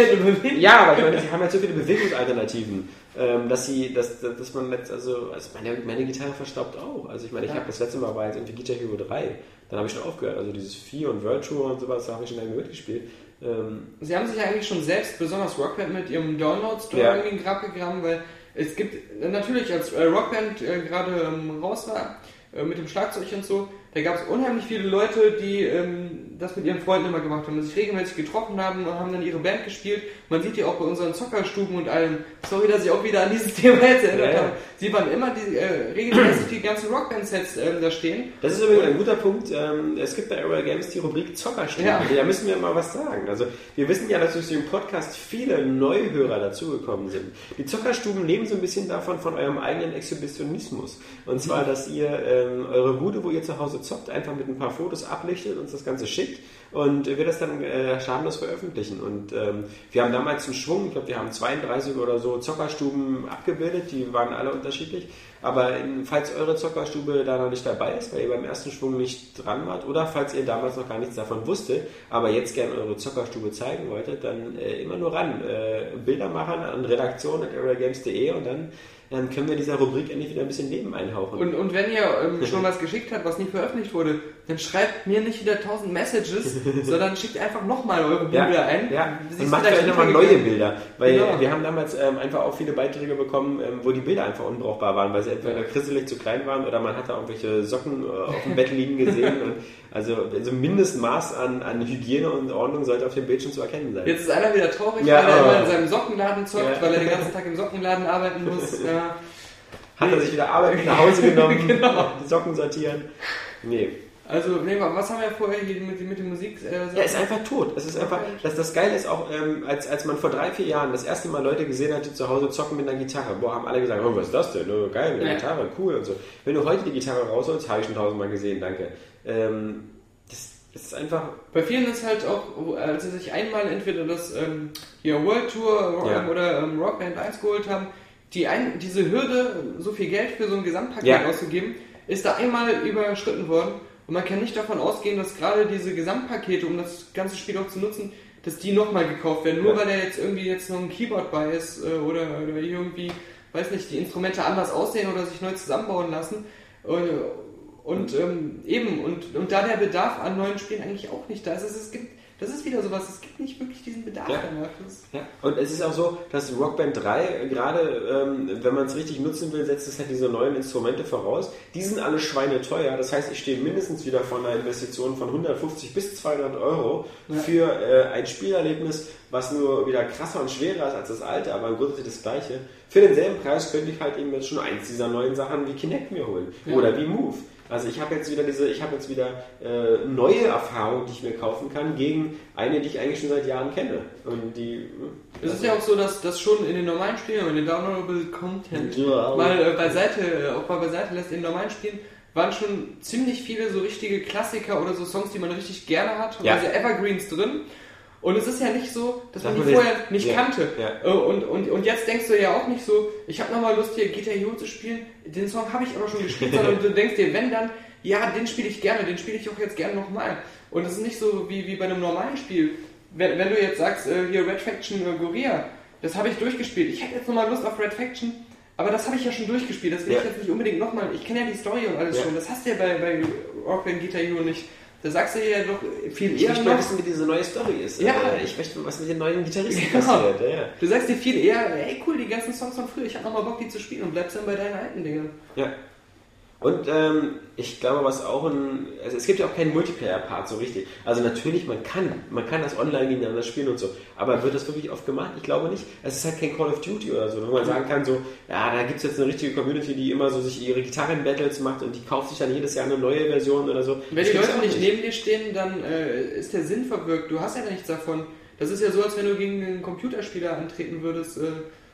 Ja, aber ich meine, sie haben jetzt so viele Bewegungsalternativen, ähm, dass sie, dass, dass man jetzt, also, also meine, meine Gitarre verstaubt auch. Also ich meine, ich ja. habe das letzte Mal war jetzt irgendwie Guitar Hero drei, dann habe ich schon aufgehört. Also dieses vier und Virtua und sowas, da habe ich schon lange mitgespielt. Ähm, sie haben sich ja eigentlich schon selbst, besonders Rockband, mit ihrem Download-Store ja. irgendwie in den Grab gegraben, weil es gibt natürlich, als äh, Rockband äh, gerade ähm, raus war, äh, mit dem Schlagzeug und so, da gab es unheimlich viele Leute, die ähm, das mit ihren Freunden immer gemacht haben, die sich regelmäßig getroffen haben und haben dann ihre Band gespielt. Man sieht die auch bei unseren Zockerstuben und allem. Sorry, dass ich auch wieder an dieses Thema jetzt erinnert ja, habe. Sie waren immer die, äh, regelmäßig die ganzen Rockband-Sets äh, da stehen. Das ist übrigens ein guter Punkt. Ähm, es gibt bei Aerial Games die Rubrik Zockerstuben. Ja. Da müssen wir mal was sagen. Also wir wissen ja, dass durch den Podcast viele Neuhörer dazugekommen sind. Die Zockerstuben leben so ein bisschen davon, von eurem eigenen Exhibitionismus. Und zwar, dass ihr ähm, eure Bude, wo ihr zu Hause zockt, einfach mit ein paar Fotos ablichtet, uns das Ganze schickt und wir das dann äh, schamlos veröffentlichen. Und ähm, wir haben damals einen Schwung, ich glaube, wir haben zweiunddreißig oder so Zockerstuben abgebildet, die waren alle unterschiedlich. Aber in, falls eure Zockerstube da noch nicht dabei ist, weil ihr beim ersten Schwung nicht dran wart oder falls ihr damals noch gar nichts davon wusstet, aber jetzt gerne eure Zockerstube zeigen wolltet, dann äh, immer nur ran. Äh, Bilder machen an redaktion at aerial games punkt de und dann dann können wir dieser Rubrik endlich wieder ein bisschen Leben einhauchen. Und, und wenn ihr ähm, schon was geschickt habt, was nicht veröffentlicht wurde, dann schreibt mir nicht wieder tausend Messages, sondern schickt einfach nochmal eure Bilder ja, ein. Ja, und macht vielleicht nochmal neue Bilder. Weil genau. wir haben damals ähm, einfach auch viele Beiträge bekommen, ähm, wo die Bilder einfach unbrauchbar waren, weil sie entweder krisselig zu klein waren oder man hat da irgendwelche Socken äh, auf dem Bett liegen gesehen. Und also, also Mindestmaß an, an Hygiene und Ordnung sollte auf dem Bildschirm zu erkennen sein. Jetzt ist einer wieder traurig, ja, weil er immer in seinem Sockenladen zockt, ja. weil er den ganzen Tag im Sockenladen arbeiten muss. Ja. Hat er sich wieder Arbeit nach Hause genommen, genau. die Socken sortieren. Nee. Also, nee, was haben wir vorher hier mit, mit der Musik? Äh, ja, ist einfach tot. Es ist einfach, dass das Geile ist auch, ähm, als, als man vor drei, vier Jahren das erste Mal Leute gesehen hat, die zu Hause zocken mit einer Gitarre. Boah, haben alle gesagt, oh, was ist das denn? Oh, geil, mit einer ja. Gitarre, cool und so. Wenn du heute die Gitarre rausholst, habe ich schon tausendmal gesehen, danke. Ähm, das, das ist einfach... Bei vielen ist halt auch, als sie sich einmal entweder das ähm, hier World Tour ja. oder ähm, Rock Band eins geholt haben, die ein, diese Hürde, so viel Geld für so ein Gesamtpaket ja. auszugeben, ist da einmal überschritten worden. Und man kann nicht davon ausgehen, dass gerade diese Gesamtpakete, um das ganze Spiel auch zu nutzen, dass die nochmal gekauft werden. Nur ja. weil da jetzt irgendwie jetzt noch ein Keyboard bei ist oder, oder irgendwie, weiß nicht, die Instrumente anders aussehen oder sich neu zusammenbauen lassen. Und, und ähm, eben, und, und da der Bedarf an neuen Spielen eigentlich auch nicht da ist. Es gibt, das ist wieder sowas, es gibt nicht wirklich diesen Bedarf ja. danach. Ja. Und es ist auch so, dass Rock Band drei, gerade ähm, wenn man es richtig nutzen will, setzt es halt diese neuen Instrumente voraus. Die sind alle schweineteuer, das heißt, ich stehe mindestens wieder von einer Investition von hundertfünfzig bis zweihundert Euro ja. für äh, ein Spielerlebnis, was nur wieder krasser und schwerer ist als das alte, aber im Grunde das gleiche. Für denselben Preis könnte ich halt eben jetzt schon eins dieser neuen Sachen wie Kinect mir holen ja. oder wie Move. Also ich habe jetzt wieder diese, ich habe jetzt wieder äh, neue Erfahrungen, die ich mir kaufen kann, gegen eine, die ich eigentlich schon seit Jahren kenne. Und die. Es ist ja auch so, dass das schon in den normalen Spielen, in den Downloadable Content, ja, mal äh, beiseite, äh, auch mal beiseite lässt, in den normalen Spielen waren schon ziemlich viele so richtige Klassiker oder so Songs, die man richtig gerne hat, ja. also Evergreens drin. Und es ist ja nicht so, dass man die vorher nicht ja, kannte. Ja. Und, und, und jetzt denkst du ja auch nicht so, ich habe nochmal Lust, hier Guitar Hero zu spielen, den Song habe ich aber schon gespielt, sondern du denkst dir, wenn dann, ja, den spiele ich gerne, den spiele ich auch jetzt gerne nochmal. Und es ist nicht so wie, wie bei einem normalen Spiel. Wenn, wenn du jetzt sagst, äh, hier Red Faction äh, Gorilla, das habe ich durchgespielt. Ich hätte jetzt nochmal Lust auf Red Faction, aber das habe ich ja schon durchgespielt. Das will ja. ich jetzt nicht unbedingt nochmal. Ich kenne ja die Story und alles ja. schon. Das hast du ja bei, bei Rock Band Guitar Hero nicht. Da sagst du ja doch viel ich eher. Ich möchte mal wissen, wie diese neue Story ist. Ja. Also, ich möchte, was mit den neuen Gitarristen genau. passiert. Ja, ja. Du sagst dir viel eher, hey cool, die ganzen Songs von früher, ich hab nochmal Bock, die zu spielen und bleibst dann bei deinen alten Dingen. Ja. Und ähm, ich glaube, was auch ein... Also es gibt ja auch keinen Multiplayer-Part so richtig. Also natürlich, man kann, man kann das online gegeneinander spielen und so. Aber wird das wirklich oft gemacht? Ich glaube nicht. Es ist halt kein Call of Duty oder so, wo man sagen kann, so, ja, da gibt es jetzt eine richtige Community, die immer so sich ihre Gitarren-Battles macht und die kauft sich dann jedes Jahr eine neue Version oder so. Wenn die Leute nicht neben dir stehen, dann äh, ist der Sinn verwirkt. Du hast ja nichts davon. Das ist ja so, als wenn du gegen einen Computerspieler antreten würdest, äh,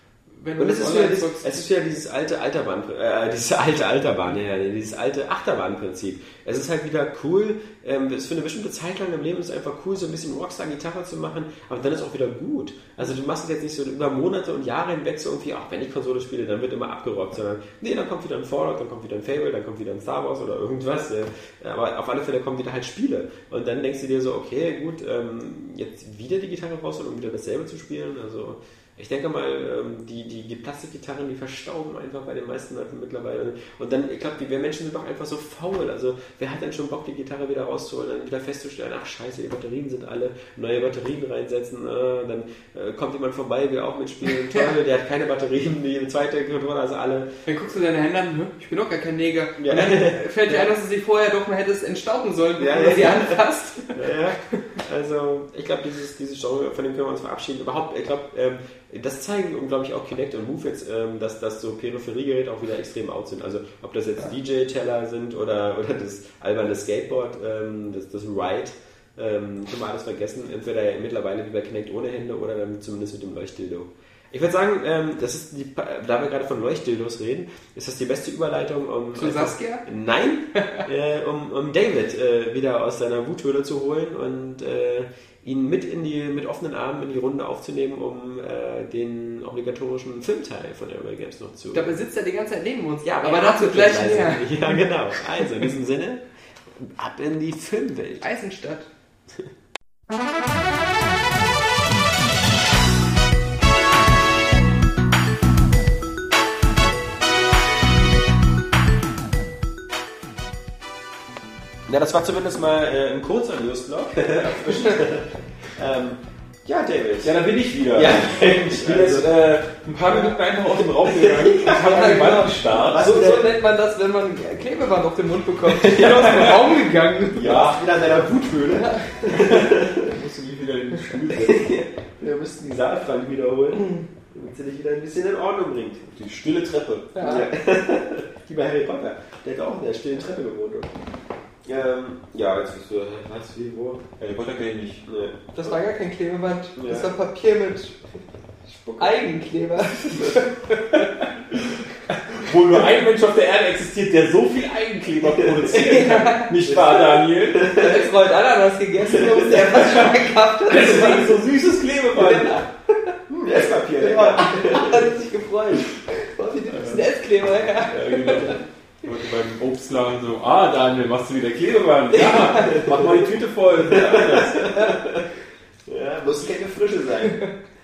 wenn du Und es das ist, wieder online dieses, zockst. es ist wieder dieses alte Alterbahn, äh, dieses alte Alterbahn, ja, ja, dieses alte Achterbahnprinzip. Es ist halt wieder cool, ähm, es für eine bestimmte Zeit lang im Leben ist es einfach cool, so ein bisschen Rockstar-Gitarre zu machen, aber dann ist auch wieder gut. Also du machst es jetzt nicht so über Monate und Jahre hinweg so irgendwie, ach, wenn ich Konsole spiele, dann wird immer abgerockt, sondern nee, dann kommt wieder ein Fallout, dann kommt wieder ein Fable, dann kommt wieder ein Star Wars oder irgendwas. Äh, aber auf alle Fälle kommen wieder halt Spiele. Und dann denkst du dir so, okay, gut, ähm, jetzt wieder die Gitarre rausholen, um wieder dasselbe zu spielen, also ich denke mal, die, die, die Plastikgitarren, die verstauben einfach bei den meisten Leuten mittlerweile. Und dann, ich glaube, wir Menschen sind doch einfach so faul. Also, wer hat denn schon Bock, die Gitarre wieder rauszuholen, dann wieder festzustellen, ach scheiße, die Batterien sind alle, neue Batterien reinsetzen, äh, dann äh, kommt jemand vorbei, will auch mitspielen, toll, der hat keine Batterien, die zweite Controller, also alle. Dann guckst du deine Hände an, ich bin doch gar kein Neger. Ja. Und dann fällt dir ein, dass du sie vorher doch mal hättest entstauben sollen, bevor Ja, du ja. sie anfasst. Ja, also ich glaube, dieses, dieses Genre, von dem können wir uns verabschieden. Überhaupt, ich glaube, ähm, das zeigen, und glaube ich auch Kinect und Move jetzt, ähm, dass, dass so Peripheriegeräte auch wieder extrem out sind. Also ob das jetzt D J-Teller sind oder, oder das alberne Skateboard, ähm, das, das Ride, ähm, können wir alles vergessen. Entweder mittlerweile wie bei Kinect ohne Hände oder dann zumindest mit dem Leuchtdildo. Ich würde sagen, ähm, das ist die, da wir gerade von Leuchtdildos reden, ist das die beste Überleitung, um... Zu Saskia? Nein, äh, um, um David äh, wieder aus seiner Wuthöhle zu holen und äh, ihn mit in die mit offenen Armen in die Runde aufzunehmen, um äh, den obligatorischen Filmteil von Airway Games noch zu... Dabei sitzt er die ganze Zeit neben uns. Ja, aber dazu gleich mehr. Ja, genau. Also, in diesem Sinne, ab in die Filmwelt. Eisenstadt. Ja, das war zumindest mal äh, ein kurzer Newsblock. ähm, ja, David. Ja, da bin ich wieder. Ja, ich bin jetzt äh, ein paar Minuten einfach aus dem Raum gegangen und habe an die Wand gestarrt. So, so nennt man das, wenn man Klebeband auf den Mund bekommt. Ich bin aus dem Raum gegangen. Ja, wieder in deiner Wuthöhle. Musst du mich wieder in den Stuhl setzen. Wir müssten die Saalfrank wiederholen, damit sie dich wieder ein bisschen in Ordnung bringt. Die stille Treppe. Ja. Ja. Wie bei Harry Potter. Der hat auch in der stillen Treppe gewohnt. Ähm, ja, jetzt bist du, was, wie, wo? Harry Potter kenne ich nicht. Nee. Das war gar kein Klebeband. Ja. Das war Papier mit Eigenkleber. Wo nur ein Mensch auf der Erde existiert, der so viel Eigenkleber produzieren kann. Nicht wahr, Daniel? Als Freund Ananas gegessen, muss der fast schon gekappt hat. Deswegen so süßes Klebeband. Hm, Esspapier, Ja, hat sich gefreut. Oh, wie das ist ein Esskleber, ja. Ja, genau. Und beim Obstladen so, ah Daniel, machst du wieder Klebeband? Ja, mach mal die Tüte voll. Ja, Ja, muss keine Frische sein.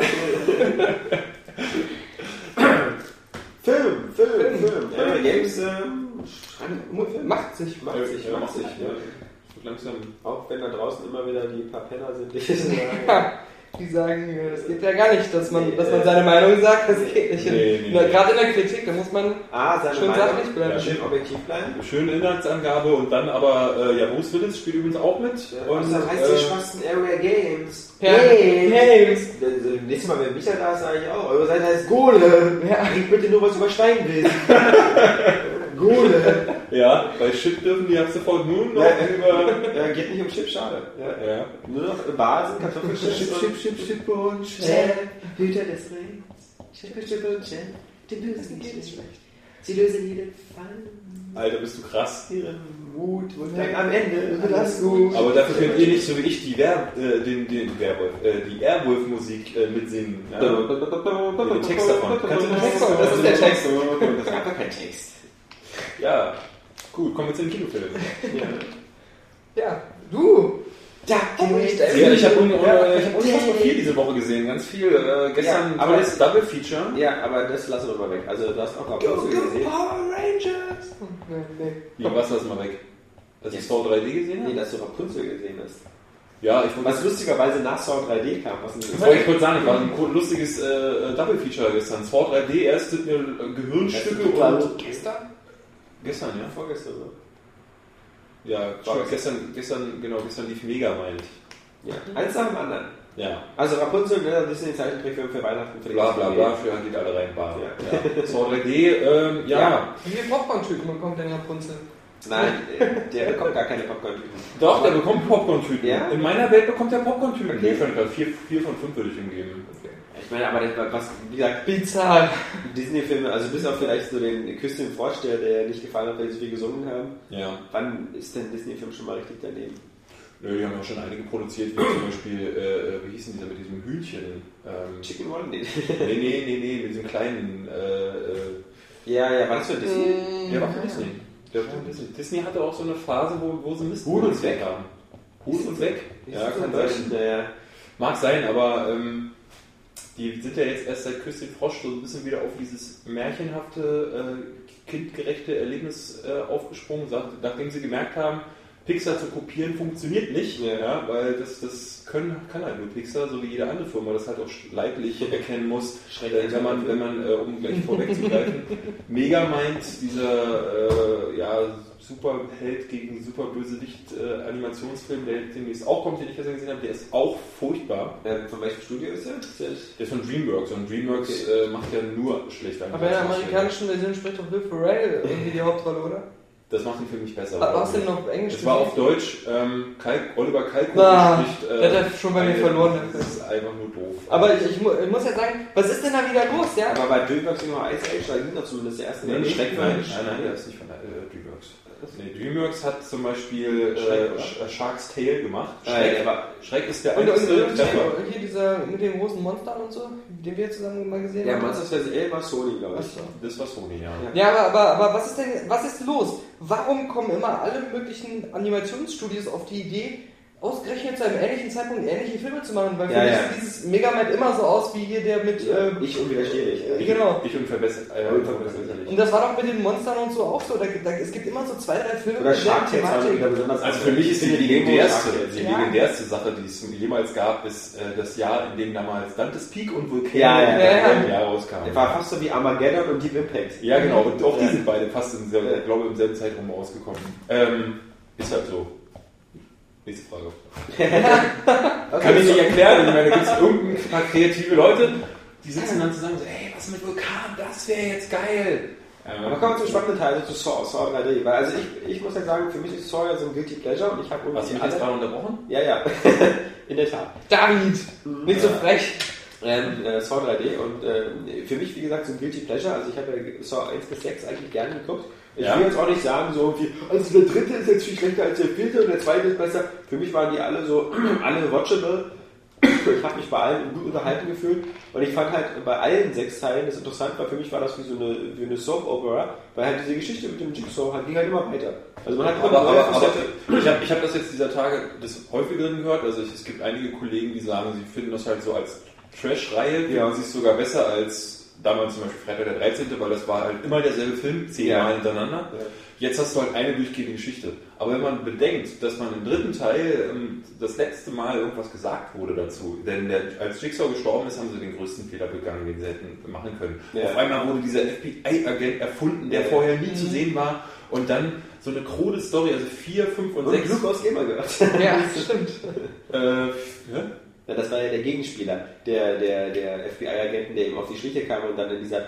Film, Film, Film. Airway Games ähm, Macht sich, macht sich, ja, macht macht sich. sich. Ja. Wird langsam. auch wenn da draußen immer wieder die paar Penner sind, die sagen, Ja, die sagen, es geht ja gar nicht, dass man, dass man seine Meinung sagt, das geht nicht. Nee, nee, Na, nee. Gerade in der Kritik, da muss man ah, seine schön Meinung, sachlich bleiben. Ja, schön objektiv bleiben. Schöne Inhaltsangabe und dann aber, äh, ja, Bruce Willis spielt übrigens auch mit. Und Und, dann heißt die äh, schwachsten Area Games. Ja, Games. Das nächste Mal, wenn Micha da ist, sage ich auch. Eure Seite heißt Gole. Ja. Bringt bitte nur was über Steinwesen. Gole. ja, bei Shit dürfen die ab sofort nur noch Ja. über. Ja, geht nicht um Chip, schade. Ja. Ja. Nur noch Basen, Kartoffelchips. Chip, und- Chip, Chip, Chip und Chip, Hüter des Rings. Chip, Chip und Chip. Die lösen nicht schlecht. Sie lösen jeden Fall. Alter, bist du krass. Ihren Mut und dann am Ende wird alles gut. Aber dafür könnt ihr nicht so wie ich die, Werb, äh, den, den Werwolf, äh, die Airwolf-Musik äh, mitsingen. Ja? Den Text davon. Kannst du den Text davon? Das ist der Text. Das ist einfach kein Text. Ja. Gut, kommen wir zu den Kinofilmen. Ja, du. Da, Ja, ich habe un, äh, ich hab unfassbar viel diese Woche gesehen, ganz viel. Äh, gestern Ja, aber tolles Double Feature. Ja, aber das lassen wir mal weg. Also, du hast auch Go, Rapunzel go, gesehen. Power Rangers. Nee, nee. Wie, was lass mal weg? Dass ich Saw drei D gesehen Nee, habe? dass du Rapunzel gesehen hast. Ja, ich Was lustigerweise nach Saw drei D kam. Was Das wollte ich kurz sagen, war ein co- lustiges äh, Double Feature gestern. Saw drei D, erst sind mir äh, Gehirnstücke und. Gestern? Gestern, ja? Vorgestern so. Ja, war gestern, gestern, genau, gestern lief Megamind. Ja. Eins nach dem anderen. Ja. Also Rapunzel, ne, Disney-Zeichentrickfilm für Weihnachten. Für die Bla bla Familie. bla, für geht alle rein, bar. Ja. Ja. Saw drei D, ähm, ja. Ja. Wie viele Popcorn-Tüten bekommt denn Rapunzel? Nein, äh, der bekommt gar keine Popcorn-Tüten. Doch, der bekommt Popcorn-Tüten. Ja? In meiner Welt bekommt er Popcorn-Tüten. Okay. Nee, vier, vier von fünf würde ich ihm geben. Echt? Ich meine, aber das, was, wie gesagt, bizarr. Disney-Filme, also bis auf vielleicht so den Küsschen Frosch, der, der nicht gefallen hat, weil sie so viel gesungen haben. Ja. Wann ist denn Disney-Film schon mal richtig daneben? Nö, die haben ja schon einige produziert, wie zum Beispiel, äh, wie hieß denn dieser mit diesem Hühnchen? Ähm, Chicken One? Nee. nee, nee, nee, nee, mit diesem kleinen. Äh, äh, ja, ja, war das für Disney? Der war für Disney. Der war für Disney. Disney hatte auch so eine Phase, wo, wo sie Mist Huhn und weg haben. Huhn und weg? Ja, kann sein. Naja. Mag sein, aber ähm, die sind ja jetzt erst seit Küss den Frosch so ein bisschen wieder auf dieses märchenhafte, äh, kindgerechte Erlebnis äh, aufgesprungen, nachdem sie gemerkt haben, Pixar zu kopieren funktioniert nicht, ja. Ja, weil das, das können, kann halt nur Pixar, so wie jede andere Firma, das halt auch leidlich erkennen muss, äh, wenn man, wenn man äh, um gleich vorwegzugreifen, Megamind, dieser äh, ja, Superheld gegen Superbösewicht äh, Animationsfilm, der demnächst auch kommt, den ich gestern gesehen habe, der ist auch furchtbar. Ähm, von welchem Studio ist der? Der ist von DreamWorks und DreamWorks okay. äh, macht ja nur schlechte Animationsfilme. Aber in der amerikanischen Version spricht doch Will Ferrell irgendwie die Hauptrolle, oder? Das macht den Film nicht besser. Was ist denn noch auf Englisch? Das war auf Deutsch. Ähm, Kalk, Oliver Kalkofe ah, spricht. Äh, der hat schon bei mir verloren. Das ist einfach nur doof. Aber ich, ich, ich muss ja sagen, was ist denn da wieder los, ja? Aber bei DreamWorks noch Ice Age, da ging doch zumindest der erste. Nee, nee, Schreck, nein, nein, nein, der ist nicht von äh, DreamWorks. Nee, DreamWorks hat zum Beispiel Schreck, äh, Shark's Tale gemacht. Schreck, ah, Schreck ist der und, einzige. Und, und, und hier dieser mit den großen Monstern und so, den wir zusammen mal gesehen ja, haben. Ja, Monsters Versailles war Sony, glaube ich. So. Das war Sony, ja. Ja, ja aber, aber, aber was ist denn, was ist los? Warum kommen immer alle möglichen Animationsstudios auf die Idee, ausgerechnet zu einem ähnlichen Zeitpunkt ähnliche Filme zu machen? Weil für ja, mich ja. sieht dieses Megamind immer so aus wie hier der mit... Ja, äh, ich unwiderstehlich. Ich, genau. Ich unverbessert. Äh, unverbesserlich. Und das war doch mit den Monstern und so auch so. Da, da, es gibt immer so zwei, drei Filme Oder mit der Thematik. Also für mich ist die legendärste, die legendärste Sache, die es jemals gab, ist äh, das Jahr, in dem damals Dante's Peak und Vulcan ja, ja, ja, im Jahr rauskamen. Der war fast so wie Armageddon und Deep Impact. Ja, genau. Und auch die sind beide fast in, sehr, ich glaube, im selben Zeitraum rausgekommen. Ähm, ist halt so. Nächste Frage. Okay. Kann ich nicht erklären. Ich meine, da gibt es irgendein paar kreative Leute, die sitzen dann zusammen und sagen, ey, was mit Vulkan, das wäre jetzt geil. Ähm, Aber kommen wir zum spannenden Teil, also zu Saw, Saw drei D. Weil also ich, ich muss ja sagen, für mich ist Saw ja so ein Guilty Pleasure und ich habe irgendwie... Hast du mich jetzt gerade unterbrochen? Ja, ja. In der Tat. David! Nicht so frech! Ähm, äh, Saw drei D und äh, für mich, wie gesagt, so ein Guilty Pleasure. Also ich habe ja Saw eins bis sechs eigentlich gerne geguckt. Ich ja. will jetzt auch nicht sagen, so wie, also der dritte ist jetzt viel schlechter als der vierte und der zweite ist besser. Für mich waren die alle so, alle watchable. Ich habe mich bei allen gut unterhalten gefühlt und ich fand halt bei allen sechs Teilen das interessant, weil für mich war das wie so eine, wie eine Soap-Opera, weil halt diese Geschichte mit dem Jigsaw halt, ging halt immer weiter. Also man hat aber, aber, aber, aber ich habe ich hab das jetzt dieser Tage des häufigeren gehört, also es gibt einige Kollegen, die sagen, sie finden das halt so als Trash-Reihe, ja, und sie ist sogar besser als damals zum Beispiel Freitag der dreizehnte, weil das war halt immer derselbe Film, zehnmal ja. hintereinander. Ja. Jetzt hast du halt eine durchgehende Geschichte. Aber wenn man bedenkt, dass man im dritten Teil ähm, das letzte Mal irgendwas gesagt wurde dazu, denn der, als Jigsaw gestorben ist, haben sie den größten Fehler begangen, den sie hätten machen können. Ja. Auf einmal wurde dieser F B I-Agent erfunden, der ja. vorher nie mhm. zu sehen war. Und dann so eine krude Story, also vier, fünf und, und sechs. Luke aus Gamer gehört. Ja, stimmt. äh, ja? Ja, das war ja der Gegenspieler, der, der, der F B I-Agenten, der ihm auf die Schliche kam und dann in dieser...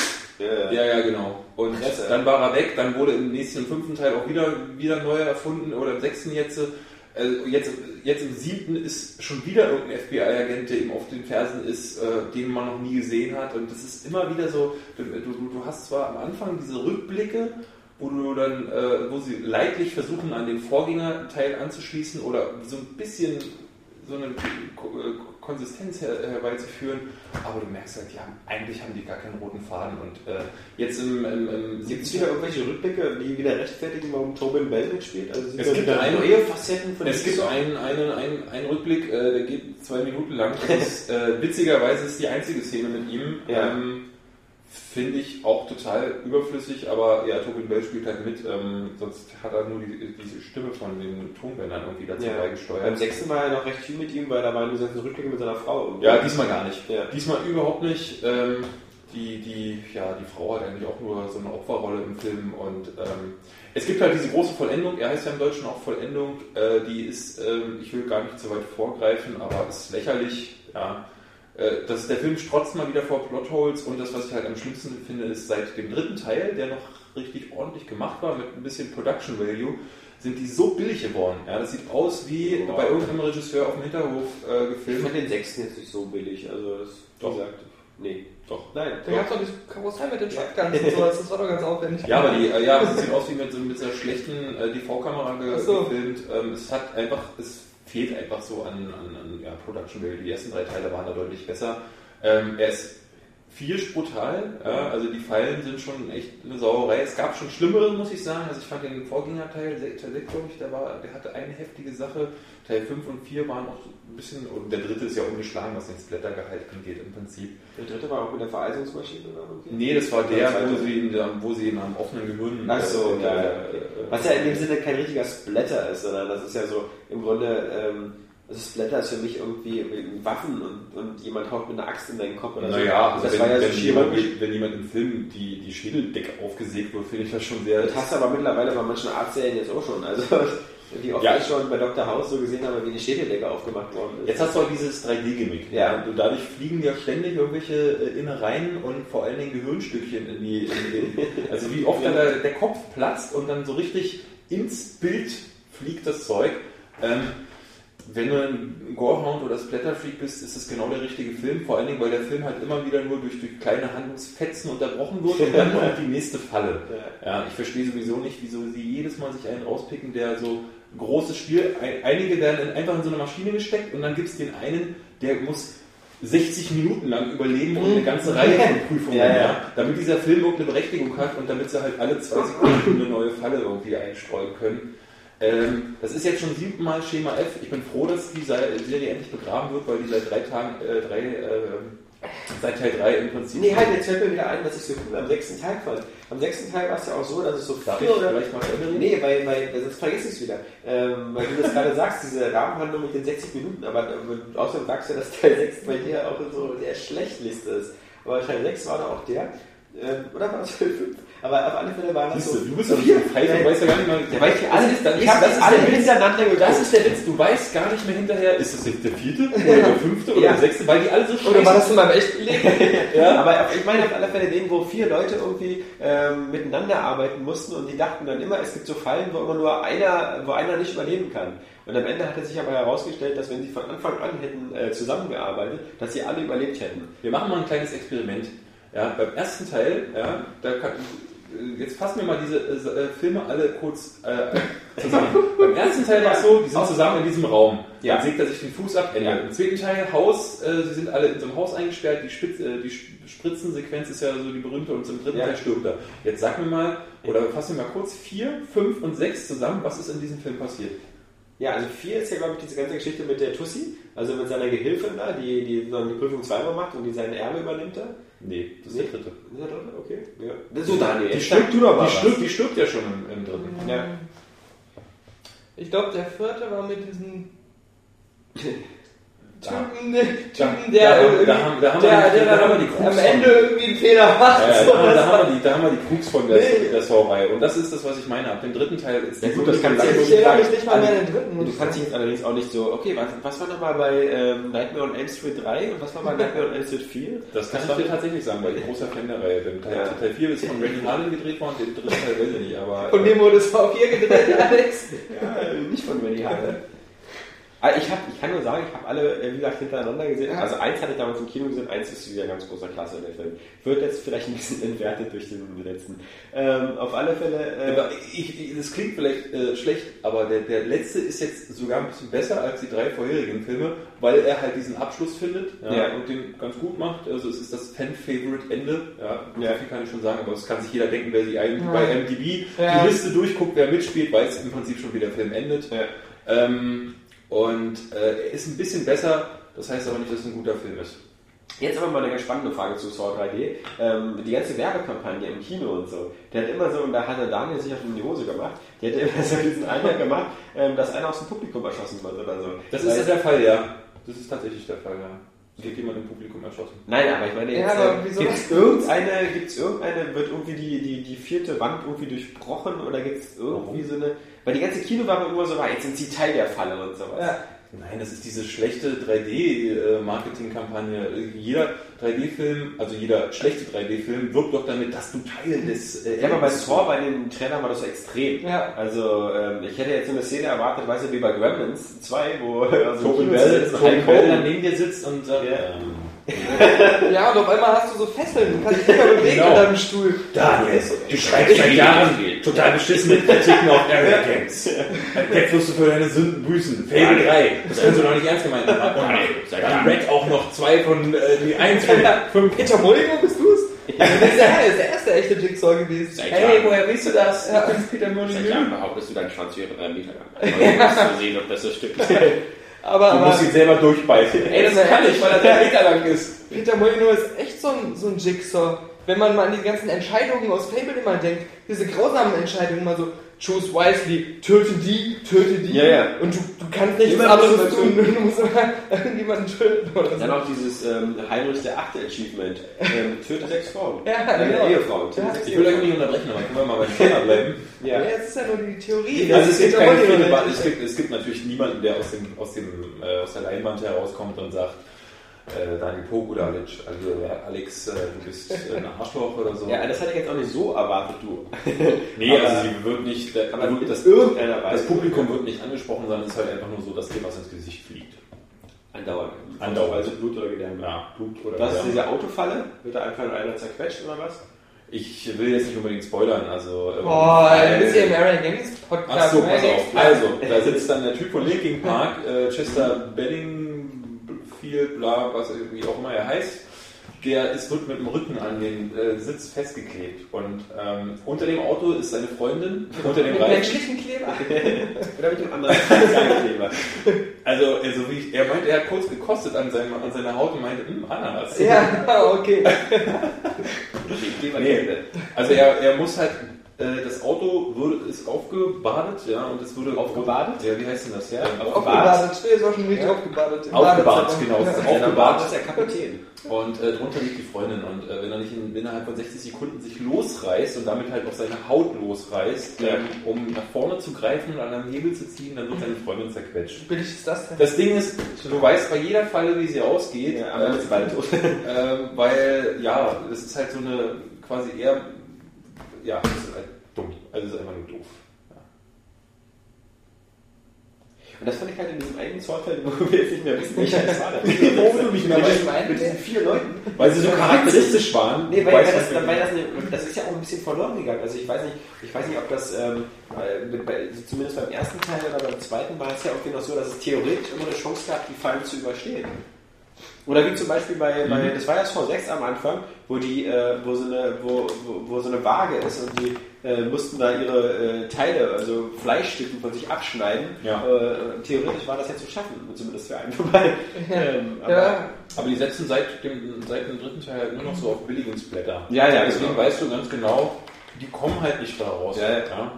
Äh, ja, ja, genau. Und Presse. Dann war er weg, dann wurde im nächsten, im fünften Teil auch wieder, wieder neu erfunden oder im sechsten jetzt. Äh, jetzt. Jetzt im siebten ist schon wieder irgendein F B I-Agent, der ihm auf den Fersen ist, äh, den man noch nie gesehen hat. Und das ist immer wieder so, du, du, du hast zwar am Anfang diese Rückblicke, wo du dann, äh, wo sie leidlich versuchen, an den Vorgängerteil anzuschließen oder so ein bisschen so eine Konsistenz her, herbeizuführen, aber du merkst halt, die haben, eigentlich haben die gar keinen roten Faden und äh, jetzt im, im, im gibt es wieder irgendwelche Rückblicke, die wieder rechtfertigen, warum Tobin Bell mitspielt? Also es gibt eine, neue Facetten von Es gibt einen, einen, einen, einen Rückblick, äh, der geht zwei Minuten lang. Das ist, äh, witzigerweise ist die einzige Szene mit ihm. Ja. Ähm, Finde ich auch total überflüssig, aber ja, Tobin Bell spielt halt mit, ähm, sonst hat er nur die, diese Stimme von den Tonbändern irgendwie dazu ja. beigesteuert. Beim sechsten Mal noch recht viel mit ihm, weil da waren diese Rückblicke mit seiner Frau. Ja, diesmal gar nicht. Ja. Diesmal überhaupt nicht. Ähm, die, die, ja, die Frau hat eigentlich auch nur so eine Opferrolle im Film und ähm, es gibt halt diese große Vollendung, er heißt ja im Deutschen auch Vollendung, äh, die ist, ähm, ich will gar nicht zu weit vorgreifen, aber ist lächerlich, ja. Das, der Film strotzt mal wieder vor Plotholes und das, was ich halt am schlimmsten finde, ist seit dem dritten Teil, der noch richtig ordentlich gemacht war, mit ein bisschen Production Value, sind die so billig geworden. Ja, das sieht aus wie wow. bei irgendeinem Regisseur auf dem Hinterhof äh, gefilmt. Ich fand den sechsten jetzt nicht so billig. Also das doch. Gesagt, nee. Doch. Nein. Da gab es doch das Karussell mit den Shotguns und sowas, das war doch ganz aufwendig. Ja, aber die, äh, ja, es sieht aus wie mit so mit einer schlechten äh, D V-Kamera ge so. gefilmt. Ähm, es hat einfach, es fehlt einfach so an, an, an ja, Production Value. Die ersten drei Teile waren da deutlich besser. Ähm, er ist viersch brutal, ja, also die Fallen sind schon echt eine Sauerei. Es gab schon schlimmere, muss ich sagen. Also ich fand den Vorgängerteil, Teil sechs, glaube ich, der, war, der hatte eine heftige Sache. Teil fünf und vier waren auch ein bisschen, und der dritte ist ja ungeschlagen, was den Splattergehalt angeht im Prinzip. Der dritte war auch mit der Vereisungsmaschine oder okay? Nee, das war der, wo sie, in der, wo sie in einem offenen Gehirn... Ach so, äh, ja, äh, ja. Was ja in dem Sinne kein richtiger Splatter ist, sondern das ist ja so im Grunde... Ähm, Also Splatter ist für mich irgendwie Waffen und, und jemand haut mit einer Axt in deinen Kopf oder so. Naja, also das wenn, war ja wenn, so jemand, wenn jemand im Film die, die Schädeldecke aufgesägt wird, finde ich das schon sehr... Das hast du aber mittlerweile bei manchen Arztserien jetzt auch schon. Also wie oft ja. ich schon bei Doktor House so gesehen habe, wie die Schädeldecke aufgemacht worden ist. Jetzt hast du auch dieses drei D-Gimmick. Ja. Und dadurch fliegen ja ständig irgendwelche Innereien und vor allen Dingen Gehirnstückchen in die... In die also wie oft dann der, der Kopf platzt und dann so richtig ins Bild fliegt das Zeug. Ähm, Wenn du ein Gorehound oder Splatterfreak bist, ist das genau der richtige Film. Vor allen Dingen, weil der Film halt immer wieder nur durch, durch kleine Handlungsfetzen unterbrochen wird und dann kommt die nächste Falle. Ja, ich verstehe sowieso nicht, wieso sie jedes Mal sich einen rauspicken, der so ein großes Spiel, einige werden einfach in so eine Maschine gesteckt und dann gibt es den einen, der muss sechzig Minuten lang überleben und eine ganze Reihe von Prüfungen, ja, ja. Ja, damit dieser Film irgendeine Berechtigung hat und damit sie halt alle zwei Sekunden eine neue Falle irgendwie einstreuen können. Ähm, das ist jetzt schon siebtenmal Schema F. Ich bin froh, dass die Serie endlich begraben wird, weil die seit drei Tagen, äh, drei, äh, seit Teil drei im Prinzip... Nee, halt, jetzt fällt mir wieder ein, dass ich so cool am sechsten Teil fand. Am sechsten Teil war es ja auch so, dass es so Darf vier ich oder... vielleicht mal erinnern? Nee, weil, weil sonst vergiss ich es wieder. Ähm, weil du das gerade sagst, diese Rahmenhandlung mit den sechzig Minuten, aber äh, außerdem sagst du, dass Teil sechs bei dir auch so der schlechtlichste ist. Aber Teil sechs war da auch der... Ähm, oder war das Teil fünf? Aber auf alle Fälle war das so. Du bist doch nicht ein Pfeife, du weißt ja gar nicht mal. Ja, weil ich alle, ist, dann ich ist, habe das alle hintereinander geguckt. Das ist der Witz, du weißt gar nicht mehr hinterher, ist das jetzt der vierte oder der fünfte oder ja. der sechste, weil die alle so scheiße Oder war das in meinem echten Leben? Ja. Aber ich meine auf alle Fälle den, wo vier Leute irgendwie ähm, miteinander arbeiten mussten und die dachten dann immer, es gibt so Fallen, wo immer nur einer, wo einer nicht überleben kann. Und am Ende hat es sich aber herausgestellt, dass wenn sie von Anfang an hätten äh, zusammengearbeitet, dass sie alle überlebt hätten. Wir machen mal ein kleines Experiment. Ja, beim ersten Teil, ja, da kann, jetzt fassen wir mal diese äh, Filme alle kurz äh, zusammen. Beim ersten Teil war es so, die sind zusammen in diesem Raum. Ja. Dann sägt er sich den Fuß ab, Ende. Ja. Im zweiten Teil, Haus, äh, sie sind alle in so einem Haus eingesperrt, die, Spitz, äh, die Spritzensequenz ist ja so die berühmte und zum dritten ja. Teil stirbt er. Jetzt sag mir mal, oder fassen wir mal kurz, vier, fünf und sechs zusammen, was ist in diesem Film passiert? Ja, also vier ist ja, glaube ich, diese ganze Geschichte mit der Tussi, also mit seiner Gehilfin da, die, die so die Prüfung zweimal macht und die seinen Erbe übernimmt da. Nee, das ist nee. der dritte. Das ist der dritte? Okay. Ja. Das ist so, Daniel. Die stirbt, du doch mal die, stirbt, die stirbt ja schon im, im dritten. Ja. Ich glaube, der vierte war mit diesem Da. Typen, Typen Da- der da- irgendwie, da haben- da haben wir der, die- der, da haben wir dann die Krux am von. Ende irgendwie einen Fehler macht. Ja, ja, so, da, das da, haben war- wir die, da haben wir die Krux von der, Nee. der Sauerei. Und das ist das, was ich meine. Ab dem dritten Teil ist Ja, die gut, das kann Sache- sein. Ich erinnere mich nicht mal mehr an den dritten. muss Du ich kannst dich sagen. jetzt allerdings auch nicht so, okay, was, was war nochmal bei ähm, Nightmare on Elm Street drei und was war bei Nightmare on Elm Street vier? Das kann ich dir tatsächlich sagen, weil ich großer Fan der Reihe bin. Teil, Ja. Teil vier ist von Randy Harlan gedreht worden, den dritten Teil weiß ich nicht, aber... Von dem wurde es V vier gedreht, Alex. Ja, nicht von Randy Harlan. Also ich, hab, ich kann nur sagen, ich habe alle, äh, wie gesagt, hintereinander gesehen. Ja. Also eins hatte ich damals im Kino gesehen, eins ist wieder ganz großer Klasse, der Film. Wird jetzt vielleicht ein bisschen entwertet durch den letzten. Ähm, auf alle Fälle... Äh, Aber ich, ich, das klingt vielleicht äh, schlecht, aber der, der letzte ist jetzt sogar ein bisschen besser als die drei vorherigen Filme, weil er halt diesen Abschluss findet ja, Ja. und den ganz gut macht. Also es ist das Fan-Favorite-Ende. Ja, Ja. So viel kann ich schon sagen, aber das kann sich jeder denken, wer sich eigentlich Ja. bei M D B Ja. die Liste durchguckt, wer mitspielt, weiß im Prinzip schon, wie der Film endet. Ja. Ähm, und äh, er ist ein bisschen besser, das heißt aber nicht, dass es ein guter Film ist. Jetzt aber mal eine ganz spannende Frage zu Saw drei D. Ähm, die ganze Werbekampagne im Kino und so, der hat immer so, und da hat der Daniel sich ja schon in die Hose gemacht, der hat immer so diesen Eindruck gemacht, ähm, dass einer aus dem Publikum erschossen wird oder so. Das Weil- ist der Fall, ja. Das ist tatsächlich der Fall, ja. Es wird jemand im Publikum erschossen. Nein, aber ich meine Ja, jetzt, aber äh, wieso? gibt's irgendeine, gibt's irgendeine, wird irgendwie die, die, die vierte Wand irgendwie durchbrochen oder gibt's irgendwie Warum? so eine, weil die ganze Kino war immer so, war, jetzt sind sie Teil der Falle und sowas. Ja. Nein, das ist diese schlechte drei D-Marketing-Kampagne. Jeder drei D-Film, also jeder schlechte drei D-Film, wirbt doch damit, dass du Teil des... Äh, Ja, aber bei Thor, bei den Trailern war das so extrem. Ja. Also, ähm, ich hätte jetzt so eine Szene erwartet, weißt du, wie bei Gremlins zwei, wo also Tobin Kino Bell, sitzt, Tobin Hulk Bell Hogan dann neben dir sitzt und sagt, Ja. ähm, Ja, und auf einmal hast du so Fesseln, du kannst dich nicht mehr bewegen Genau. in deinem Stuhl. Daniel, du schreibst seit Jahren total beschissene Kritiken auf Area Games. Jetzt wirst du für deine Sünden büßen. Fable drei, das kannst du doch nicht ernst gemeint machen. Und dann Red auch noch zwei von, äh, die eins von fünf. Peter Molyneux, bist du's? Ja. Das ist der, das ist der erste echte Jigsaw gewesen. Seit Hey, Jahren, woher weißt du das? Ja. Du bist Peter seit Molyneux. Jahren behauptest du, dein Schwanz wäre drei Meter lang. Ich muss mal sehen, ob das so stimmt. Aber, Du aber musst ihn selber durchbeißen. Ey, das kann ich, weil er drei Meter lang ist. Peter Molyneux ist echt so ein, so ein Jigsaw. Wenn man mal an die ganzen Entscheidungen aus Fable immer denkt, diese grausamen Entscheidungen, mal so, choose wisely, töte die, töte die. Ja, ja. Und du, du kannst nichts Immer anderes was tun, du musst immer irgendjemanden töten oder so. Dann auch dieses ähm, Heinrich der Achte Achievement. Ähm, töte sechs Frauen. Ja, Äh, genau. Ehefrauen. Töte Ja. sechs Ich will euch Ehefrauen. nicht unterbrechen, aber können wir mal beim Thema bleiben? Ja, Ja. es ist ja nur die Theorie. Also es gibt, Peter keine Molyneux. viele, es, gibt, es gibt natürlich niemanden, der aus, dem, aus, dem, äh, aus der Leinwand herauskommt und sagt, äh, Daniel Pogudalic, also ja, Alex, äh, du bist äh, ein Arschloch oder so. Ja, das hatte ich jetzt auch nicht so erwartet, du. Nee, Aber- also sie wird nicht, der, aber wird das das, irgendeiner weiß. das Publikum wird nicht angesprochen, sondern es ist halt einfach nur so das Thema, was ins Gesicht fliegt. Andauernd. Andauernd. Also Blut oder Gedärme. Ja, Blut oder Das ist Gedärme. diese Autofalle? Wird da einfach nur einer zerquetscht oder was? Ich will jetzt nicht unbedingt spoilern, also... ähm, Boah, weil- du bist ja im Area Games Podcast. Ach so, pass ne? auf. Also, da sitzt dann der Typ von Linkin Park, äh, Chester Benningfield, bla, was wie auch immer er heißt. Der ist wird mit dem Rücken an den äh, Sitz festgeklebt. Und ähm, unter dem Auto ist seine Freundin, unter dem Mit Reifen. menschlichen Kleber. Oder mit dem anderen Kleber. Also, also wie ich, er meinte, er hat kurz gekostet an, seinem, an seiner Haut und meinte, hm, Ananas. Ja, okay. Nee, also er, er muss halt, äh, das Auto würde, ist aufgebadet, ja, und es wurde... Aufgebadet? Ja, wie heißt denn das? Ja, Aufgebadet. Stimmt, ist auch schon richtig Ja. aufgebadet. Im Aufgebadet, Badezimmer. genau. Ja. Es ist Der aufgebadet. Bart ist der Kapitän. Und äh, drunter liegt die Freundin. Und äh, wenn er nicht in, innerhalb von sechzig Sekunden sich losreißt und damit halt auch seine Haut losreißt, Ja. ähm, um nach vorne zu greifen und an einem Hebel zu ziehen, dann wird seine Freundin zerquetscht. Wie billig ist das denn? Das Ding ist, du weißt bei jeder Falle, wie sie ausgeht, Ja, aber äh, jetzt ist beide tot. ähm, weil, ja, das ist halt so eine quasi eher, ja, das ist halt dumm. Also es ist einfach nur doof. Und das fand ich halt in diesem einen Sortteil, wo wir jetzt nicht mehr wissen, welcher es war. Warum du nicht mehr mit, weißt? diesen, mit diesen vier Leuten. Weil sie so charakteristisch waren. Nee, Du weil, weißt weil, das, halt, weil das, eine, das ist ja auch ein bisschen verloren gegangen. Also ich weiß nicht, ich weiß nicht, ob das ähm, bei, bei, zumindest beim ersten Teil oder beim zweiten war es ja irgendwie noch so, dass es theoretisch immer eine Chance gab, die Fallen zu überstehen. Oder wie zum Beispiel bei, Mhm. bei das war ja das V sechs am Anfang, wo die, äh, wo so eine, wo, wo, wo so eine Waage ist und die äh, mussten da ihre äh, Teile, also Fleischstücken von sich abschneiden. Ja. Äh, theoretisch war das ja zu schaffen, zumindest für einen vorbei. ähm, aber, Ja. Aber die setzen seit dem, seit dem dritten Teil halt nur noch so auf Billigungsblätter. Ja, ja, Deswegen genau. weißt du ganz genau, die kommen halt nicht da raus. Ja, ja.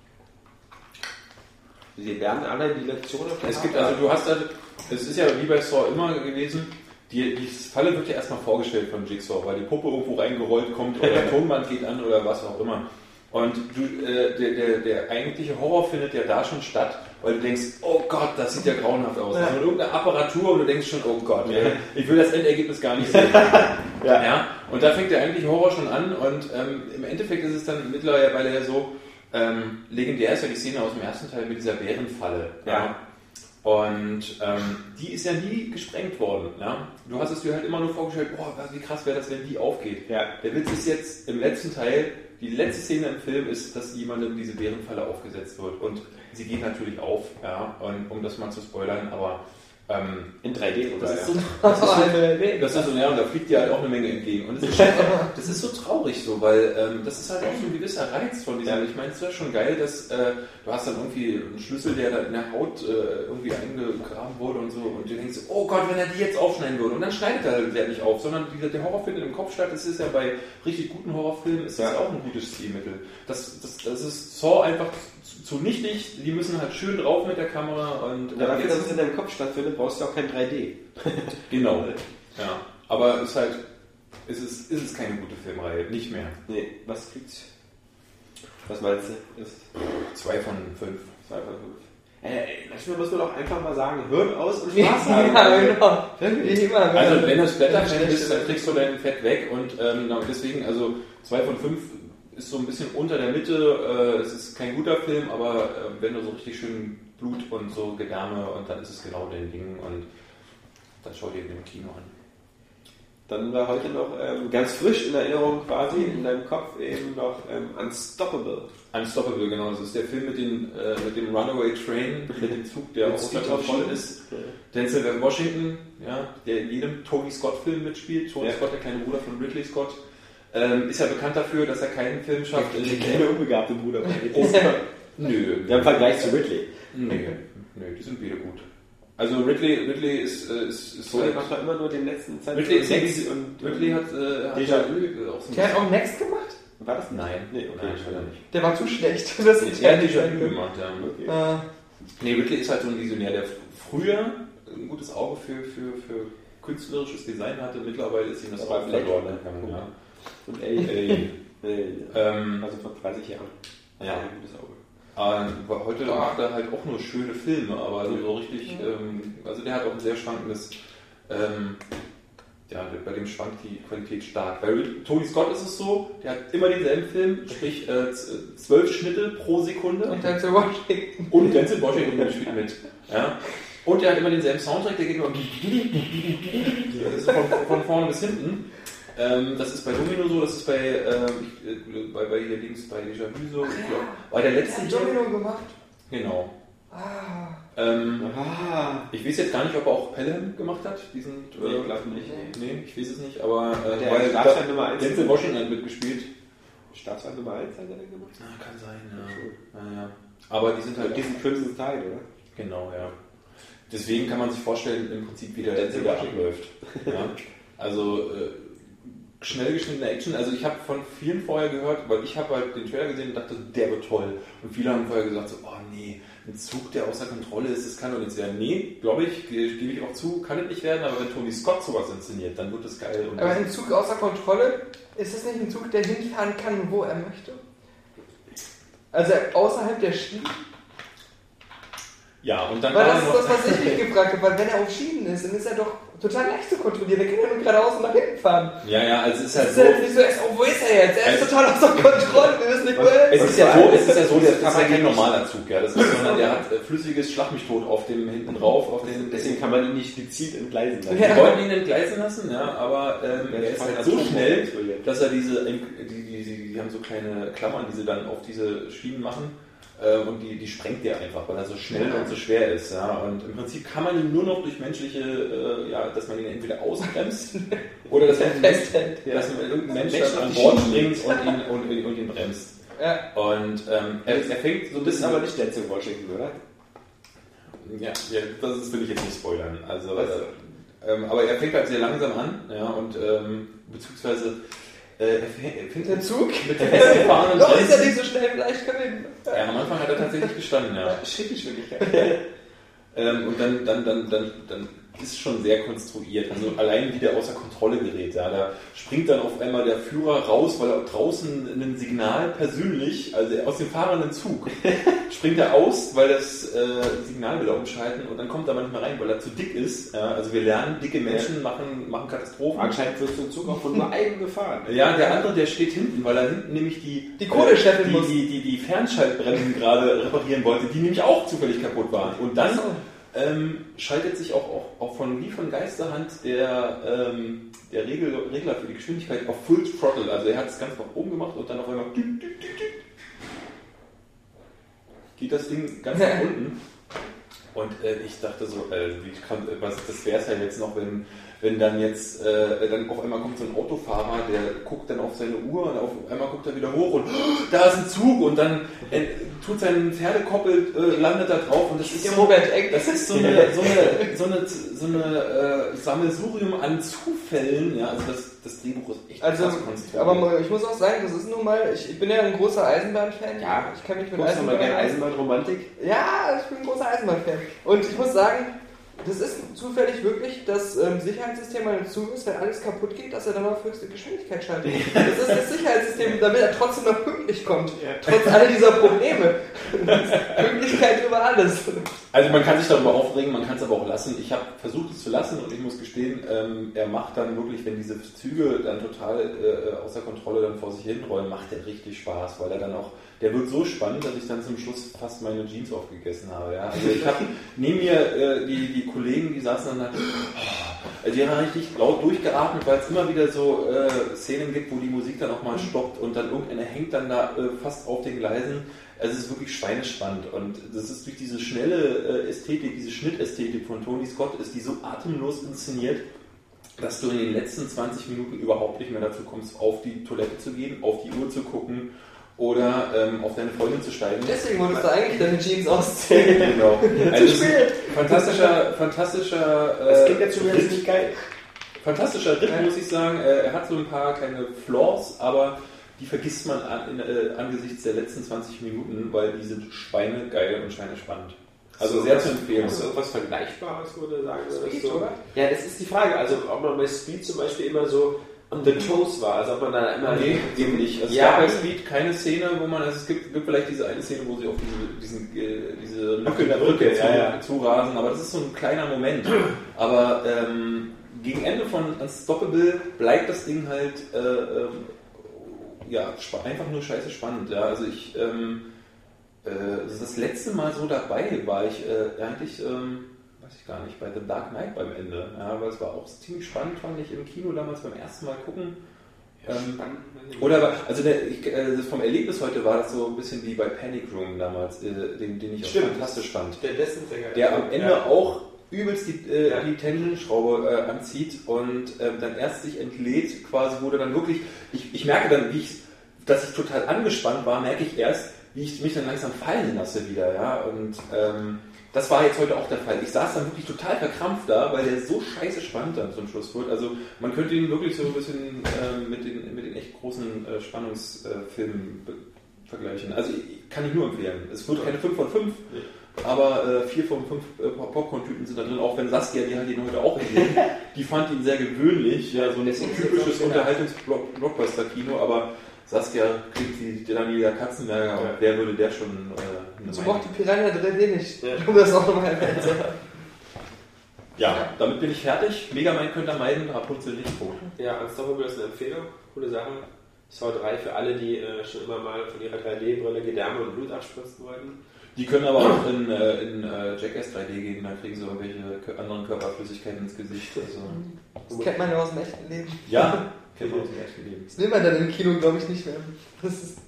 Sie lernen alle die Lektion auf der Es gibt Tafel. also, du hast halt, es ist ja wie bei Saw immer gewesen, die, die Falle wird ja erstmal vorgestellt von Jigsaw, weil die Puppe irgendwo reingerollt kommt oder der Tonband geht an oder was auch immer. Und du, äh, der, der, der eigentliche Horror findet ja da schon statt, weil du denkst, oh Gott, das sieht ja grauenhaft aus. Ja. Und irgendeine Apparatur und du denkst schon, oh Gott, Ja. ich will das Endergebnis gar nicht sehen. Ja. Ja. Und da fängt der eigentliche Horror schon an und ähm, im Endeffekt ist es dann mittlerweile ja so, ähm, legendär ist ja die Szene aus dem ersten Teil mit dieser Bärenfalle. Ja. Und ähm, die ist ja nie gesprengt worden. Ja? Du hast es dir halt immer nur vorgestellt, boah, wie krass wäre das, wenn die aufgeht. Ja. Der Witz ist jetzt im letzten Teil, die letzte Szene im Film ist, dass jemandem diese Bärenfalle aufgesetzt wird. Und sie geht natürlich auf, ja, und, um das mal zu spoilern, aber ähm, In drei D oder? das ist ja. so das ist so, das ist so, ja, und da fliegt dir halt auch eine Menge entgegen. Und das ist, schon, das ist so traurig so, weil ähm, das ist halt auch so ein gewisser Reiz von diesem. Ja. Ich meine, es wäre schon geil, dass äh, du hast dann irgendwie einen Schlüssel, der da in der Haut äh, irgendwie eingegraben wurde und so. Und du denkst, oh Gott, wenn er die jetzt aufschneiden würde. Und dann schneidet er der nicht auf, sondern dieser, der Horror findet im Kopf statt. Das ist ja bei richtig guten Horrorfilmen ist das Ja. auch ein gutes Stilmittel. Das, das, das ist Saw einfach zu, zu nichtig. Die müssen halt schön drauf mit der Kamera. Und Ja, dafür, jetzt- dass es in deinem Kopf stattfindet, brauchst du auch kein drei D. Genau. Ja. Aber es ist halt, es ist, ist es keine gute Filmreihe, nicht mehr. Nee, was kriegt's? Was meinst du? Ist Zwei von fünf. zwei von fünf. Hey, manchmal muss man doch einfach mal sagen, Hirn aus und Spaß haben. Ja, genau. Wirklich immer. Also wenn du Splatter-Fan bist, dann kriegst du dein Fett weg und ähm, deswegen, also zwei von fünf ist so ein bisschen unter der Mitte. Äh, es ist kein guter Film, aber äh, wenn du so richtig schön Blut und so Gedärme und dann ist es genau dein Ding und dann schau dir den im Kino an. Dann war heute noch ähm, ganz frisch in Erinnerung quasi in deinem Kopf eben noch ähm, Unstoppable. Unstoppable, genau. Das ist der Film mit, den, äh, mit dem Runaway Train, mit dem Zug, der außer Kontrolle ist. Ja. Denzel Washington, ja, der in jedem Tony Scott-Film mitspielt. Tony ja. Scott, der kleine Bruder von Ridley Scott, ähm, ist ja bekannt dafür, dass er keinen Film schafft. Der in kleine unbegabte Bruder von Ridley Scott. Nö. Ja, im Vergleich zu Ridley. Nö, nö, die sind beide gut. Also Ridley, Ridley ist, äh, ist, ist so, der macht doch immer nur den letzten Zeit. Ridley ist Next und Ridley hat, äh, hat Déjà Vu auch so der hat auch Next gemacht? War das? Nein, nee, okay, nein, hat er nicht. Der war zu schlecht. Das ist ja Déjà Vu gemacht, ja. Okay. Äh. Nee, Ridley ist halt so ein Visionär, der früher ein gutes Auge für, für, für künstlerisches Design hatte. Mittlerweile ist ihm das auch verloren gegangen. Ja. Und ey, ey, ey. ähm, also vor dreißig Jahren. Ja, ein gutes Auge. Aber heute oh. macht er halt auch nur schöne Filme, aber also so richtig, ja. ähm, also der hat auch ein sehr schwankendes, ähm, ja, bei dem schwankt die Qualität stark. Bei Tony Scott ist es so, der hat immer denselben Film, sprich äh, zwölf Schnitte pro Sekunde. Und Denzel Washington. Und Denzel Washington spielt mit. Ja. Und er hat immer denselben Soundtrack, der geht immer von, von vorne bis hinten. Ähm, das ist bei Domino so, das ist bei, ähm, bei, bei hier links bei Déjà Vu so. Ja, bei der letzten der hat Domino gemacht. Genau. Ah. Ähm, ah. Ich weiß jetzt gar nicht, ob er auch Pelham gemacht hat. Diesen, nee, äh, ich glaube nicht. Nee, ich weiß es nicht, aber äh, der weil Staatsfeind Nummer eins. Denzel Washington hat mitgespielt. Staatsfeind Nummer eins hat er denn gemacht? Ah, kann sein, ja. ja, ja. Aber die sind halt. Diesen Crimson Tide, oder? Genau, ja. Deswegen kann man sich vorstellen, im Prinzip, wie der Denzel wieder abläuft. Ja. Also, äh, schnell geschnittene Action, also ich habe von vielen vorher gehört, weil ich habe halt den Trailer gesehen und dachte, der wird toll. Und viele haben vorher gesagt, so, oh nee, ein Zug, der außer Kontrolle ist, das kann doch nichts werden. Nee, glaube ich, gebe ich auch zu, kann es nicht werden, aber wenn Tony Scott sowas inszeniert, dann wird es geil. Und aber ein Zug außer Kontrolle, ist es nicht ein Zug, der hinfahren kann, wo er möchte? Also außerhalb der Schienen? Ja, und dann weil das ist das, was ich mich gefragt habe, weil wenn er auf Schienen ist, dann ist er doch total leicht zu kontrollieren. Der kann ja nur geradeaus und nach hinten fahren. Ja, ja, also es ist halt so. Ist nicht so, oh, wo ist er jetzt? Er ist total außer Kontrolle. Wir wissen nicht, wo er ist. Es ist ja so, es ist ja so, der ist halt kein normaler Zug, ja. Das ist, sondern der hat flüssiges Schlag mich tot auf dem hinten drauf, auf den. Deswegen kann man ihn nicht gezielt entgleisen lassen. Ja. Wir wollten ihn entgleisen lassen, ja, aber ähm, er ist halt so schnell, dass er diese, die, die, die, die haben so kleine Klammern, die sie dann auf diese Schienen machen. Und die, die sprengt der einfach, weil er so schnell und so schwer ist. Ja. Und im Prinzip kann man ihn nur noch durch menschliche, äh, ja, dass man ihn entweder ausbremst oder dass man, festhält, ja. dass man irgendein Mensch dann an Bord springt und ihn, und, und ihn bremst. Ja. Und ähm, er, er fängt so ein bisschen... aber nicht Denzel Washington, oder? Ja, ja, das will ich jetzt nicht spoilern. Also, also. Ähm, aber er fängt halt sehr langsam an, ja, und ähm, beziehungsweise... Äh, er findet den Zug mit der festgefahrenen Doch ist er nicht so schnell, vielleicht können wir ihn. Ja, am Anfang hat er tatsächlich gestanden, ja. Schickgeschwindigkeit. ähm, und dann, dann, dann, dann, dann ist schon sehr konstruiert. Also allein wie der außer Kontrolle gerät. Ja, da springt dann auf einmal der Führer raus, weil er draußen ein Signal persönlich, also aus dem fahrenden Zug, springt er aus, weil das äh, Signal will er umschalten und dann kommt er manchmal rein, weil er zu dick ist. Ja, also wir lernen, dicke Menschen machen, machen Katastrophen. Anscheinend wird so ein Zug auch von nur einem gefahren. Ja, der andere, der steht hinten, weil er hinten nämlich die, die Kohle scheffeln die, muss. Die, die, die Fernschaltbremsen gerade reparieren wollte, die nämlich auch zufällig kaputt waren. Und dann ähm, schaltet sich auch, auch, auch von wie von Geisterhand der, ähm, der Regel, Regler für die Geschwindigkeit auf Full Throttle. Also er hat es ganz nach oben gemacht und dann auf einmal geht das Ding ganz nach unten. Und äh, ich dachte so, äh, wie kann, was, das wäre es ja jetzt noch, wenn, wenn dann jetzt, äh, dann auf einmal kommt so ein Autofahrer, der guckt dann auf seine Uhr und auf einmal guckt er wieder hoch und oh, da ist ein Zug und dann äh, tut sein Pferdekoppel, äh, landet da drauf und das ist, so, das ist so eine, so eine, so eine, so eine äh, Sammelsurium an Zufällen, ja, also das, das Drehbuch ist echt also, aber ich muss auch sagen, das ist nun mal, ich, ich bin ja ein großer Eisenbahn-Fan. Ja, ich kann mich mit Eisenbahn... Eisenbahnromantik? Ja, ich bin ein großer Eisenbahn-Fan. Und ich muss sagen, das ist zufällig wirklich das ähm, Sicherheitssystem eines Zuges, wenn alles kaputt geht, dass er dann auf höchste Geschwindigkeit schaltet. Das ist das Sicherheitssystem, damit er trotzdem noch pünktlich kommt. Ja. Trotz all dieser Probleme. Pünktlichkeit über über alles. Also man kann sich darüber aufregen, man kann es aber auch lassen. Ich habe versucht es zu lassen und ich muss gestehen, ähm, er macht dann wirklich, wenn diese Züge dann total äh, außer Kontrolle dann vor sich hinrollen, macht er richtig Spaß, weil er dann auch, der wird so spannend, dass ich dann zum Schluss fast meine Jeans aufgegessen habe. Ja? Also ich habe neben mir äh, die, die Kollegen, die saßen dann, oh, die haben richtig laut durchgeatmet, weil es immer wieder so äh, Szenen gibt, wo die Musik dann auch mal stoppt und dann irgendeiner hängt dann da äh, fast auf den Gleisen. Also es ist wirklich schweinespannend und das ist durch diese schnelle äh, Ästhetik, diese Schnittästhetik von Tony Scott, ist die so atemlos inszeniert, dass du in den letzten zwanzig Minuten überhaupt nicht mehr dazu kommst, auf die Toilette zu gehen, auf die Uhr zu gucken oder ähm, auf deine Freundin zu steigen. Deswegen wolltest du eigentlich deine Jeans ausziehen. Genau. Also zu spät. Fantastischer, fantastischer... Äh, das klingt jetzt schon wieder richtig geil. Fantastischer Ritt, muss ich sagen. Äh, er hat so ein paar kleine Flaws, aber die vergisst man an, in, äh, angesichts der letzten zwanzig Minuten, weil die sind schweinegeil und schweinespannend. Also sehr zu empfehlen. Ist irgendwas Vergleichbares, würde ich sagen? Speed, so? Oder? Ja, das ist die Frage. Also ob man bei Speed zum Beispiel immer so on the toes war, also ob man da immer... Nee, eben nicht. Also ja, es gab bei Speed keine Szene, wo man, also es gibt, gibt vielleicht diese eine Szene, wo sie auf diese, diesen, äh, diese Lücke in der Brücke zu, ja, ja. zu rasen, aber das ist so ein kleiner Moment. Aber ähm, gegen Ende von Unstoppable bleibt das Ding halt äh, ähm, ja, einfach nur scheiße spannend. Ja. Also ich ähm, äh, also das letzte Mal so dabei war ich äh, eigentlich... Ähm, weiß ich gar nicht, bei The Dark Knight beim Ende. Ja, weil es war auch ziemlich spannend, fand ich im Kino damals beim ersten Mal gucken. Ja, ähm, oder also der, ich, äh, vom Erlebnis heute war das so ein bisschen wie bei Panic Room damals, äh, den, den ich auch Stimmt. fantastisch fand. Der Dessen-Sänger. Der am Ende ja. auch übelst die, äh, ja. die Tension-Schraube äh, anzieht und äh, dann erst sich entlädt, quasi wurde dann wirklich, ich, ich merke dann, wie ich, dass ich total angespannt war, merke ich erst, wie ich mich dann langsam fallen lasse wieder, ja, und ähm, das war jetzt heute auch der Fall. Ich saß dann wirklich total verkrampft da, weil der so scheiße spannend dann zum Schluss wird. Also man könnte ihn wirklich so ein bisschen äh, mit, den, mit den echt großen äh, Spannungsfilmen äh, vergleichen. Also ich, kann ich nur empfehlen. Es wird keine fünf von fünf, aber äh, vier von fünf äh, Popcorn-Tüten sind da drin, auch wenn Saskia, die hat ihn heute auch gesehen, die fand ihn sehr gewöhnlich, ja, so ein typisches Unterhaltungs-Blockbuster-Kino, aber Saskia klingt wie Daniela Katzenberger, ja. wer würde der schon... Äh, so macht die Piranha drei D nicht. Ja. Um das auch nochmal erwähnt zu haben. Ja, damit bin ich fertig. Megamind könnt ihr meiden, Rapunzel nicht tot. Ja, Unstoppable ist eine Empfehlung. Coole Sache. Saw drei für alle, die äh, schon immer mal von ihrer drei D-Brille Gedärme und Blut abspritzen wollten. Die können aber auch in, äh, in äh, Jackass drei D gehen, da kriegen sie irgendwelche anderen Körperflüssigkeiten ins Gesicht. Also. Das kennt man ja aus dem echten Leben. Ja, kennt man aus dem echten Leben. Das will man dann im Kino, glaube ich, nicht mehr. Das ist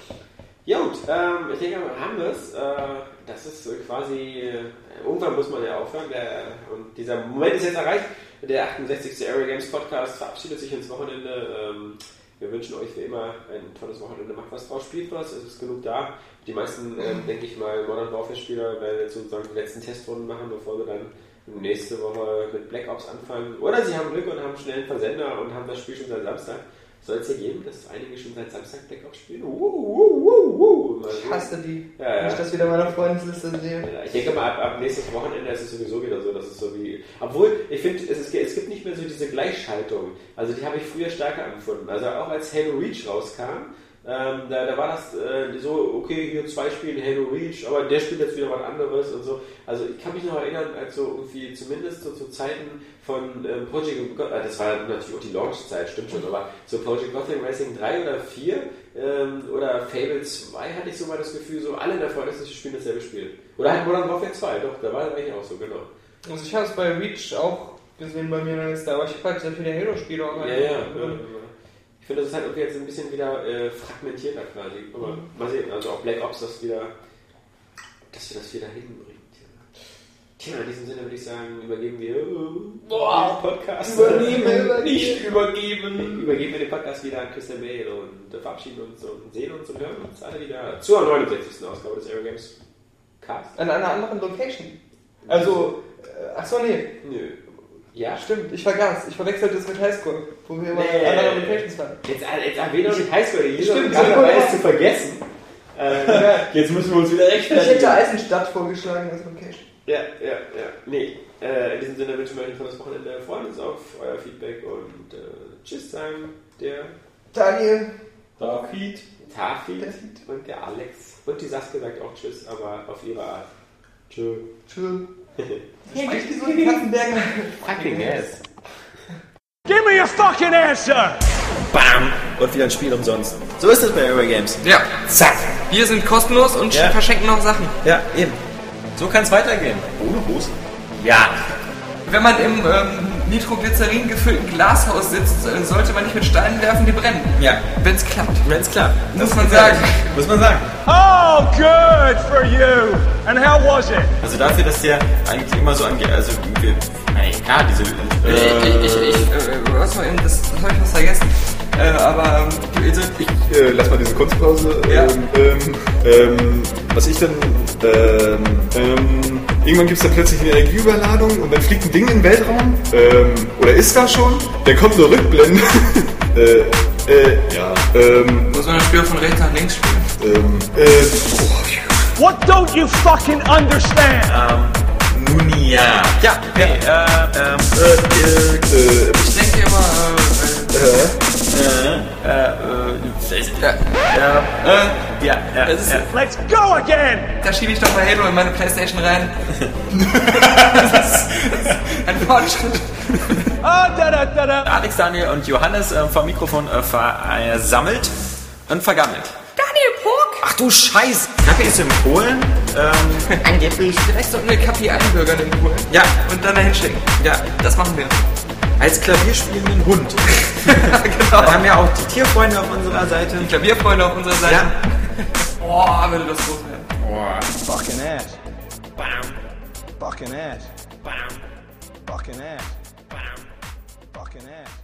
ja gut, ähm, ich denke, wir haben das. Äh, das ist äh, quasi, äh, irgendwann muss man ja aufhören. Der, und dieser Moment ist jetzt erreicht. Der achtundsechzigste Area Games Podcast verabschiedet sich ins Wochenende. Ähm, wir wünschen euch wie immer ein tolles Wochenende. Macht was draus, spielt was, es ist genug da. Die meisten, ähm, denke ich mal, Modern Warfare-Spieler werden jetzt sozusagen die letzten Testrunden machen, bevor wir dann nächste Woche mit Black Ops anfangen. Oder sie haben Glück und haben schnell einen Versender und haben das Spiel schon seit Samstag. Soll es ja geben, dass einige schon seit Samstag Black Ops spielen? Uh, uh, uh, uh. Ich hasse die. Ja, ja. Wenn ich das wieder in meiner Freundesliste sehe. Ja, ich denke mal, ab, ab nächstes Wochenende ist es sowieso wieder so, dass es so wie... Obwohl, ich finde, es, ist, es gibt nicht mehr so diese Gleichschaltung. Also die habe ich früher stärker empfunden. Also auch als Halo Reach rauskam, Ähm, da, da war das äh, so, okay, hier zwei Spiele, Halo Reach, aber der spielt jetzt wieder was anderes und so. Also ich kann mich noch erinnern, als so irgendwie zumindest so zu Zeiten von ähm, Project Gotham, äh, das war natürlich auch die Launchzeit, stimmt schon, aber so Project Gotham Racing drei oder vier ähm, oder Fable zwei hatte ich so mal das Gefühl, so alle der vorletzten spielen dasselbe Spiel. Oder halt Modern Warfare zwei, doch, da war das eigentlich auch so, genau. Also ich habe es bei Reach auch gesehen bei mir, dann ist da, aber ich habe halt sehr viele Halo-Spiele auch. Ja, ja, ja, ja. Ich finde, das ist halt irgendwie jetzt ein bisschen wieder äh, fragmentierter quasi. Aber mhm. mal sehen, also auch Black Ops, das wieder, dass wir das wieder hinbringen. Tja, in diesem Sinne würde ich sagen, übergeben wir äh, Boah, den Podcast. Übernehmen, nicht übergeben. Übergeben wir den Podcast wieder an Christian Bale und äh, verabschieden uns und sehen uns und hören uns alle wieder zur neunundsechzigsten Ausgabe des Aero Games Cast. An einer anderen Location. Also, äh, achso, nee. Nö. Ja, stimmt, ich vergaß. Ich verwechselte das mit Highschool, wo wir immer nee, an anderen Locations waren. Jetzt, jetzt erwähnen wir nicht Highschool, hier stimmt, gerade dabei ist zu vergessen. Ähm, jetzt müssen wir uns wieder rechtfertigen. Ich hätte Eisenstadt vorgeschlagen als Location. Ja, ja, ja. Nee, äh, in diesem Sinne wünschen wir euch ein tolles Wochenende. Freuen uns auf euer Feedback und äh, tschüss sagen der Daniel, David, Tafid und der Alex. Und die Saskia sagt auch tschüss, aber auf ihre Art. Tschö. Tschö. Sprich die so die Katzenberger? Fucking ass. Give me a fucking answer! Bam! Und wieder ein Spiel umsonst. So ist es bei Eurogames. Ja. Zack! Wir sind kostenlos und Ja. verschenken noch Sachen. Ja, eben. So kann es weitergehen. Ohne Hosen? Ja. Wenn man im ähm, Nitroglycerin gefüllten Glashaus sitzt, äh, sollte man nicht mit Steinen werfen, die brennen. Ja. Wenn es klappt. Wenn's klappt. Muss man sagen. Muss man sagen. Oh, good for you! And how was it? Also dafür, dass der eigentlich immer so angeht. Also, wir, ja, diese... Äh, ich, ich, ich, äh, was mal eben, das, das habe ich was vergessen. Äh, aber, ähm, also, ich, Äh, lass mal diese Kunstpause. Ja. Ähm, ähm, ähm, was ich dann. Ähm, ähm, irgendwann gibt es dann plötzlich eine Energieüberladung und dann fliegt ein Ding in den Weltraum. Ähm, oder ist da schon? Dann kommt so Rückblenden. äh, äh, ja. Ähm, muss man das Spiel von rechts nach links spielen? ähm, äh, oh, What don't you fucking understand? Ähm, nun ja. Ja, okay. Äh, ähm, äh, äh, Ich denke immer, äh, äh, äh, äh, äh, ja, äh, ja, ja, das ist, ja. Let's go again! da schiebe ich doch mal Halo in meine Playstation rein. das, ist, das ist ein Fortschritt. Ah, da, da, da, da. Alex, Daniel und Johannes äh, vom Mikrofon äh, versammelt und vergammelt. Daniel Puck! Ach du Scheiß! Kacke ist in Polen. Ähm, angeblich. Vielleicht sollten wir Kapi einbürgern in Polen. Ja, Und dann dahin schicken. ja. Das machen wir. Als klavierspielenden Hund. Genau. Wir haben ja auch die Tierfreunde auf unserer Seite. Die Klavierfreunde auf unserer Seite. Ja. Boah, würde das groß werden. Boah. Fucking ass. Bam. Fucking ass. Bam. Fucking ass. Bam. Fucking ass.